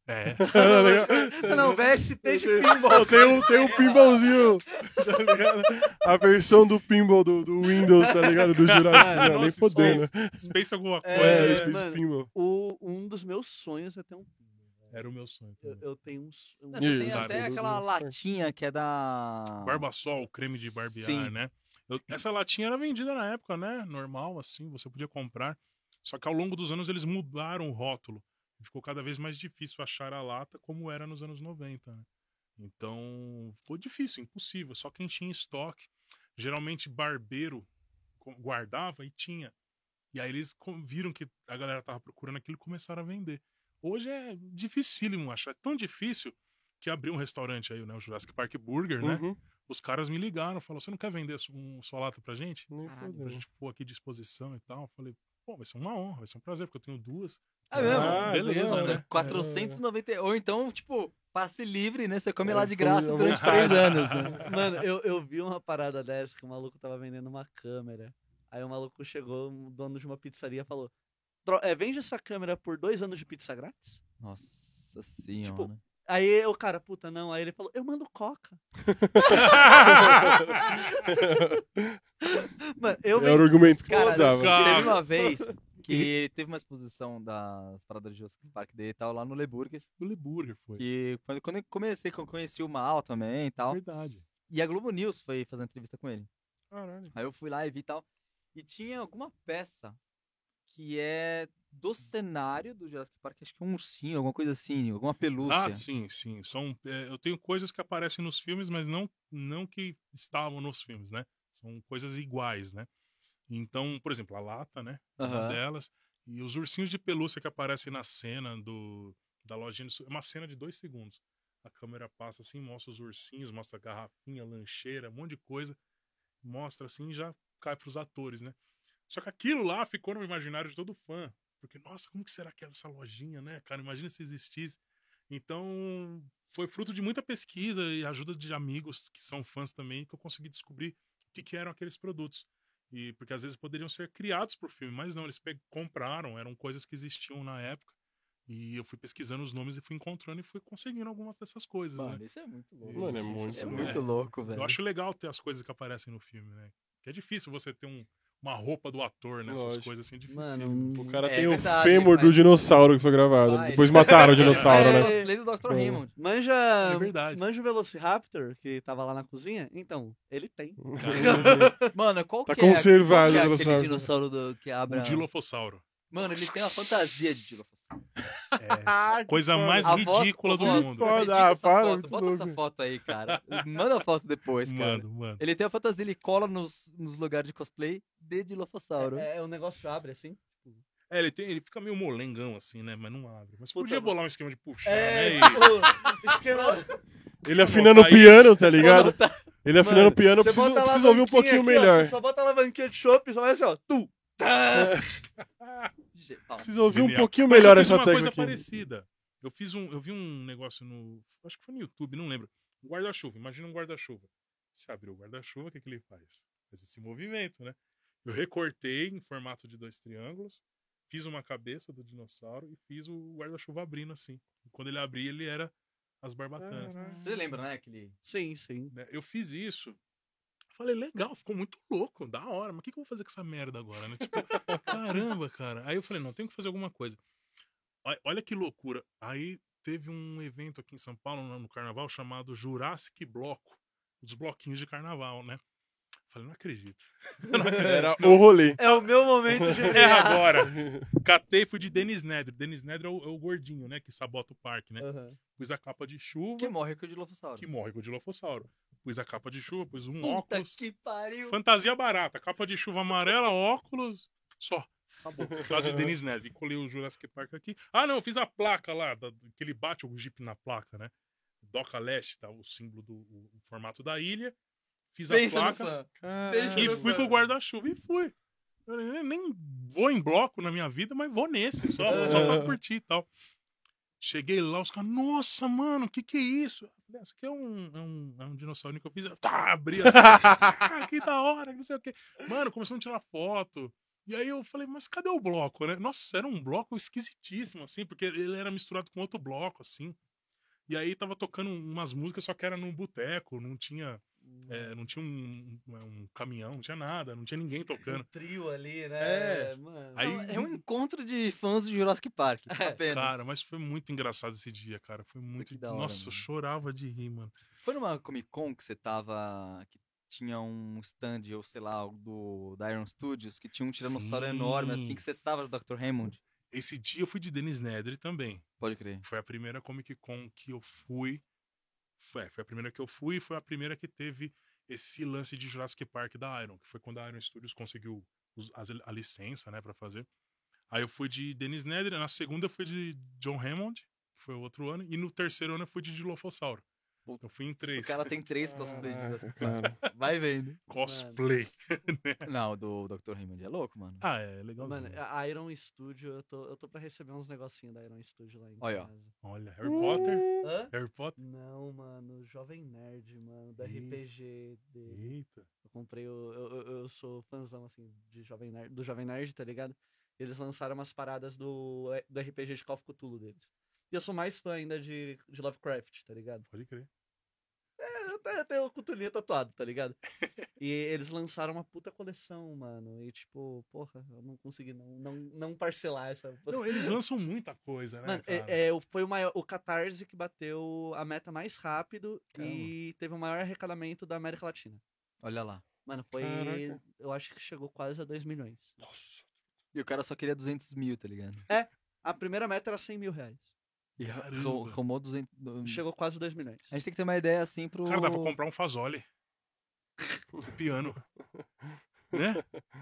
Não, VST de pinball.
Tem um pinballzinho, tá ligado? A versão do pinball do Windows, tá ligado? Do Jurassic. Nem fodendo.
Space alguma coisa.
Space
mano,
Pinball.
Um dos meus sonhos é ter um pinball.
Era o meu sonho.
Eu tenho uns...
Você tem até aquela latinha que é da...
Barbasol, creme de barbear,
Sim.
né? Essa latinha era vendida na época, né? Normal, assim, você podia comprar. Só que ao longo dos anos eles mudaram o rótulo. Ficou cada vez mais difícil achar a lata como era nos anos 90, né? Então, foi difícil, impossível. Só quem tinha estoque. Geralmente, barbeiro guardava e tinha. E aí eles viram que a galera tava procurando aquilo e começaram a vender. Hoje é dificílimo achar. É tão difícil que abriu um restaurante aí, né? O Jurassic Park Burger, né? Os caras me ligaram, falaram, você não quer vender sua lata pra gente? Pra gente pôr aqui à disposição e tal. Eu falei, pô, vai ser uma honra, vai ser um prazer, porque eu tenho 2.
Beleza.
Nossa,
né? 490. Ou então, tipo, passe livre, né? Você come lá de graça durante 3 anos, né?
Mano, eu vi uma parada dessa que o maluco tava vendendo uma câmera. Aí o maluco chegou, o dono de uma pizzaria, falou: vende essa câmera por 2 anos de pizza grátis?
Nossa senhora.
Tipo, Aí o cara, puta, não. Aí ele falou, eu mando coca. Mano, eu
Era o argumento que
Cara,
precisava.
cara.
teve uma vez que teve uma exposição das paradas de Jurassic Park dele e tal, lá no Le Burger,
O Le Burger foi.
que quando eu comecei, que eu conheci o Mal também e tal,
Verdade.
e a Globo News foi fazer entrevista com ele.
Caralho.
Aí eu fui lá e vi e tal, e tinha alguma peça que é do cenário do Jurassic Park, acho que é um ursinho, alguma coisa assim, alguma pelúcia.
Ah, sim. Eu tenho coisas que aparecem nos filmes, mas não que estavam nos filmes, né? São coisas iguais, né? Então, por exemplo, a lata, né? Uma
Aham.
delas. E os ursinhos de pelúcia que aparecem na cena da lojinha. É uma cena de 2 segundos. A câmera passa assim, mostra os ursinhos, mostra a garrafinha, lancheira, um monte de coisa. Mostra assim e já cai pros atores, né? Só que aquilo lá ficou no imaginário de todo fã. Porque, nossa, como que será que era essa lojinha, né, cara? Imagina se existisse. Então, foi fruto de muita pesquisa e ajuda de amigos que são fãs também que eu consegui descobrir o que eram aqueles produtos. E porque às vezes poderiam ser criados pro filme, mas não, eles compraram, eram coisas que existiam na época. E eu fui pesquisando os nomes e fui encontrando e fui conseguindo algumas dessas coisas, né?
Mano, isso é muito louco.
Mano, é muito
É
louco.
muito louco, velho.
Eu acho legal ter as coisas que aparecem no filme, né? Que é difícil você ter uma roupa do ator nessas
Lógico.
coisas assim, difícil.
Mano,
O cara
É
tem
verdade,
o fêmur do
mas-
dinossauro que foi gravado.
Ah,
Depois
ele-
mataram o dinossauro,
É,
né?
o cosplay do Dr.
Bom.
Raymond.
Manja,
É verdade.
manja o Velociraptor, que tava lá na cozinha? Então, ele tem.
Mano, qual
Tá
que é,
conservado
qual
o
que é aquele
dinossauro.
dinossauro que abre...
O Dilophosauro.
Mano, ele tem uma fantasia de Dilophosauro.
É, coisa mais
A voz-
ridícula do
voz-
mundo.
Foda,
ridícula essa
para,
foto.
muito
Bota
louco.
essa foto aí, cara. Manda a foto depois, cara.
Mano.
Ele tem a fantasia, ele cola nos lugares de cosplay de Dilophosauro.
O negócio abre assim.
É, ele fica meio molengão assim, né? Mas não abre. Mas
Puta,
podia
mano.
bolar um esquema de puxar,
É,
né?
tipo, esquema.
Ele afinando o
botar
piano, tá ligado? Ele afinando
Mano,
o piano, eu
você bota a
preciso ouvir um
alavanquinha
pouquinho
aqui, ó,
melhor.
você só bota a alavanquinha de chopp, só vai assim, ó. Tu. Tá.
Preciso ouvir um
Genial.
pouquinho
Mas
melhor
eu fiz
essa
uma coisa
técnica aqui.
parecida. Eu vi um negócio no... Acho que foi no YouTube, não lembro. Um guarda-chuva. Imagina um guarda-chuva. Você abriu o guarda-chuva, o que ele faz? Faz esse movimento, né? Eu recortei em formato de 2 triângulos, fiz uma cabeça do dinossauro e fiz o guarda-chuva abrindo assim. E quando ele abria, ele era as barbatanas.
Você lembra, né? Aquele...
Sim, sim.
Né? Eu fiz isso. Falei, legal, ficou muito louco, da hora. Mas o que eu vou fazer com essa merda agora, né? Tipo, caramba, cara. Aí eu falei, não, tenho que fazer alguma coisa. Olha que loucura. Aí teve um evento aqui em São Paulo, no carnaval, chamado Jurassic Bloco. Os bloquinhos de carnaval, né? Falei, não acredito. Eu não acredito.
Era o rolê.
É o meu momento de
É agora. Catei, fui de Dennis Nedry. Dennis Nedry é o gordinho, né? Que sabota o parque, né?
Aham.
Pus a capa de chuva,
Que morre com o Dilophosauro.
que morre com o Dilophosauro. Pus a capa de chuva, pus um
Puta
óculos.
que pariu.
Fantasia barata. Capa de chuva amarela, óculos. Só. Acabou. Por causa de Dennis Nedry. Colei o Jurassic Park aqui. Ah, não, eu fiz a placa lá, que ele bate o Jeep na placa, né? Doca Leste, tá? O símbolo o formato da ilha. Fiz
Pensa
a
no
placa.
fã.
E fui com o guarda-chuva e fui. Eu nem vou em bloco na minha vida, mas vou nesse, só pra curtir e tal. Cheguei lá, os caras, nossa, mano, que é isso? Eu falei, isso aqui é um dinossauro que eu fiz. Tá, abri assim, que da hora, não sei o quê. Mano, começamos a tirar foto. E aí eu falei, mas cadê o bloco, né? Nossa, era um bloco esquisitíssimo, assim, porque ele era misturado com outro bloco, assim. E aí tava tocando umas músicas, só que era num boteco, não tinha um caminhão, não tinha nada, não tinha ninguém tocando.
Um trio ali, né?
É.
Mano.
Aí-
É um encontro de fãs de Jurassic Park. Apenas.
Cara, mas foi muito engraçado esse dia, cara. Foi muito.
Que da hora,
Nossa, eu
mano.
chorava de rir, mano.
Foi numa Comic Con que você tava... Que tinha um stand, ou sei lá, da Iron Studios, que tinha um tiranossauro
Sim.
enorme, assim, que você tava no Dr. Raymond.
Esse dia eu fui de Dennis Nedry também.
Pode crer.
Foi a primeira Comic Con que eu fui. Foi a primeira que eu fui e foi a primeira que teve esse lance de Jurassic Park da Iron, que foi quando a Iron Studios conseguiu a licença, né, pra fazer. Aí eu fui de Dennis Nedry, na segunda eu fui de John Hammond, que foi o outro ano, e no terceiro ano eu fui de Dilophosauro.
Puta.
Eu fui em
O
3.
cara tem 3 cosplays de Jurassic
Caraca,
Park.
cara.
Vai vendo.
Cosplay.
Não, do Dr. Raymond é louco, mano.
Ah, é legalzinho.
Mano, a Iron Studio, eu tô pra receber uns negocinhos da Iron Studio lá em
Olha, ó.
casa.
Olha, Harry Potter.
Hã?
Harry Potter.
Não, mano, Jovem Nerd, mano, do
Ih.
RPG dele.
Eita.
Eu comprei eu sou fãzão, assim, do Jovem Nerd, tá ligado? Eles lançaram umas paradas do RPG de Call of Cthulhu deles. E eu sou mais fã ainda de Lovecraft, tá ligado?
Pode crer.
Eu tenho o Cutulinha tatuado, tá ligado? E eles lançaram uma puta coleção, mano. E tipo, porra, eu não consegui não parcelar essa.
Não, eles lançam muita coisa, né,
Mano,
cara?
foi o Catarse que bateu a meta mais rápido e teve o maior arrecadamento da América Latina.
Olha lá.
Mano, foi.
Caraca.
Eu acho que chegou quase a 2 milhões.
Nossa.
E o cara só queria 200 mil, tá ligado?
A primeira meta era 100 mil reais.
E
Caramba.
arrumou 200...
Chegou quase 2 milhões.
A gente tem que ter uma ideia assim pro...
Cara, dá pra comprar um Fazoli. Piano. Né?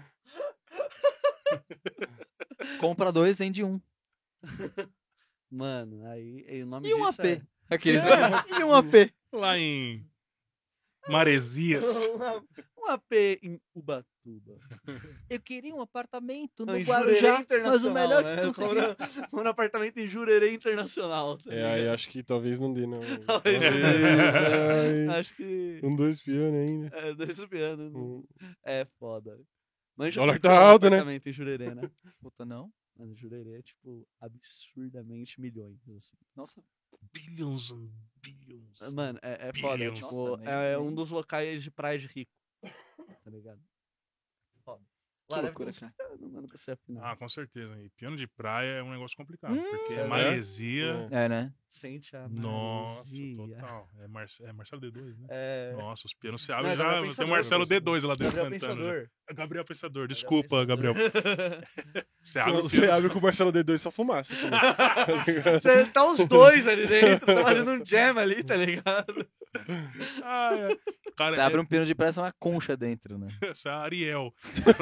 Compra 2, vende 1.
Mano, aí o nome
E um
disso
AP. Aqueles... E um AP.
Lá em Maresias.
um AP em Ubatuba.
Eu queria um apartamento no
Não, em
Guarujá,
Jurerê
mas o
Internacional,
melhor
né?
que consegui...
Um apartamento em Jurerê Internacional. Tá
É, aí
ligado?
acho que talvez não dê, não.
Talvez não
Talvez, ai.
Acho que.
Dois pianos ainda.
É, 2 pianos.
Hum.
É foda. Mas
Dólar tá alto, né?
apartamento em Jurerê, né?
Puta, não.
Mano, Jurerê é, tipo, absurdamente milhões, assim.
Nossa,
Billions and billions.
Mano, é foda.
Bilhões.
Tipo,
Nossa,
é
nem-
um dos locais de praia de rico. Tá ligado? Foda.
que
Lá deve
loucura,
ter
cara.
uns pianos, mano, pra você afinar.
Ah, com certeza. E piano de praia é um negócio complicado. Porque
sério?
maresia.
É, né?
Sente a
Nossa,
maresia.
total. É Marcelo D2, né?
É.
Nossa, os pianos se
Não,
abrem
é
já.
Gabriel
Tem o
Pensador,
Marcelo
Gabriel
D2 lá dentro
Gabriel
cantando.
Pensador.
Gabriel Pensador. Desculpa, Gabriel. Você abre o
Você
piano.
abre com o Marcelo D2 só fumaça. Tá ligado?
Você tá os dois ali dentro, tá fazendo um jam ali, tá ligado?
Ah, é. Cara,
Você abre um pino de praia, é uma concha dentro, né?
essa é a Ariel.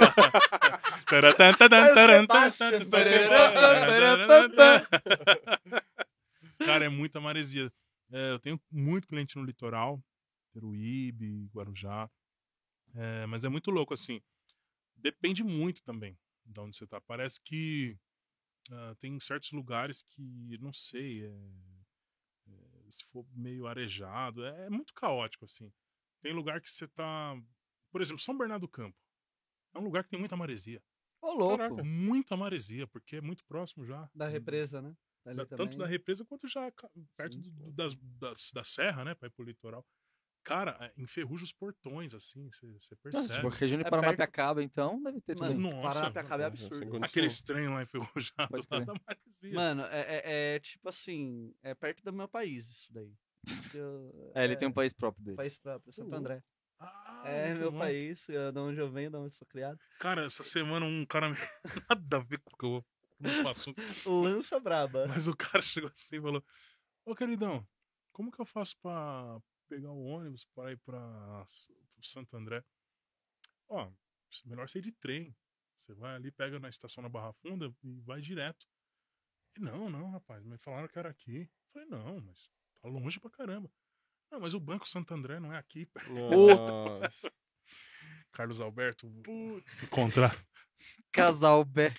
Cara, é muita maresia. É, eu tenho muito cliente no litoral, Peruíbe, Guarujá. É, mas é muito louco, assim. Depende muito também de onde você tá. Parece que tem certos lugares que, não sei, se for meio arejado, é muito caótico, assim. Tem lugar que você tá... Por exemplo, São Bernardo do Campo. É um lugar que tem muita maresia.
Ô, louco.
Caraca.
Muita maresia, porque é muito próximo já.
Da represa, né? Ali
Tanto
também.
da represa quanto já perto
Sim.
da serra, né? Pra ir pro litoral. Cara, enferruja os portões, assim, você
Nossa,
percebe.
tipo, a região de
É
Paranapiacaba, então, deve ter tudo.
Mano,
Nossa,
Paranapiacaba é
Sem
absurdo.
condição.
Aquele estranho lá enferrujado
Pode
lá
crer.
da maresia.
Mano, é tipo assim, é perto do meu país isso daí.
Ele tem um país próprio dele.
país próprio, Santo André.
Ah,
É
muito
meu
bom.
país, de onde eu venho, de onde eu sou criado.
Cara, essa semana um cara... Nada a ver com o que eu não faço.
Lança braba.
Mas o cara chegou assim e falou: Ô, queridão, como que eu faço pra pegar o ônibus para ir pro Santo André? Ó, melhor você ir de trem. Você vai ali, pega na estação na Barra Funda e vai direto. E, não, rapaz, me falaram que era aqui. Eu falei, não, mas tá longe pra caramba. Não, mas o Banco Santo André não é aqui.
Nossa.
Carlos Alberto, encontrar.
Casal Bé.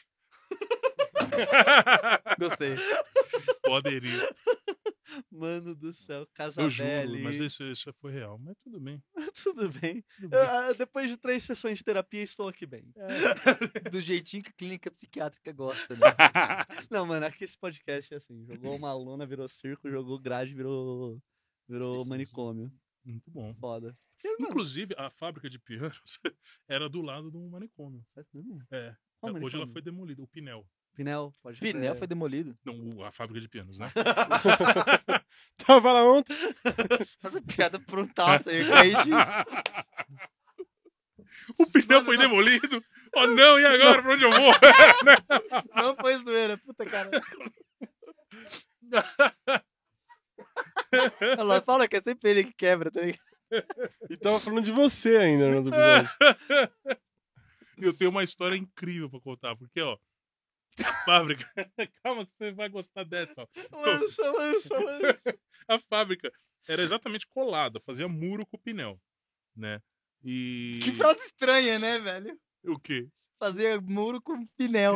Gostei.
Poderia.
Mano do céu,
Eu
Casabé
juro,
ali.
mas isso foi real. Mas tudo bem.
Tudo bem.
Tudo bem.
Depois de 3 sessões de terapia, estou aqui bem.
Do jeitinho que a clínica psiquiátrica gosta, né?
Não, mano, aqui esse podcast é assim. Jogou uma lona, virou circo, jogou grade, virou manicômio.
Muito bom.
Foda.
Inclusive, a fábrica de pianos era do lado de um manicômio. É.
Qual
Hoje ela
manicômio?
foi demolida. O Pinel.
Pinel, pode
Pinel foi demolido.
Não, a fábrica de pianos, né?
Tava lá ontem.
Nossa, piada prontaça aí, caí de...
O pneu foi demolido? Oh, não, e agora? Pra onde eu vou?
Não foi zoeira, puta cara. Olha lá, fala que é sempre ele que quebra, tá ligado?
E tava falando de você ainda no outro episódio.
Eu tenho uma história incrível pra contar, porque, ó, a fábrica... Calma que você vai gostar dessa, ó.
Lança.
A fábrica era exatamente colada, fazia muro com o pneu, né? E...
Que frase estranha, né, velho?
O quê?
Fazer muro com pinel.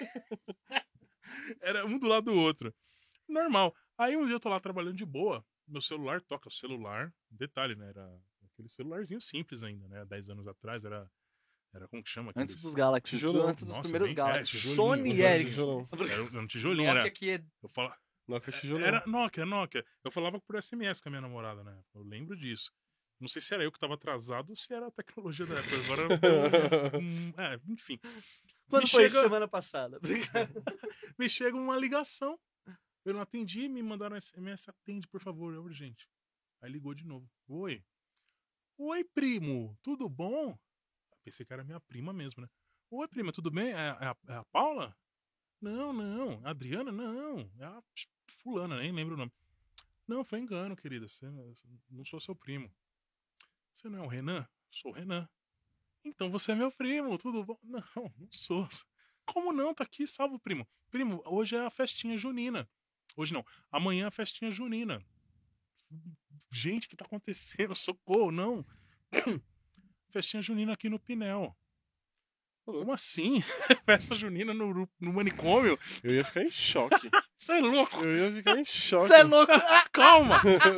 Era um do lado do outro. Normal. Aí um dia eu tô lá trabalhando de boa, meu celular toca. O celular, detalhe, né? Era aquele celularzinho simples ainda, né? 10 anos atrás era como que chama?
Antes
aqueles-
dos Galaxy,
Tijolão.
antes dos
Nossa,
primeiros
bem-
Galaxy.
tijolinho.
Sony Ericsson.
Tijolão.
Era um tijolinho,
Nokia
era.
que é
Eu falo,
Nokia tijolão.
Era Nokia. Eu falava por SMS com a minha namorada, né? Eu lembro disso. Não sei se era eu que tava atrasado ou se era a tecnologia da época. Agora, enfim.
Quando
Me
foi
chega-
semana passada?
Me chega uma ligação. Eu não atendi, me mandaram SMS, atende, por favor, é urgente. Aí ligou de novo. Oi. Oi, primo, tudo bom? Pensei que era minha prima mesmo, né? Oi, prima, tudo bem? É a Paula? Não. A Adriana? Não. É a fulana, nem lembro o nome. Não, foi engano, querida. Você não sou seu primo. Você não é o Renan? Sou o Renan. Então você é meu primo, tudo bom? Não sou. Como não? Tá aqui, salve o primo. Primo, hoje é a festinha junina. Hoje não. Amanhã é a festinha junina. Gente, o que tá acontecendo? Socorro, não. Festinha junina aqui no Pinel. Como assim? Festa junina no manicômio?
Eu ia ficar em choque.
Você é louco?
Eu ia ficar em choque.
Você é louco?
Calma!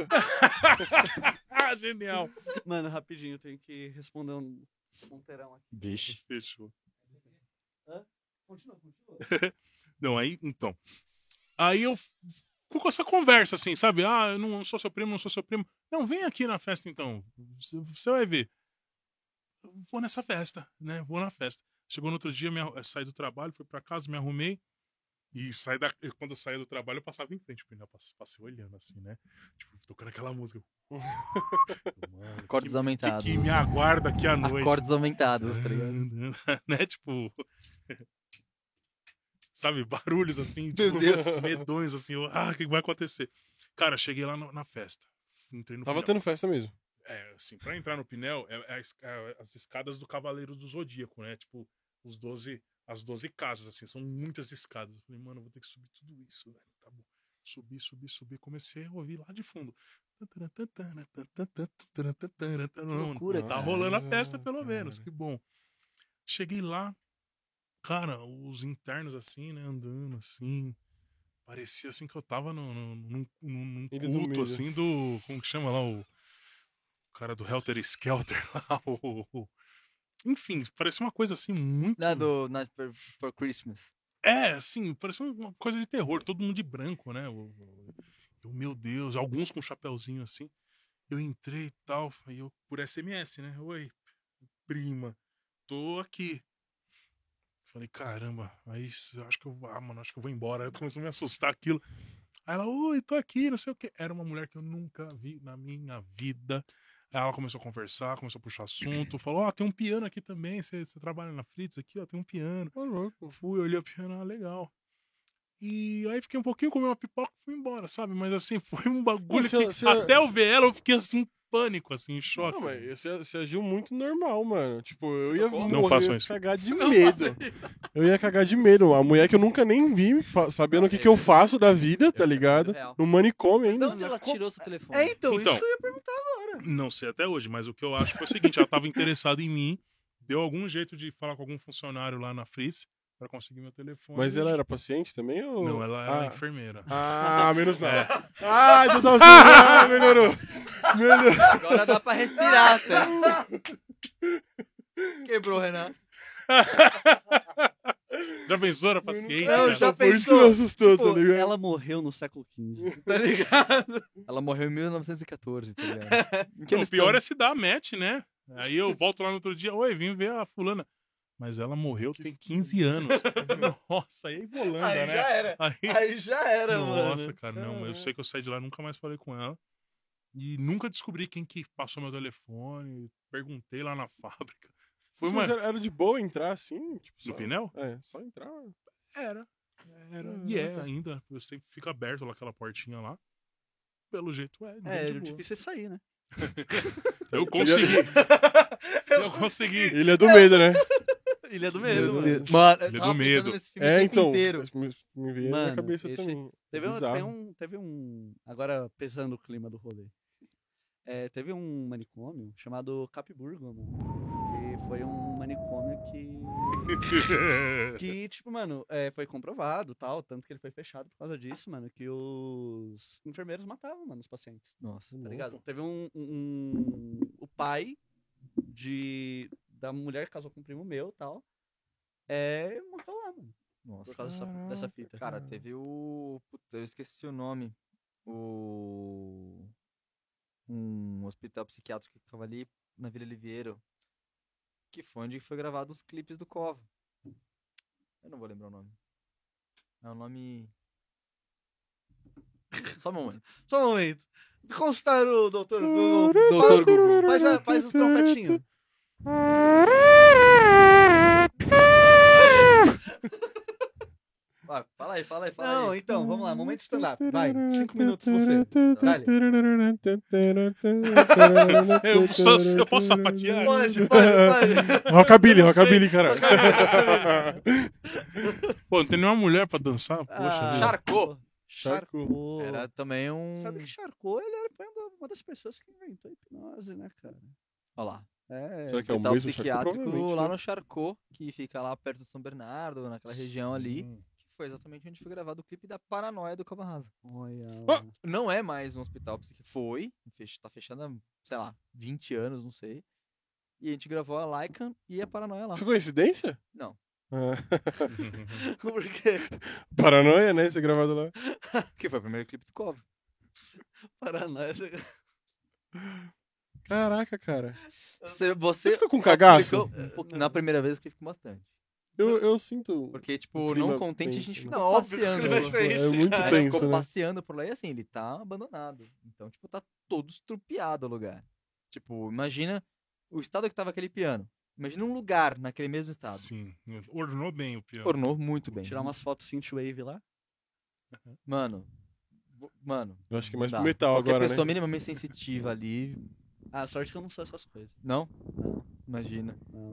Genial.
Mano, rapidinho, eu tenho que responder um ponteirão aqui.
Vixe.
Fechou.
Continua.
Não, aí, então. Aí eu fico com essa conversa, assim, sabe? Ah, eu não sou seu primo, não sou seu primo. Não, vem aqui na festa, então. Você vai ver. Eu vou nessa festa, né? Vou na festa. Chegou no outro dia, saí do trabalho, fui pra casa, me arrumei. E quando eu saía do trabalho, eu passava em frente. Eu passei olhando, assim, né? Tipo, tocando aquela música. Mano,
Acordes aumentados.
que me aguarda aqui à noite.
Acordes aumentados, tá ligado?
Né? Tipo... Sabe, barulhos assim, tipo, medonhos, assim, o que vai acontecer? Cara, cheguei lá na festa. Entrei no
Tava
Pinel.
tendo festa mesmo.
Assim, pra entrar no Pinel, as escadas do Cavaleiro do Zodíaco, né? Tipo, as 12 casas, assim, são muitas escadas. Eu falei, mano, eu vou ter que subir tudo isso, velho. Tá bom. Subi. Comecei a ouvir lá de fundo.
loucura,
Tá
cara.
rolando a festa, pelo menos, que bom. Cheguei lá, cara, os internos, assim, né, andando, assim, parecia, assim, que eu tava num
Ilha do
culto,
Medo.
assim, como que chama lá, o cara do Helter Skelter lá, enfim, parecia uma coisa, assim, muito...
Do Night for Christmas.
Assim, parecia uma coisa de terror, todo mundo de branco, né, meu Deus, alguns com um chapéuzinho, assim, eu entrei e tal, aí eu, por SMS, né, oi, prima, tô aqui. Falei, caramba, aí acho que eu vou embora. Aí começou a me assustar aquilo. Aí ela, oi, tô aqui, não sei o quê. Era uma mulher que eu nunca vi na minha vida. Aí ela começou a conversar, começou a puxar assunto. Falou, tem um piano aqui também. Você trabalha na Fritz aqui, tem um piano. Fui, olhei o piano, legal. E aí fiquei um pouquinho, comi uma pipoca e fui embora, sabe? Mas assim, foi um bagulho que até eu ver ela, eu fiquei assim, pânico, assim, em choque.
Não, mas você agiu muito normal, mano. Tipo, eu
Você
ia
tocou?
Não
morrer,
façam
eu ia
isso.
cagar de medo. Eu ia cagar de medo. A mulher que eu nunca nem vi, sabendo o que eu faço da vida, tá ligado?
Real.
No manicômio
De
ainda.
onde ela tirou seu telefone?
Então,
Então.
isso que eu ia perguntar agora.
Não sei até hoje, mas o que eu acho foi o seguinte, ela tava interessada em mim, deu algum jeito de falar com algum funcionário lá na Fritz pra conseguir meu telefone.
Mas ela era paciente também? Ou...
Não, ela era enfermeira.
Menos mal. Já tava... melhorou.
Agora dá pra respirar, tá? Quebrou, Renato.
Já pensou na paciente?
Não,
cara?
já
Foi isso que
pensou?
me assustou,
Tipo,
tá ligado?
ela morreu no século XV, tá ligado?
Ela morreu em 1914, tá ligado? Em que
Não,
eles
o pior
tão?
é se dar match, né? Aí eu volto lá no outro dia, oi, vim ver a fulana. Mas ela morreu tem 15 anos. Nossa, aí volanda,
Aí
né?
já era. Aí já era, mano.
Nossa, cara, não. Eu sei que eu saí de lá, nunca mais falei com ela. E nunca descobri quem que passou meu telefone. Perguntei lá na fábrica. Foi uma...
Mas era de boa entrar assim? Tipo,
No Pinel?
Só entrar.
Era. E ainda. Eu sempre fico aberto lá, aquela portinha lá. Pelo jeito é. bem de
O
boa.
difícil é sair, né?
Eu consegui. Eu consegui.
Ilha do Medo, né?
Ilha do Medo, mano.
Mano, eu
Ilha
tava
do
pensando
Medo.
nesse filme o tempo
Então.
inteiro.
Me veio na
Mano,
cabeça
esse-
também.
Teve um. Agora, pesando o clima do rolê. Teve um manicômio chamado Capburgo, mano. Que foi um manicômio que tipo, mano, foi comprovado tal. Tanto que ele foi fechado por causa disso, mano. Que os enfermeiros matavam, mano, os pacientes.
Nossa,
Tá ligado? Teve o pai da mulher que casou com um primo meu e tal. Morreu lá, mano.
Nossa.
por causa dessa fita.
Cara, teve o... Puta, eu esqueci o nome. Um hospital psiquiátrico que ficava ali na Vila Oliveira. Que foi onde foi gravado os clipes do Cova. Eu não vou lembrar o nome. É um nome... Só um momento.
Só um momento. Consultar o doutor Google. Doutor Google. Faz os trompetinhos.
Ah, fala aí.
Não, então, vamos lá. Momento stand-up. Vai, 5 minutos você. Dale.
Eu posso sapatear?
Pode.
Rockabilly, cara.
Pô, não tem nenhuma mulher pra dançar? Poxa vida.
Charcot.
Charcot.
Era também um...
Sabe que Charcot, foi uma das pessoas que inventou a hipnose, né, cara?
Olha lá.
Será que é o
Hospital
mesmo Charcot?
psiquiátrico
Provavelmente,
lá
né?
no Charcot, que fica lá perto de São Bernardo, naquela região ali.
Sim.
Que foi exatamente onde foi gravado o clipe da Paranoia do Cova Rasa.
Olha.
Não é mais um hospital psiquiátrico. Foi. Tá fechando há, sei lá, 20 anos, não sei. E a gente gravou a Lycan e a Paranoia lá.
Foi coincidência?
Não.
Ah,
Por quê?
Paranoia, né? Ser gravado lá.
Que foi o primeiro clipe do Cova.
Paranoia.
Caraca, cara.
Você
ficou com cagaço?
aplicou um pouquinho- na primeira vez eu fiquei com bastante.
Eu sinto.
Porque, tipo,
O clima
não contente, a
tenso,
gente
né?
ficou
Não, óbvio que
passeando.
ele vai ser isso,
É muito
cara.
A gente
tenso,
ficou
né?
passeando por lá e assim, ele tá abandonado. Então, tipo, tá todo estrupiado o lugar. Tipo, imagina o estado que tava aquele piano. Imagina um lugar naquele mesmo estado.
Sim, ornou bem o pior.
Ornou muito bem.
Tirar umas fotos synthwave lá.
Mano.
Eu acho que é mais
dá.
pro metal
Qualquer
agora,
pessoa
né?
minimamente sensitiva ali.
Ah, sorte que eu não sou essas coisas.
Não?
Não,
Imagina.
não.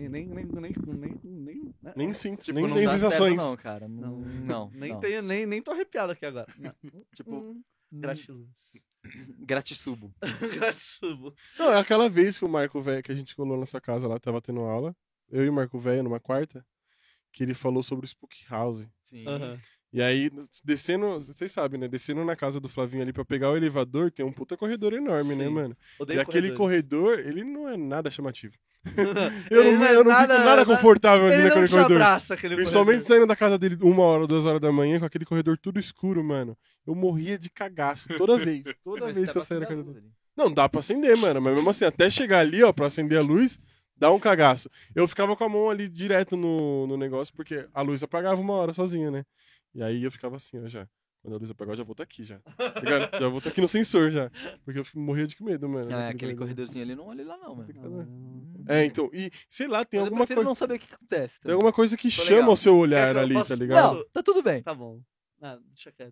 Nem,
Nem sinto,
Tipo,
nem
não
tem
dá
sensações.
certo não, cara. Não.
nem tenho, nem tô arrepiado aqui agora. Não.
Tipo,
Gratiluz.
Gratisubo.
Gratiluz.
Não, é aquela vez que o Marco Velho, que a gente colou nessa casa lá, tava tendo aula. Eu e o Marco Velho numa quarta, que ele falou sobre o Spook House.
Sim.
E aí, descendo, vocês sabem, né? Descendo na casa do Flavinho ali pra pegar o elevador, tem um puta corredor enorme, né,
Sim.
mano?
Odeio
E aquele
corredores.
corredor, ele não é nada chamativo.
Ele
Eu não
é
fico nada confortável ali
Ele não
naquele
te
corredor.
abraça, aquele
Principalmente
corredor.
saindo da casa dele 1 hora, 2 horas da manhã, com aquele corredor tudo escuro, mano. Eu morria de cagaço toda vez. Toda
Mas
vez
tá
que eu saía da
bastante
casa
luz
dele.
ali.
Não, dá pra acender, mano. Mas mesmo assim, até chegar ali, ó, pra acender a luz, dá um cagaço. Eu ficava com a mão ali direto no negócio, porque a luz apagava 1 hora sozinha, né? E aí eu ficava assim, ó, já. Quando a luz apagar, eu já vou estar aqui, já. Tá ligado? Já vou estar aqui no sensor, já. Porque eu morria de medo, mano.
Não, é
naquele
aquele
corredor.
corredorzinho ali, não olha lá não, mano.
É, então, e sei lá, tem
Mas eu
alguma
prefiro
coisa.
não saber o que acontece.
Tem alguma coisa que
Tô
chama
legal.
o seu olhar
Quer que eu
ali,
possa-
tá ligado?
Não, tá tudo bem.
Tá bom. Ah, deixa quieto.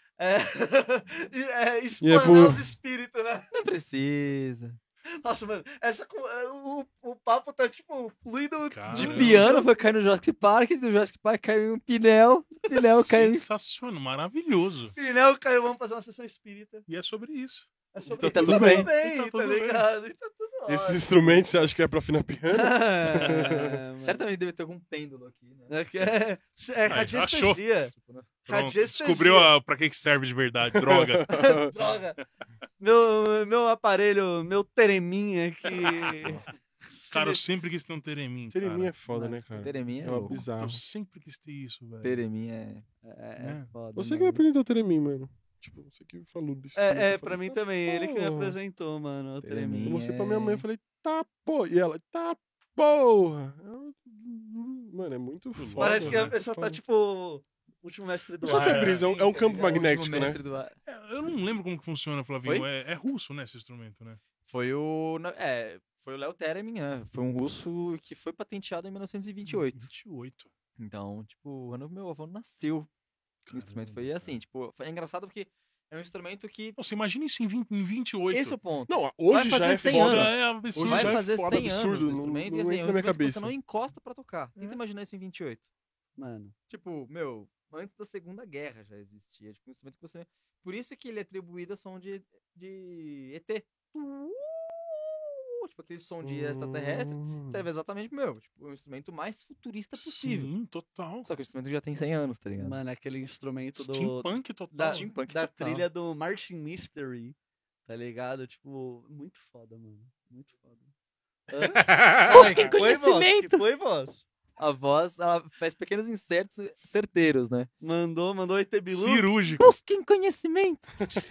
É
E é
explanar
por-
os espíritos, né?
Não precisa.
Nossa, mano, o papo tá, tipo, fluindo
Cara,
De
Caramba.
piano foi cair no Jurassic Park, do Jurassic Park caiu em um pneu, caiu em...
Sensacional, maravilhoso.
pneu, caiu, vamos fazer uma sessão espírita.
E é sobre isso.
É sobre
E tá tudo bem.
E tá
tá
tudo bem.
ligado? E tá tudo
Esses
ótimo.
instrumentos, você acha que é pra afinar piano?
É, mano.
Certamente deve ter algum pêndulo aqui, né?
É radiestesia.
Tipo, né?
Pronto,
Radiestesia.
descobriu pra que serve de verdade, droga.
Droga. Meu aparelho, meu tereminha que...
Cara, eu sempre quis ter um teremin,
Tereminha é
cara.
foda, né, cara?
Tereminha é
É uma
louco.
bizarro.
Eu sempre quis ter isso, velho.
Tereminha é...
É foda.
Você que me
mano.
apresentou o Teremin, mano. Tipo, você que falou disso. Eu
Pra
falei,
mim
tá,
também. Ele que me
porra.
apresentou, mano. O
Teremin.
tereminha.
Eu mostrei pra minha mãe, eu falei, tá, pô. E ela, tá, porra. Mano, é muito foda.
Parece que a
velho,
pessoa tá,
foda.
tipo... Último mestre do
Só que
ar.
a brisa é um campo
É o
magnético,
último
né?
mestre do ar.
Eu não lembro como que funciona, Flavinho.
Foi?
É russo, né, esse instrumento, né?
Foi o... Foi o Léo Teremin, né? Foi um russo que foi patenteado em 1928.
28.
Então, tipo, o ano que meu avô nasceu. O instrumento foi assim, tipo... Foi engraçado porque é um instrumento que...
Nossa, imagina isso em 28.
Esse é o ponto.
Não, hoje
Vai
já é
fazer 100
foda.
anos.
Já é absurdo.
Hoje
Vai
já é
fazer
foda,
100 anos
absurdo,
do
não-
instrumento
não
e assim,
entra
é um
na minha
instrumento que
cabeça.
você não encosta pra tocar. Tenta
É.
imaginar isso em 28.
Mano.
Tipo, meu, antes da Segunda Guerra já existia. Tipo, um instrumento que você... Por isso que ele é atribuído a som de ET. Tipo, aquele som de extraterrestre. Serve exatamente, meu, tipo, o instrumento mais futurista possível.
Sim, total.
Só que o instrumento já tem 100 anos, tá ligado?
Mano, aquele instrumento do...
Steampunk total.
Da,
Steampunk
da
total.
trilha do Martian Mystery, tá ligado? Tipo, muito foda, mano. Muito foda.
Busquem
Que foi,
conhecimento!
Voz? Que foi, voz?
A voz, ela faz pequenos insertos certeiros, né?
Mandou ET Bilu.
Cirúrgico.
Busquem conhecimento.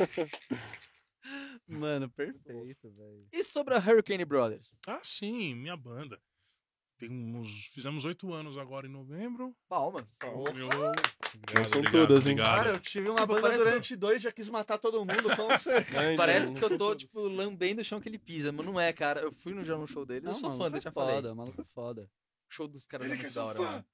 Mano, perfeito, velho.
E sobre a Hurricane Brothers?
Ah, sim, minha banda. Fizemos 8 anos agora em novembro.
Palmas.
São todas, hein?
Cara, eu tive uma
Tipo,
banda
parece
durante 2, já quis matar todo mundo. Como que você...
É, então,
Parece
não
que eu
são
tô,
todas.
tipo, lambendo o chão que ele pisa, mas não é, cara. Eu fui já no show dele, eu sou fã dele, já falei.
foda, maluco é foda.
O show dos caras
Ele
é
que
muito
é
da hora,
seu fã.
mano.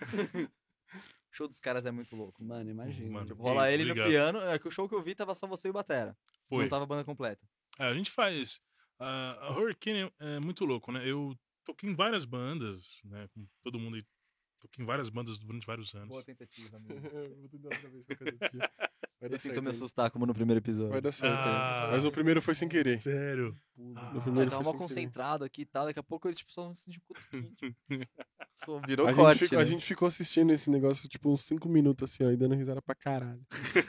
O show dos caras é muito louco.
Mano, imagina.
Mano,
Tipo,
que
rola
isso,
ele
obrigado.
no piano, é que o show que eu vi tava só você e o Batera.
Foi.
Não tava a banda completa.
A gente faz. A Hurricane é muito louco, né? Eu toquei em várias bandas, né? Com todo mundo aí. Toquei em várias bandas durante vários anos.
Boa tentativa, amigo.
Vou tentar outra vez, qualquer dia. Vai
Ele
dar certo
tentou me
aí.
assustar, como no primeiro episódio.
Vai dar certo
Ah.
aí. Mas o primeiro foi sem querer.
Sério.
No
Ah,
primeiro
tava
foi
mal
sem querer.
concentrado aqui e tal, daqui a pouco ele tipo, só sentiu um cutuquinho. Pô, virou
A
corte,
gente, ficou,
né?
a gente ficou assistindo esse negócio tipo uns 5 minutos assim, ó, e dando risada pra caralho.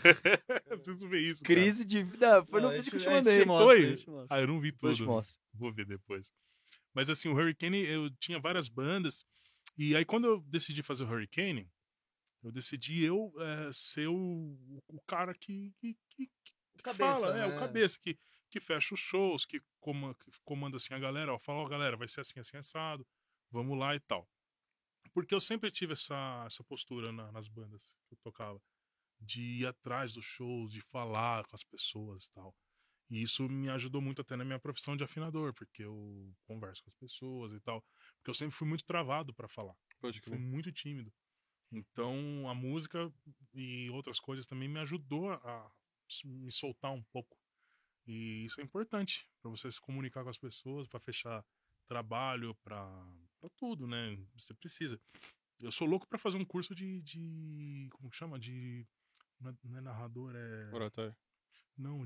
Eu preciso ver isso. cara.
Crise de vida. Foi no
Não,
vídeo que eu te
a gente
mandei.
mostra,
Foi?
a gente mostra.
Ah, eu não vi
Depois eu te
tudo.
mostro.
Vou ver depois. Mas assim, o Hurricane, eu tinha várias bandas. E aí, quando eu decidi fazer o Hurricane, eu decidi ser o cara que
Cabeça,
fala,
né?
o cabeça, que fecha os shows, que comanda assim a galera, ó, fala, ó, galera, vai ser assim, assim, assado, vamos lá e tal. Porque eu sempre tive essa postura nas bandas que eu tocava, de ir atrás dos shows, de falar com as pessoas e tal. E isso me ajudou muito até na minha profissão de afinador, porque eu converso com as pessoas e tal. Porque eu sempre fui muito travado pra falar.
Pode
Sempre fui
crer.
muito tímido. Então, a música e outras coisas também me ajudou a me soltar um pouco. E isso é importante para você se comunicar com as pessoas, para fechar trabalho, para tudo, né? Você precisa. Eu sou louco para fazer um curso de como que chama? Não é narrador, é
Oratório.
não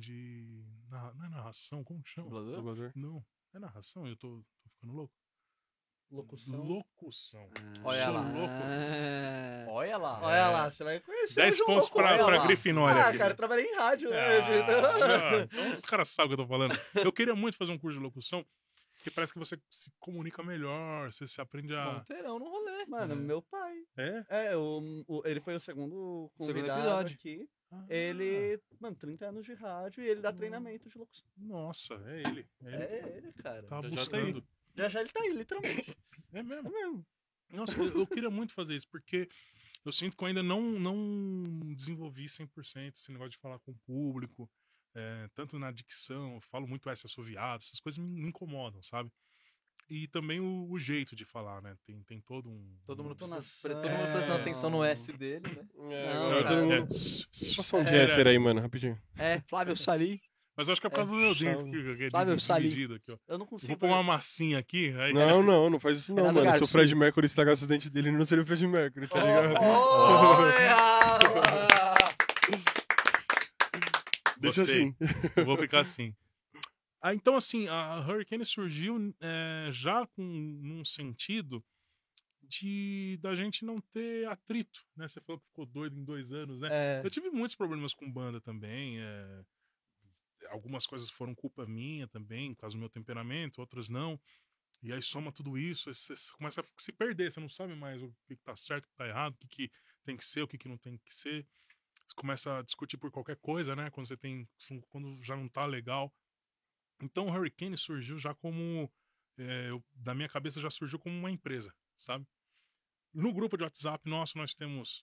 é narração, como que chama?
Dublador?
Dublador.
Não, é narração, eu tô ficando louco.
Locução.
Locução.
Olha
Sou
lá.
louco.
Olha lá.
Olha lá, você vai conhecer.
10
hoje o
pontos
louco,
pra,
olha
pra
lá.
Grifinória
Ah,
aqui.
cara, eu trabalhei em rádio, né?
Então os caras sabem o que eu tô falando. Eu queria muito fazer um curso de locução, porque parece que você se comunica melhor, você se aprende a.
Monteirão no rolê.
Mano,
É.
meu pai.
É?
Ele foi o segundo convidado
episódio.
aqui.
Ah,
Ele, mano, 30 anos de rádio e ele dá treinamento de locução.
Nossa, é ele.
É ele, cara.
Tava
Já
buscando.
Já ele tá aí, literalmente.
É mesmo.
É mesmo.
Nossa, eu queria muito fazer isso, porque eu sinto que eu ainda não desenvolvi 100% esse negócio de falar com o público, tanto na dicção, eu falo muito assoviado, essas coisas me incomodam, sabe? E também o jeito de falar, né? Tem todo um...
Todo mundo,
Entonação.
todo mundo prestando atenção no S dele, né?
Não,
Agora
cara.
todo mundo... Passa um Jesser aí, mano, rapidinho.
Flávio Sali.
Mas eu acho que é por causa do meu dedo,
chave.
que é
Flávio Sali.
dividido aqui, ó.
Eu não
Eu
consigo.
vou pôr uma massinha aqui, aí...
Não faz isso não,
Renato
mano. Se o
Garcia.
Fred Mercury estragasse os dentes dele, ele não seria o Fred Mercury, tá ligado?
Olha!
Deixa
Gostei.
assim.
Eu vou ficar assim. Então, assim, a Hurricane surgiu já num sentido da gente não ter atrito, né? Você falou que ficou doido em 2 anos, né?
É,
Eu tive muitos problemas com banda também. Algumas coisas foram culpa minha também, por causa do meu temperamento, outras não. E aí soma tudo isso, aí você começa a se perder, você não sabe mais o que tá certo, o que tá errado, o que tem que ser, o que não tem que ser. Você começa a discutir por qualquer coisa, né? Quando já não tá legal. Então o Hurricane surgiu já como... da minha cabeça já surgiu como uma empresa, sabe? No grupo de WhatsApp nosso nós temos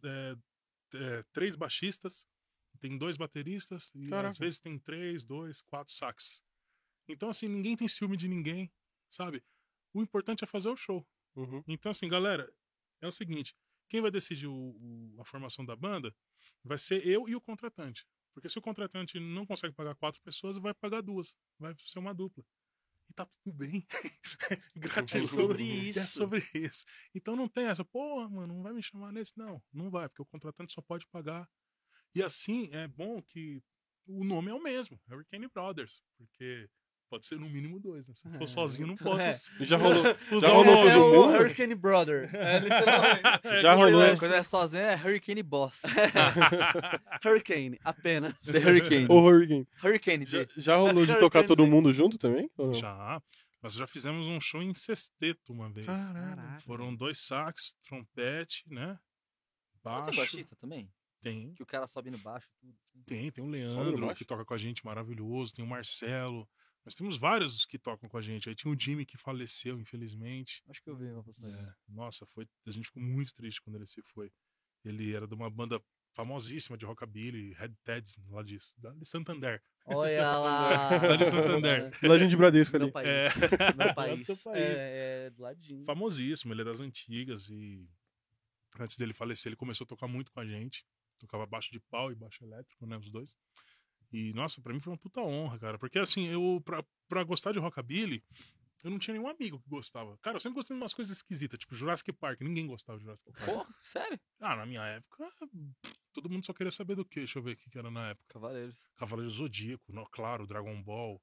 3 baixistas, tem 2 bateristas e
Caraca.
às vezes tem 3, 2, 4 sax. Então assim, ninguém tem ciúme de ninguém, sabe? O importante é fazer o show.
Uhum.
Então assim, galera, é o seguinte, quem vai decidir a formação da banda vai ser eu e o contratante. Porque se o contratante não consegue pagar 4 pessoas, vai pagar 2. Vai ser uma dupla. E tá tudo bem. Gratidão.
É sobre isso.
É sobre isso. Então não tem essa, pô, mano, não vai me chamar nesse. Não vai, porque o contratante só pode pagar. E assim, é bom que o nome é o mesmo, Hurricane Brothers. Porque pode ser no mínimo 2, né? Se eu for sozinho, não posso.
E já rolou,
Usar
já
o
rolou
nome.
todo
o
mundo?
Hurricane Brother. Literalmente.
Já rolou
A
essa.
coisa é sozinha é Hurricane Boss.
Hurricane, apenas.
The Hurricane.
O Hurricane.
Hurricane.
Já rolou de tocar todo mundo junto também? Ou não?
Já. Nós já fizemos um show em sexteto uma vez.
Caralho.
Foram 2 sax, trompete, né?
Não tem
Baixo.
baixista também?
Tem.
Que o cara sobe no baixo. Tudo.
Tem o
Sobe no
Leandro,
baixo?
que toca com a gente, maravilhoso. Tem o Marcelo. Nós temos vários que tocam com a gente. Aí tinha o Jimmy, que faleceu, infelizmente.
Acho que eu vi uma postagem.
Nossa, a gente ficou muito triste quando ele se foi. Ele era de uma banda famosíssima de rockabilly, Red Teds, lá de Santander.
Olha lá.
Lá de Santander.
Ladinho de Bradesco ali.
Meu país.
É.
Meu
Do
país.
seu país.
É, do ladinho.
Famosíssimo, ele é das antigas e antes dele falecer, ele começou a tocar muito com a gente. Tocava baixo de pau e baixo elétrico, né, os dois. E, nossa, pra mim foi uma puta honra, cara. Porque, assim, pra gostar de rockabilly, eu não tinha nenhum amigo que gostava. Cara, eu sempre gostei de umas coisas esquisitas, tipo Jurassic Park. Ninguém gostava de Jurassic Park.
Porra, sério?
Ah, na minha época, todo mundo só queria saber do quê? Deixa eu ver o que era na época.
Cavaleiros.
Cavaleiro do Zodíaco, claro, Dragon Ball.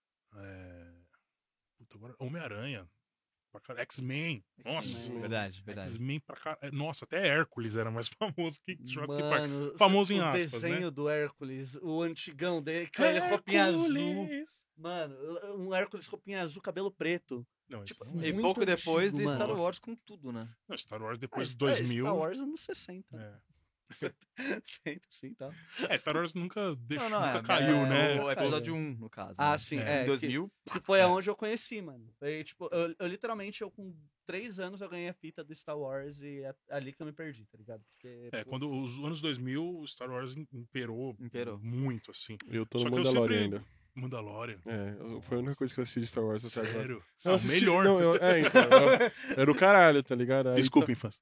Puta, agora Homem-Aranha. X-Men. Nossa.
X-Men.
Verdade, verdade.
X-Men pra caralho. Nossa, até Hércules era mais famoso que Jurassic Park.
Mano,
Famoso em
o
aspas,
desenho
né?
do Hércules, o antigão dele, aquela roupinha azul.
Hércules.
Mano, um Hércules roupinha azul, cabelo preto.
Não,
Tipo,
isso não é.
E
muito
pouco depois
antigo,
veio
mano.
Star Wars com tudo, né?
Não, Star Wars depois de
É,
2000.
Star Wars anos 60.
É.
70, assim, tá.
Star Wars nunca deixou,
Não,
nunca
é,
caiu,
é
né?
O episódio 1, no caso.
Ah,
né?
sim,
É,
é.
Em 2000.
Que foi aonde eu conheci, mano. Foi, tipo, eu literalmente, com 3 anos, eu ganhei a fita do Star Wars e é ali que eu me perdi, tá ligado? Porque, pô,
Quando os anos 2000, o Star Wars imperou
Imperou.
muito, assim.
Eu tô
Só
no
que eu
Mandalorian
sempre-
ainda.
Mandalorian.
Foi a única coisa que eu assisti de Star Wars até agora.
Sério?
Eu
Ah,
assisti-
melhor.
Não, então, era o caralho, tá ligado? Aí,
Desculpa, infância.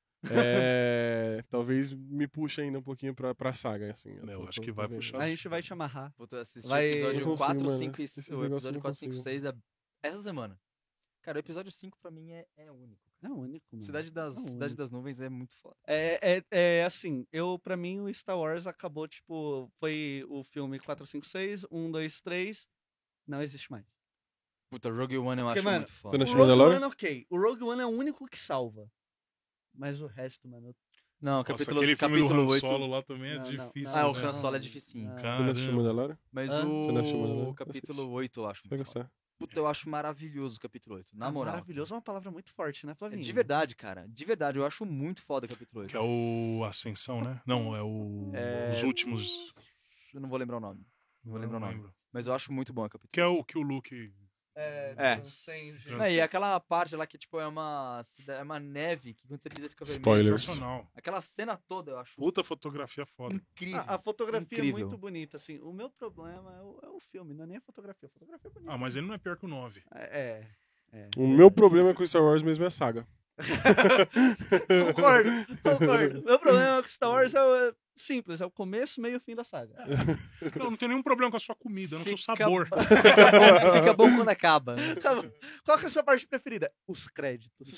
talvez me puxe ainda um pouquinho pra saga, assim.
Eu acho que vai
vendo.
puxar.
a gente vai te amarrar.
Vou assistir
Vai-
o episódio
Eu não consigo,
4,
mano.
5 e
Esses
o
negócios eu
episódio
não
4, 5 e
consigo.
6 essa semana. Cara, o episódio 5 pra mim é único.
É o único, mano.
Cidade
único.
das Nuvens é muito foda.
Assim, pra mim, o Star Wars acabou, tipo, foi o filme 4, 5, 6, 1, 2, 3, não existe mais.
Puta, Rogue One eu
Porque,
acho
mano,
muito
Você
foda.
não
O
assistiu
Rogue
Mandalorian?
One, ok. O Rogue One é o único que salva. Mas o resto, mano...
Não,
Nossa,
capítulo,
aquele filme do
capítulo
Han
8.
Solo lá também é
Não, não,
difícil.
Ah, o
né?
Han Solo é dificinho.
Não.
Você não assistiu
Caramba.
Mandalorian?
Mas
Hã?
Você não assistiu Mandalorian?
o capítulo
Assiste.
8 eu acho
Você vai
muito foda.
gostar.
Puta, eu acho maravilhoso o capítulo 8. Na moral.
Maravilhoso é uma palavra muito forte, né,
É
Flavinho?
de verdade, cara. De verdade, eu acho muito foda o capítulo 8.
Que é o Ascensão, né? Não, é o... Os últimos...
Eu não vou lembrar o nome. Não vou lembrar o nome.
lembro.
Mas eu acho muito bom o capítulo.
Que é o que o Luke...
É.
Transcende.
Não, e aquela parte lá que, tipo, é uma neve que quando você pisa fica vermelho.
Spoilers.
Sensacional.
Aquela cena toda eu acho
Puta fotografia foda.
incrível.
A fotografia
Incrível.
é muito bonita, assim. O meu problema é o filme, não é nem a fotografia. A fotografia é bonita.
Ah, mas ele não é pior que o 9.
O meu problema com Star Wars mesmo é a saga.
Concordo. Meu problema com Star Wars é simples, é o começo, meio e fim da saga.
Não tem nenhum problema com a sua comida, não com o
Fica
sabor.
Fica bom quando acaba. né?
Qual que é a sua parte preferida? Os créditos.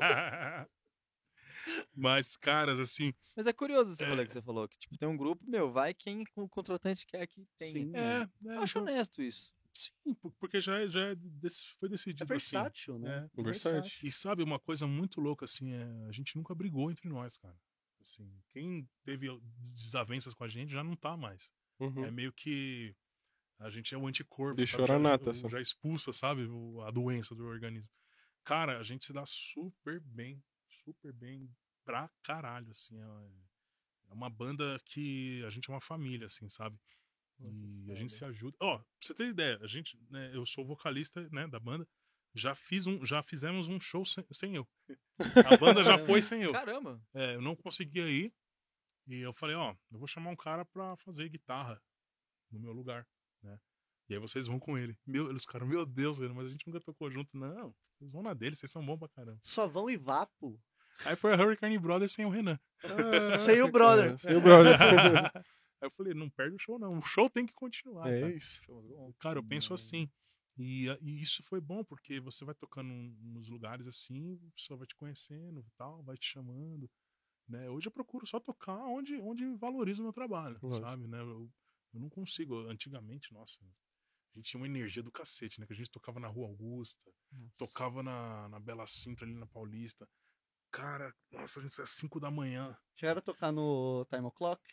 Mas, caras, assim,
Mas é curioso esse rolê que você falou. Que, tipo, tem um grupo, vai quem o contratante quer que tenha.
Sim.
Eu acho
então,
honesto isso.
sim, porque já foi
É
decidido assim.
versátil, né?
Versátil.
E sabe uma coisa muito louca, assim, a gente nunca brigou entre nós, cara. Assim, quem teve desavenças com a gente já não tá mais.
Uhum.
É meio que a gente é o anticorpo.
Deixou
sabe?
a nata, só.
Já expulsa, sabe, a doença do organismo. Cara, a gente se dá super bem pra caralho, assim. É uma banda que a gente é uma família, assim, sabe? E a gente se ajuda. Ó, pra você ter ideia, a gente, né, eu sou vocalista, né, da banda. Já fizemos um show sem eu. A banda já foi sem eu.
Caramba.
Eu não conseguia ir. E eu falei, ó, eu vou chamar um cara pra fazer guitarra no meu lugar, né? E aí vocês vão com ele. Os caras, meu Deus, velho, mas a gente nunca tocou junto. Não, vocês vão na dele, vocês são bons pra caramba.
Só vão e vapo.
Aí foi a Hurricane Brothers sem o Renan.
Sem o brother.
Sem o brother.
Aí eu falei, não perde o show não, o show tem que continuar.
É
cara.
isso.
Cara, eu penso assim. E isso foi bom, porque você vai tocando nos lugares assim, a pessoa vai te conhecendo e tal, vai te chamando. Né? Hoje eu procuro só tocar onde valoriza o meu trabalho,
Lógico.
sabe? Né? Eu não consigo. Antigamente, nossa, a gente tinha uma energia do cacete, né? Que a gente tocava na Rua Augusta, tocava na Bela Sintra, ali na Paulista. Cara, nossa, a gente às 5 da manhã.
Chegaram a tocar no Time O'Clock?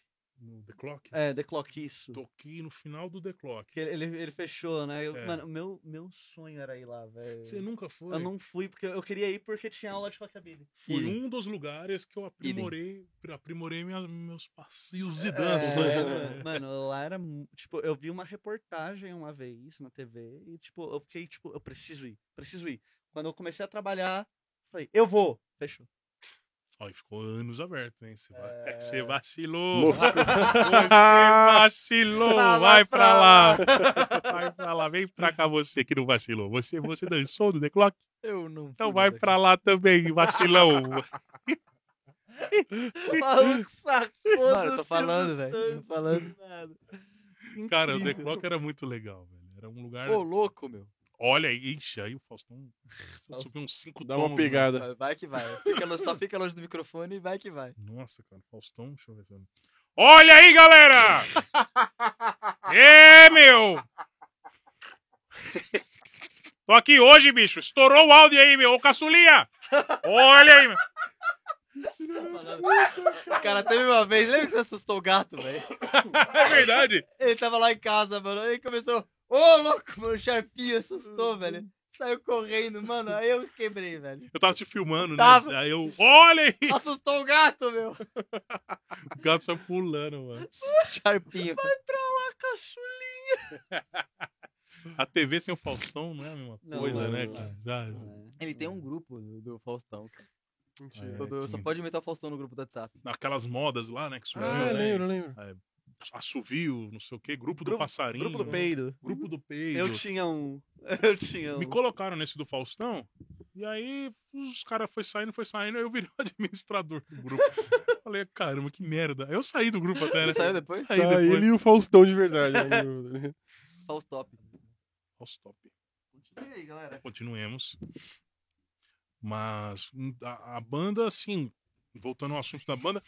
No The Clock?
É, The Clock, isso.
Toquei no final do The Clock.
Que ele fechou, né?
É.
Mano, meu sonho era ir lá, velho.
Você nunca foi?
Eu não fui, porque eu queria ir porque tinha aula de rockabilly.
Foi
Idem.
um dos lugares que eu aprimorei meus passinhos de
É,
dança.
mano, lá era. Tipo, eu vi uma reportagem uma vez na TV e, tipo, eu fiquei, tipo, eu preciso ir. Quando eu comecei a trabalhar, falei, eu vou. Fechou.
Ó, e ficou anos aberto, hein? Você
É.
você vacilou.
Louco.
Você vacilou.
Ah,
Vai pra lá. Vai pra lá. Vem pra cá você que não vacilou. Você dançou do The Clock?
Eu não.
Então
fui
vai
daqui.
pra lá também, vacilão.
O maluco sacou
Mano, eu tô
do
falando,
Silvio
velho. Tô
Santos,
falando.
nada.
Cara, o The
Incrível.
Clock era muito legal, velho. Era um lugar.
Ô, louco, meu.
Olha, ixi, aí o Faustão subiu uns 5
Dá uma
tons,
pegada.
Vai que vai. Só fica longe do microfone e vai que vai.
Né? Nossa, cara, Faustão, deixa eu ver. Olha aí, galera! Meu! Tô aqui hoje, bicho. Estourou o áudio aí, meu. Ô, caçulinha! Olha aí, meu.
O cara teve uma vez, lembra que você assustou o gato, velho?
É verdade.
Ele tava lá em casa, mano. Aí começou. Ô, louco, mano. O Sharpie assustou, velho. Saiu correndo, mano. Aí eu quebrei, velho.
Eu tava te filmando,
Tava.
né? Aí eu. Olha aí!
Assustou o gato, meu.
O gato saiu pulando, mano.
Sharpinho.
Caçulinha.
A TV sem o Faustão não é a mesma
Não,
coisa,
não,
né,
não.
cara? Já-
Ele tem um grupo do Faustão, cara.
Mentira.
Só
tinha.
pode imitar o Faustão no grupo do WhatsApp.
Naquelas modas lá, né? Que surgiu,
Ah,
né?
lembro.
Assovio, não sei o quê, grupo do passarinho.
Grupo do peido.
Grupo do peido.
Eu tinha um.
Me colocaram nesse do Faustão, e aí os caras foi saindo, aí eu virei o administrador do grupo. Falei, caramba, que merda. Aí eu saí do grupo até, né?
Você saiu depois?
Saí
Tá,
depois.
ele e o Faustão de verdade. Né?
Faustop.
Faustop.
Continue aí, galera.
Continuemos. Mas a banda, assim, voltando ao assunto da banda,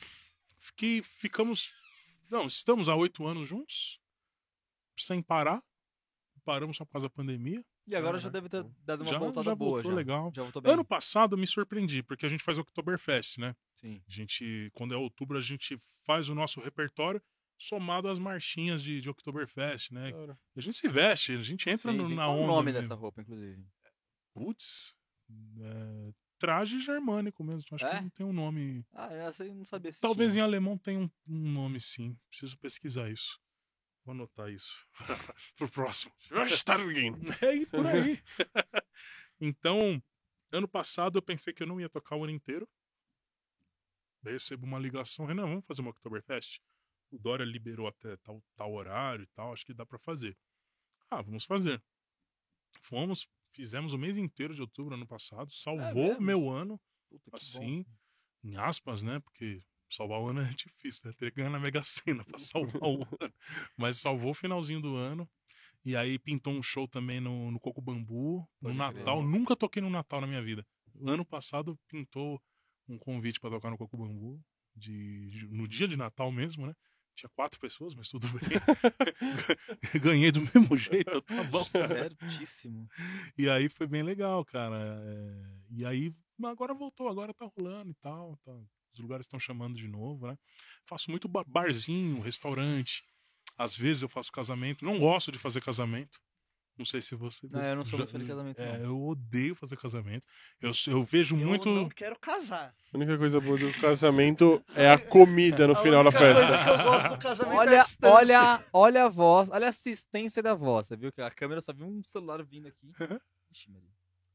estamos há 8 anos juntos, sem parar. Paramos só por causa da pandemia.
E agora já deve ter dado uma voltada
já
boa.
voltou
Já.
legal.
Já voltou bem.
Ano passado eu me surpreendi, porque a gente faz o Oktoberfest, né?
Sim.
A gente, quando é outubro, a gente faz o nosso repertório somado às marchinhas de Oktoberfest, né? E a gente se veste, a gente entra
Sim, sim.
na
Qual
onda.
o nome
mesmo.
dessa roupa, inclusive?
Putz, traje germânico mesmo. Acho
É?
que não tem um nome.
Ah, essa eu não sabia se
Talvez em
tinha.
alemão tenha um nome, sim. Preciso pesquisar isso. Vou anotar isso pro próximo. É aí, por aí. Então, ano passado eu pensei que eu não ia tocar o ano inteiro. Daí recebo uma ligação, Renan, vamos fazer uma Oktoberfest? O Dória liberou até tal horário e tal, acho que dá pra fazer. Ah, vamos fazer. Fizemos o mês inteiro de outubro ano passado, salvou
mesmo?
meu ano,
Puta, que
assim, em aspas, né? Porque salvar o ano é difícil, né? Teria que ganhar na Mega Sena pra salvar o ano. Mas salvou o finalzinho do ano. E aí pintou um show também no Coco Bambu, no
Pode
Natal.
crer.
Nunca toquei no Natal na minha vida. Ano passado pintou um convite pra tocar no Coco Bambu, no dia de Natal mesmo, né? Tinha 4 pessoas, mas tudo bem. Ganhei do mesmo jeito, tá bom.
Certíssimo.
E aí foi bem legal, cara. E aí, agora voltou, agora tá rolando e tal. Tá. Os lugares estão chamando de novo, né? Faço muito barzinho, restaurante. Às vezes eu faço casamento. Não gosto de fazer casamento. Não sei se você...
Não, eu não sou muito fã de casamento, não.
Eu odeio fazer casamento. Eu vejo muito...
Eu não quero casar.
A única coisa boa do casamento é a comida no final da
A única coisa
festa.
que eu gosto do casamento é a distância.
Olha a voz, olha a assistência da voz. Você viu que a câmera só viu um celular vindo aqui. Ixi, Maria.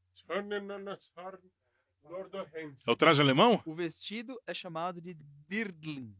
É o traje alemão?
O vestido é chamado de Dirndl.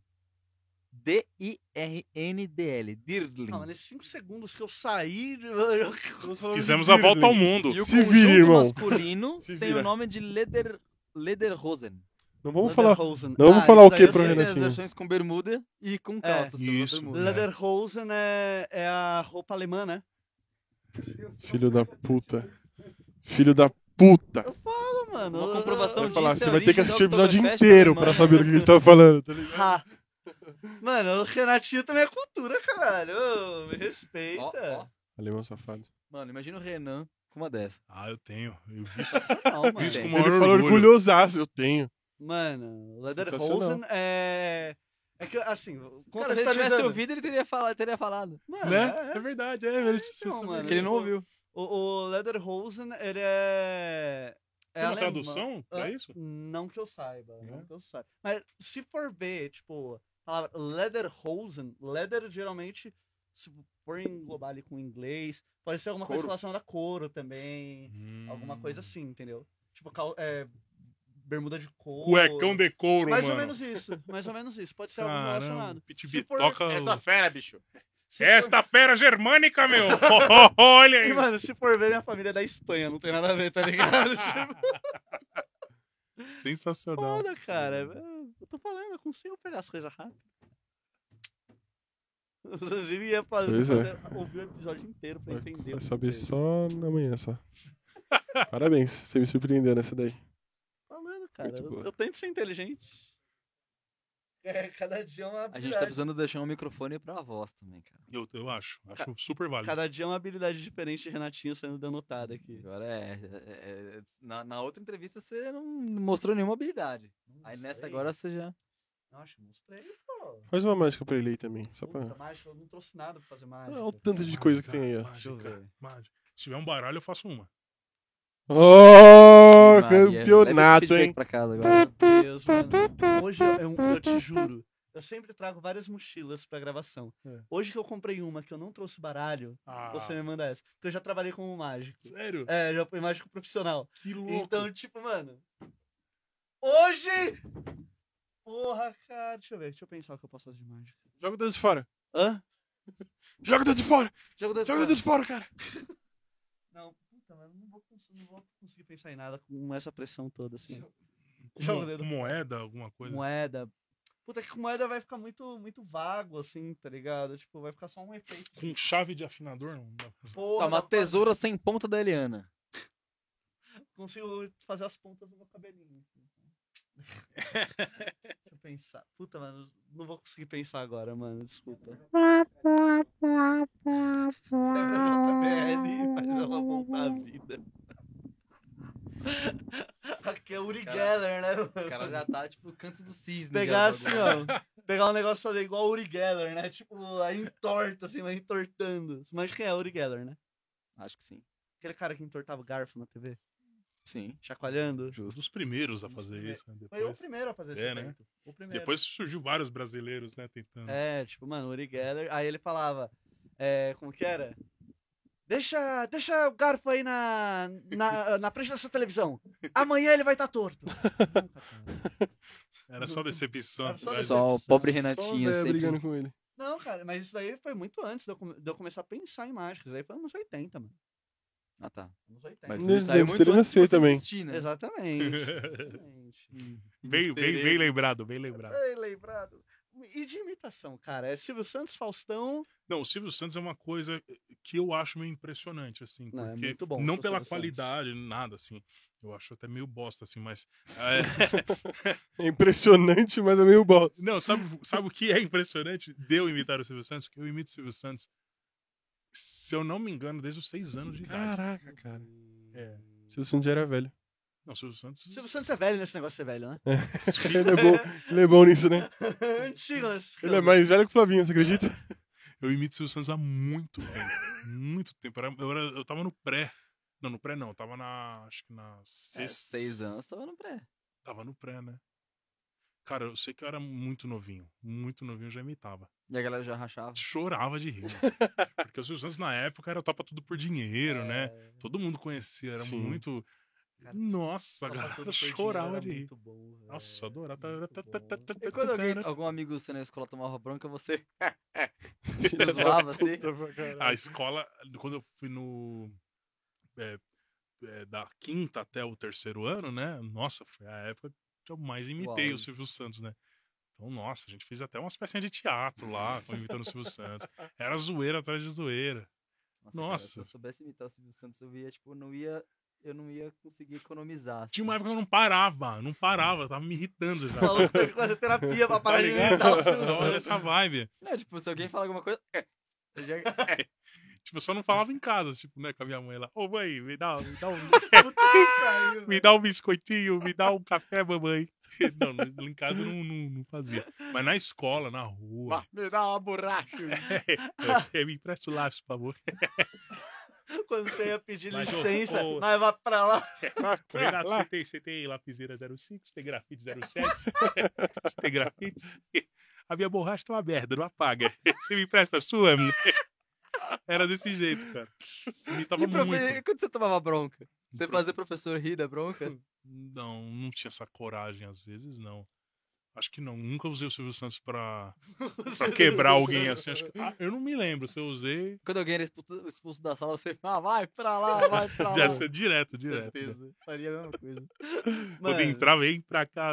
D-I-R-N-D-L. Dirndl.
Não, mas nesses 5 segundos que eu saí...
Fizemos a volta ao mundo.
E o
Se
conjunto
vira, irmão.
masculino
Se
tem
vira.
o nome de Lederhosen.
Não vamos falar.
Lederhosen.
Não vamos falar o que
isso
pro
daí eu sei.
Tem as
Renatinho?
versões com bermuda e com calça. são as
isso.
bermudas.
Lederhosen é a roupa alemã, né?
Filho da puta. Filho da puta.
Não, mano.
Uma comprovação
Vai falar,
disso é
você
a
vai ter que
origem
assistir o
do
episódio
Oktoberfest
inteiro
alemã.
pra saber do que a gente tá falando, tá ligado?
Ha. Mano, o Renatinho também é cultura, caralho. Ô, me respeita.
Ó.
Alemão safado.
Mano, imagina o Renan com uma dessa.
Ah, eu tenho. Eu vi
Não, mano.
isso com o
tem.
maior
Ele falou
orgulho.
orgulhosaço, eu tenho.
Mano,
Sensacional.
Lederhosen é É que, assim,
Cara, se ele tivesse
contextualizando.
ouvido, ele teria falado.
Mano,
Né? É verdade, é.
Então, mano,
Porque ele não
tipo,
ouviu.
O Lederhosen, ele é.
Tem uma
alemão.
tradução pra
Hã?
isso?
Não que eu saiba, não
É.
que eu saiba. Mas se for ver, tipo, a palavra Lederhosen, leather geralmente, se for englobar ali com inglês, pode ser alguma coisa
Couro.
relacionada a couro também, alguma coisa assim, entendeu? Tipo, bermuda de couro.
Cuecão de couro,
Mais
mano.
ou menos isso, mais ou menos isso. Pode ser algo
Caramba,
relacionado.
Pit
Se for-
Bitoca.
Essa fera, bicho.
se
Esta fera germânica, meu! Olha
for-
aí!
E, mano, se for ver, minha família é da Espanha, não tem nada a ver, tá ligado?
Sensacional.
Foda, cara. Eu tô falando, eu consigo pegar as coisas rápido. Inclusive, ia
Pois é.
ouvir o episódio inteiro pra entender.
Vai saber só na manhã, só. Parabéns, você me surpreendeu nessa daí.
Falando, cara.
Muito boa.
Eu tento ser inteligente. Cada dia é uma
A
habilidade.
gente tá precisando deixar um microfone pra voz também, cara.
Eu acho super válido.
Cada dia é uma habilidade diferente de Renatinho sendo denotada aqui.
Agora na outra entrevista você não mostrou nenhuma habilidade. Aí nessa agora você já.
Nossa, mostrei, pô.
Faz uma mágica pra ele aí também, só pra...
Puta, mágica, eu não trouxe nada pra fazer mágica.
Olha o tanto de coisa que tem aí, ó.
Deixa eu ver.
Mágica. Se tiver um baralho, eu faço uma.
Oh,
Maria, leva esse
campeonato,
feedback
hein?
pra casa agora.
Meu Deus, mano. Hoje eu te juro. Eu sempre trago várias mochilas pra gravação.
É.
Hoje que eu comprei uma que eu não trouxe baralho,
Ah,
você me manda essa. Porque eu já trabalhei como mágico.
sério?
É, já fui mágico profissional.
Que louco.
Então, tipo, mano. Hoje! Porra, cara. Deixa eu ver, deixa eu pensar o que eu posso fazer de mágica.
Joga o dedo de fora.
Hã?
Joga o dedo de fora.
Jogo da
Joga o dedo de fora, cara.
Não, puta, mano, não vou conseguir pensar em nada com essa pressão toda, assim. Joga o dedo.
Moeda, alguma coisa.
Moeda. Puta, que com moeda vai ficar muito vago, assim, tá ligado? Tipo, vai ficar só um efeito.
Com chave de afinador? Não dá pra fazer.
Porra,
Tá, uma
dá pra-
tesoura sem ponta da Eliana.
Consigo fazer as pontas do meu cabelinho. Deixa eu pensar. Puta, mano, não vou conseguir pensar agora, mano. Desculpa. Quebra JBL e faz ela voltar à vida. Aqui é Uri
cara-
Geller, né?
O cara já tá, tipo, canto do cisne.
Pegar
já,
assim,
bagulho.
ó. Pegar um negócio e fazer igual o Uri Geller, né? Tipo, aí entorta, assim, vai entortando. Você imagina quem é o Uri Geller, né?
Acho que sim.
Aquele cara que entortava o garfo na TV,
Sim.
chacoalhando.
Um dos primeiros a fazer isso. Né?
Foi o
Depois,
primeiro a fazer esse
É, né?
evento. O primeiro.
depois surgiu vários brasileiros, né, tentando.
É, tipo, mano, o Uri Geller. Aí ele falava, como que era? Deixa o garfo aí na frente da sua televisão. Amanhã ele vai estar torto. Nunca, cara.
Era só decepção.
Era só
atrás.
Só o pobre
Só
Renatinho
velho
sempre.
brigando com ele.
Não, cara, mas isso daí foi muito antes de eu começar a pensar em mágicas. Isso daí foi anos 80, mano.
Ah, tá.
Anos 80.
Mas
Nos
ele saiu
anos
muito
dele
antes de
nascer
você
também.
existir, né?
Exatamente. Exatamente.
Bem lembrado, bem lembrado.
Bem lembrado. E de imitação, cara? É Silvio Santos, Faustão.
Não, o Silvio Santos é uma coisa que eu acho meio impressionante, assim.
Não, é
Porque
muito bom,
não
o
pela
Silvio
qualidade, nada, assim. Eu acho até meio bosta, assim, mas.
É impressionante, mas é meio bosta.
Não, sabe o que é impressionante de eu imitar o Silvio Santos? Que eu imito o Silvio Santos, se eu não me engano, desde os 6 anos de idade.
Caraca, cara.
É.
Silvio Santos já era velho.
Não, o Silvio Santos.
Silvio Santos é velho nesse negócio de ser velho, né?
Ele é bom nisso, né?
Antigo nesse
Ele é mais velho que o Flavinho, você acredita?
Eu imito o Silvio Santos há muito tempo. Muito tempo. Eu tava no pré. Não, no pré não. Eu tava acho que na sexta.
6 anos, tava no pré.
Tava no pré, né? Cara, eu sei que eu era muito novinho. Muito novinho eu já imitava.
E a galera já rachava.
Chorava de rir. Mano. Porque o Silvio Santos na época era topa tudo por dinheiro, né? Todo mundo conhecia. Era
Sim.
muito.
Cara,
Nossa, a
Topa
galera
Tudo por
chorava
Dinheiro
de
era
rir.
muito bom, velho.
Nossa, adorava.
Muito bom.
E quando algum amigo seu na escola tomava bronca, você. Você zoava assim?
A escola, quando eu fui da quinta até o terceiro ano, né? Nossa, foi a época que eu mais imitei
Uau.
o Silvio Santos, né? Então, nossa, a gente fez até umas pecinhas de teatro lá, imitando o Silvio Santos. Era zoeira atrás de zoeira.
Cara,
Nossa.
se eu soubesse imitar o Silvio Santos, eu não ia conseguir economizar.
Tinha uma
assim.
época que eu não parava, tava me irritando já.
O maluco teve que fazer terapia pra parar
Tá
de
ligado?
imitar o Silvio
Olha
Santos.
essa vibe.
Não, tipo, se alguém falar alguma coisa. Eu já...
Tipo, eu só não falava em casa, tipo, né, com a minha mãe lá. Ô, mãe, me dá me dá um biscoitinho, me dá um café, mamãe. Não, em casa eu não fazia. Mas na escola, na rua.
Me dá uma borracha.
Me empresta o lápis, por favor.
Quando você ia pedir
Mas,
licença,
ô,
mas vai pra lá.
Ô, Renato, você tem lapiseira 05, você tem grafite 07, você tem grafite. A minha borracha tá uma merda, não apaga. Você me empresta a sua? Era desse jeito, cara. Me tava muito.
E quando você tomava bronca? Você fazia professor rir da bronca?
Não tinha essa coragem, às vezes, não. Acho que não. Nunca usei o Silvio Santos pra quebrar alguém assim. Acho que, eu não me lembro se eu usei.
Quando alguém era expulso da sala, você vai pra lá, vai pra lá.
Já ser direto.
Certeza. Faria a mesma coisa.
Quando entrar, vem pra cá.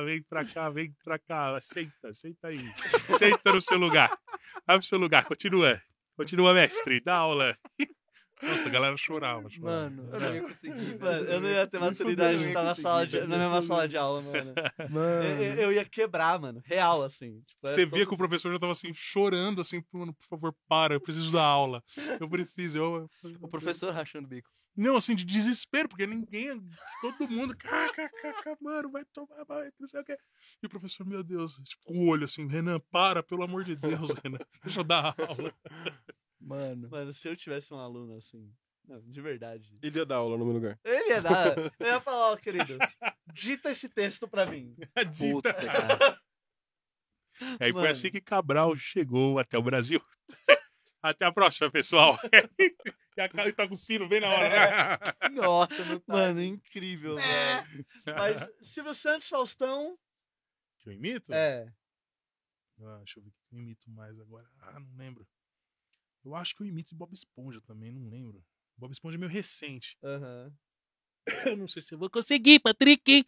Senta aí. Senta no seu lugar. Vai pro seu lugar. Continua, mestre. Dá aula. Nossa, a galera chorava.
Mano, eu não ia conseguir.
Mano, eu não ia ter maturidade de estar na mesma sala de aula, mano. Eu ia quebrar, mano. Real, assim. Tipo,
Você via que o professor já tava assim, chorando, assim, mano, por favor, para, eu preciso da aula. Eu preciso.
O professor rachando o bico.
Não, assim, de desespero, porque todo mundo, mano, vai tomar, não sei o quê. E o professor, meu Deus, tipo, com o olho assim, Renan, para, pelo amor de Deus, Renan, deixa eu dar aula.
Mano, se eu tivesse um aluno assim, não, de verdade.
Ele ia dar aula no meu lugar.
Ele ia dar. Eu ia falar, ó, querido, dita esse texto pra mim.
Puta, cara.
Aí foi
Mano.
assim que Cabral chegou até o Brasil. Até a próxima, pessoal. E a cara tá com o sino bem na hora, né?
Nossa, não tá.
Mano, incrível, velho. Mas Silvio Santos, Faustão.
Que eu imito?
É.
Deixa eu ver o que eu imito mais agora. Não lembro. Eu acho que eu imito Bob Esponja também, não lembro. Bob Esponja é meio recente.
Aham.
Eu não sei se eu vou conseguir, Patrick.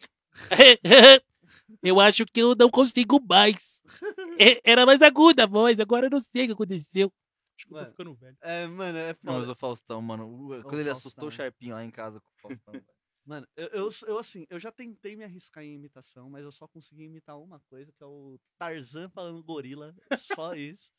Eu acho que eu não consigo mais. Era mais aguda a voz, agora eu não sei o que aconteceu. Acho que eu tô
Mano.
ficando velho.
É, mano, é
Não, mas
foda.
o Faustão, mano. Quando ele assustou o
Faustão.
Sharpinho lá em casa com o Faustão. velho.
Mano, eu assim, eu já tentei me arriscar em imitação, mas eu só consegui imitar uma coisa, que é o Tarzan falando gorila. Só isso.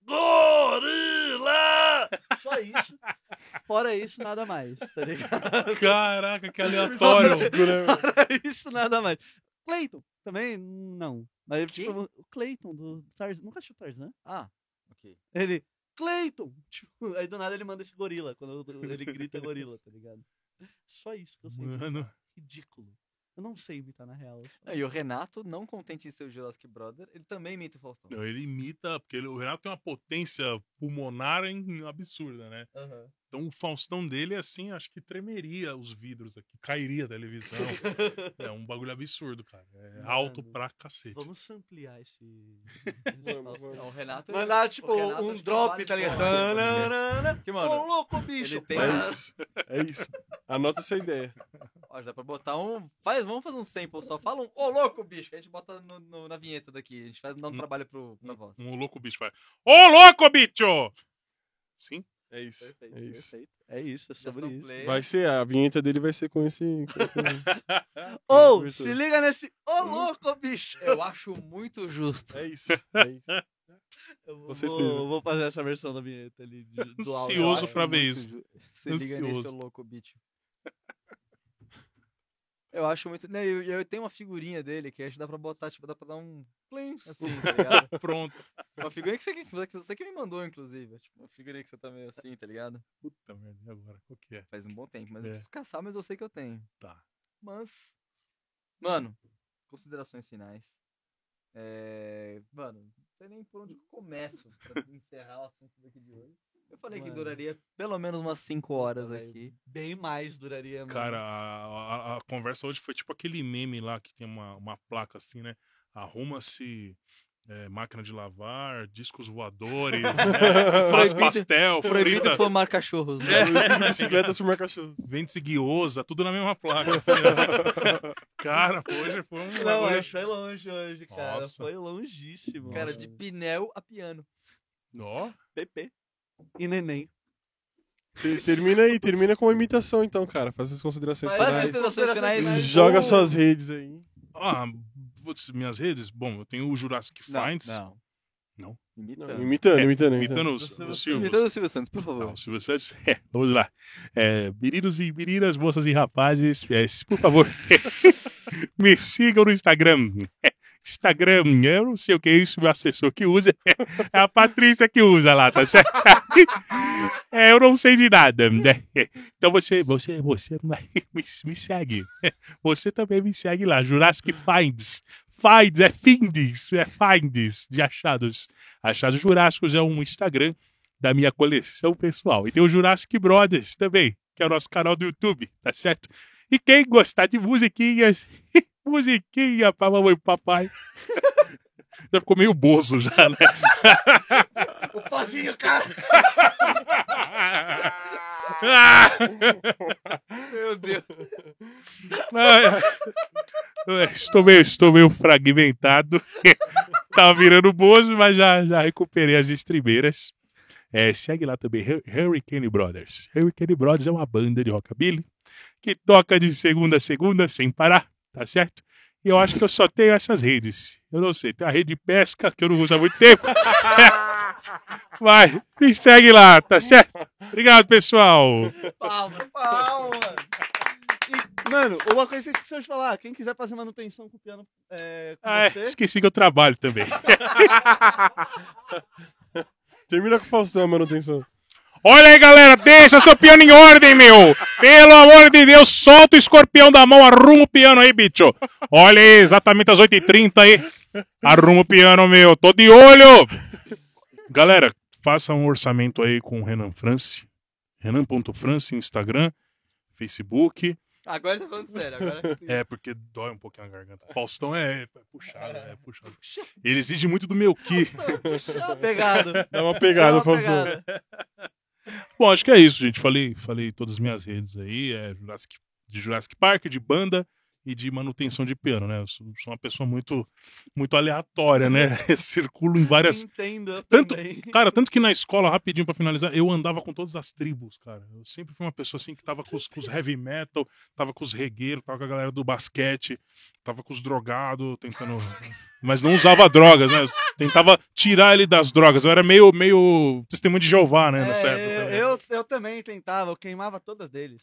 Gorila! Só isso. Fora isso, nada mais, tá ligado?
Caraca, que aleatório.
Fora isso, nada mais. Cleiton, também não. Mas tipo, o Cleiton do Tarzan. Nunca assistiu Tarzan?
Ah, ok.
Ele, Cleiton! Tipo, aí do nada ele manda esse gorila, quando ele grita gorila, tá ligado? Só isso que eu sei.
Mano.
Ridículo. Eu não sei imitar na real.
E o Renato, não contente em ser o Jurassic Brother, ele também imita o Faustão.
Não, ele imita, porque o Renato tem uma potência pulmonar absurda, né?
Aham.
Então o Faustão dele, assim, acho que tremeria os vidros aqui, cairia a televisão. É um bagulho absurdo, cara. É
Mano,
alto pra cacete.
Vamos ampliar esse.
Vamos.
Não, o Renato...
Mandar, tipo,
o Renato,
um
acho que
drop,
vale
tá ligado?
de bola, né?
Tananana.
Que,
Ô,
mano,
louco, bicho!
ele tem...
É isso. Anota essa ideia.
Ó, dá pra botar um... Vamos fazer um sample só. Fala um ô louco, bicho, que a gente bota na vinheta daqui. A gente faz dar um trabalho pra voz.
Um louco bicho vai. Ô, louco, bicho! Sim?
É isso.
Perfeito,
É isso.
perfeito. É isso, é sobre
Gestão
isso.
play.
Vai ser, a vinheta dele vai ser com esse...
Ou,
Muito.
se liga nesse. Ô, louco, bicho!
Eu acho muito justo.
É isso. É isso.
Eu
Com certeza.
vou fazer essa versão da vinheta ali do áudio.
Ansioso
Eu acho
pra ver
muito
isso.
Se liga nesse
Ansioso.
ô louco, bicho. Eu acho muito... Né, eu tenho uma figurinha dele que acho que dá pra botar, tipo, dá pra dar um... Plim, assim, tá ligado?
Pronto.
Uma figurinha que você que me mandou, inclusive. Tipo, uma figurinha que você tá meio assim, tá ligado?
Puta merda, e agora? Qual que é?
Faz um bom tempo, mas eu
É.
preciso caçar, mas eu sei que eu tenho.
Tá.
Mas... Mano, considerações finais. Mano, não sei nem por onde que eu começo pra encerrar o assunto daqui de hoje. Eu falei que
Mano.
duraria pelo menos umas 5 horas
velho.
aqui.
Bem mais duraria, mano.
Cara, a conversa hoje foi tipo aquele meme lá que tem uma placa assim, né? Arruma-se máquina de lavar, discos voadores, né? Faz
Proibido-
pastel,
Proibido
frita,
fumar cachorros, né?
Bicicletas pro cachorro.
vende-se guiosa, tudo na mesma placa. Assim, né? Cara, hoje foi um
Não,
bagulho-
foi longe hoje, cara.
Nossa.
Foi longíssimo.
Cara,
mano.
de pinel a piano.
Ó,
PP. E neném.
Termina com uma imitação então, cara. Faz as considerações
Faz
Faz as
finais.
considerações finais.
Joga suas redes aí.
putz, minhas redes, bom, eu tenho o Jurassic Finds.
Não.
Não?
Imitando.
Imitando.
o Silvio.
Imitando o Silvio Santos, por favor.
Não, Silvio Santos. Vamos lá. Meninos e meninas, moças e rapazes, por favor, me sigam no Instagram. Instagram, eu não sei o que é isso, meu assessor que usa. É a Patrícia que usa lá, tá certo? Eu não sei de nada, né? Então você me segue. Você também me segue lá, Jurassic Finds. Finds, de achados. Achados Jurássicos é um Instagram da minha coleção pessoal. E tem o Jurassic Brothers também, que é o nosso canal do YouTube, tá certo? E quem gostar de musiquinhas, musiquinha pra mamãe e papai. Já ficou meio bozo já, né?
O pozinho, cara! Meu Deus.
Estou meio fragmentado. Tava virando bozo, mas já recuperei as estribeiras. Segue lá também, Hurricane Brothers. Hurricane Brothers é uma banda de rockabilly que toca de segunda a segunda sem parar, tá certo? E eu acho que eu só tenho essas redes. Eu não sei, tem a rede de pesca que eu não uso há muito tempo. Vai, me segue lá, tá certo? Obrigado, pessoal.
Palma. E, mano, uma coisa que você esqueceu de falar. Quem quiser fazer manutenção com o piano com você...
Esqueci que eu trabalho também.
Termina com o Faustão a manutenção.
Olha aí, galera, deixa seu piano em ordem, meu. Pelo amor de Deus, solta o escorpião da mão, arruma o piano aí, bicho. Olha aí, exatamente às 8h30 aí. Arruma o piano, meu. Tô de olho. Galera, faça um orçamento aí com o Renan France. Renan.France, Instagram, Facebook.
Agora tá falando sério.
Porque dói um pouquinho a garganta. Faustão é puxado. Ele exige muito do meu ki.
Pegado.
Dá uma pegada, Faustão.
Bom, acho que é isso, gente. Falei todas as minhas redes aí. De Jurassic Park, de banda e de manutenção de piano, né? Eu sou uma pessoa muito, muito aleatória, né? Circulo em várias...
Entendo, eu
Tanto,
também.
cara, tanto que na escola, rapidinho pra finalizar, eu andava com todas as tribos, cara. Eu sempre fui uma pessoa assim que tava com os heavy metal, tava com os regueiros, tava com a galera do basquete, tava com os drogados, tentando... Mas não usava drogas, né? Eu tentava tirar ele das drogas. Eu era meio testemunho de Jeová, né? Nessa época.
Eu também tentava, eu queimava todas deles.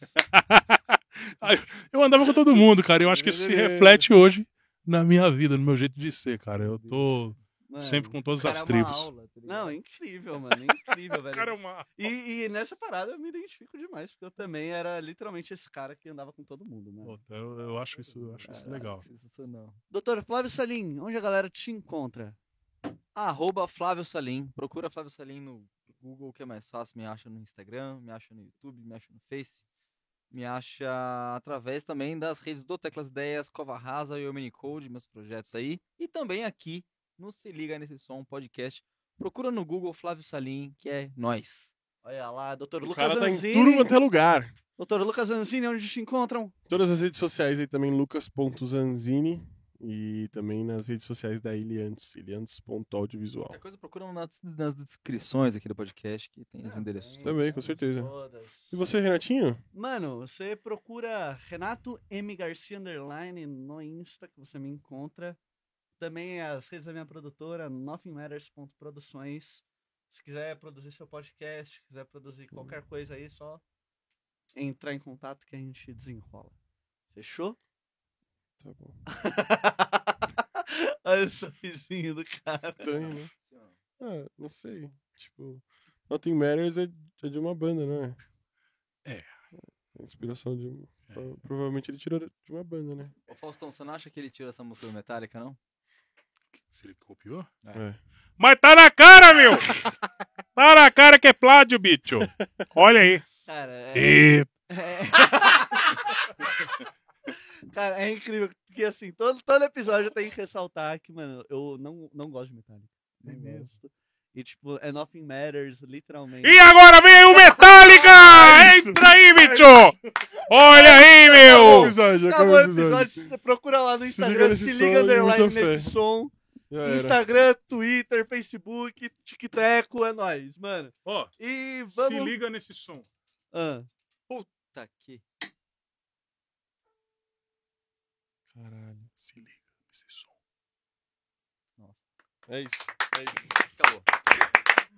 Eu andava com todo mundo, cara. Eu acho que isso se reflete hoje na minha vida, no meu jeito de ser, cara. Eu tô sempre com todas as tribos.
Aula, tá não, é incrível, mano. Incrível, velho.
Cara, é uma...
E nessa parada eu me identifico demais, porque eu também era literalmente esse cara que andava com todo mundo, né?
Puta, eu acho isso legal.
Sensacional.
Doutor Flávio Salim, onde a galera te encontra?
@Flávio Salim. Procura Flávio Salim no Google, que é mais fácil. Me acha no Instagram, me acha no YouTube, me acha no Face. Me acha através também das redes do Teclas Ideias, Cova Rasa e Omnicode, meus projetos aí. E também aqui no Se Liga Nesse Som podcast. Procura no Google Flávio Salim, que é nós.
Olha lá, Dr.
O
Lucas
cara tá em
Zanzini.
tudo quanto é lugar.
Dr. Lucas Zanzini, onde te encontram?
Todas as redes sociais aí também, lucas.zanzini. E também nas redes sociais da Iliantes, iliantes.audiovisual.
Qualquer coisa procura nas descrições aqui do podcast, que tem os endereços.
Também, com certeza.
Todas.
E você, Renatinho?
Mano, você procura Renato M. Garcia _ no Insta, que você me encontra. Também as redes da minha produtora, nothingmatters.produções. Se quiser produzir seu podcast, se quiser produzir qualquer coisa aí, só entrar em contato que a gente desenrola. Fechou?
Tá bom.
Olha o sorrisinho do cara.
Estranho, né? Não sei. Tipo, Nothing Matters é de uma banda, não é? A inspiração de... Provavelmente ele tirou de uma banda, né?
Ô Faustão, você não acha que ele tirou essa música do Metallica, não?
Se ele copiou?
É.
Mas tá na cara, meu! Tá na cara que é plágio, bicho. Olha aí.
Cara, Cara, é incrível que assim, todo episódio tem que ressaltar que, mano, eu não gosto de Metallica. Não gosto. E tipo, é Nothing Matters, literalmente.
E agora vem o Metallica! Entra aí, bicho! Olha aí, meu!
Acabou o episódio. Você procura lá no Instagram, se liga underline nesse som. Instagram, Twitter, Facebook, TikTok, é nóis, mano.
Ó,
e vamos...
se liga nesse som.
Puta que...
Caralho.
Se liga nesse som.
Nossa.
É isso.
Acabou.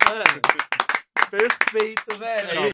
Mano, perfeito, velho.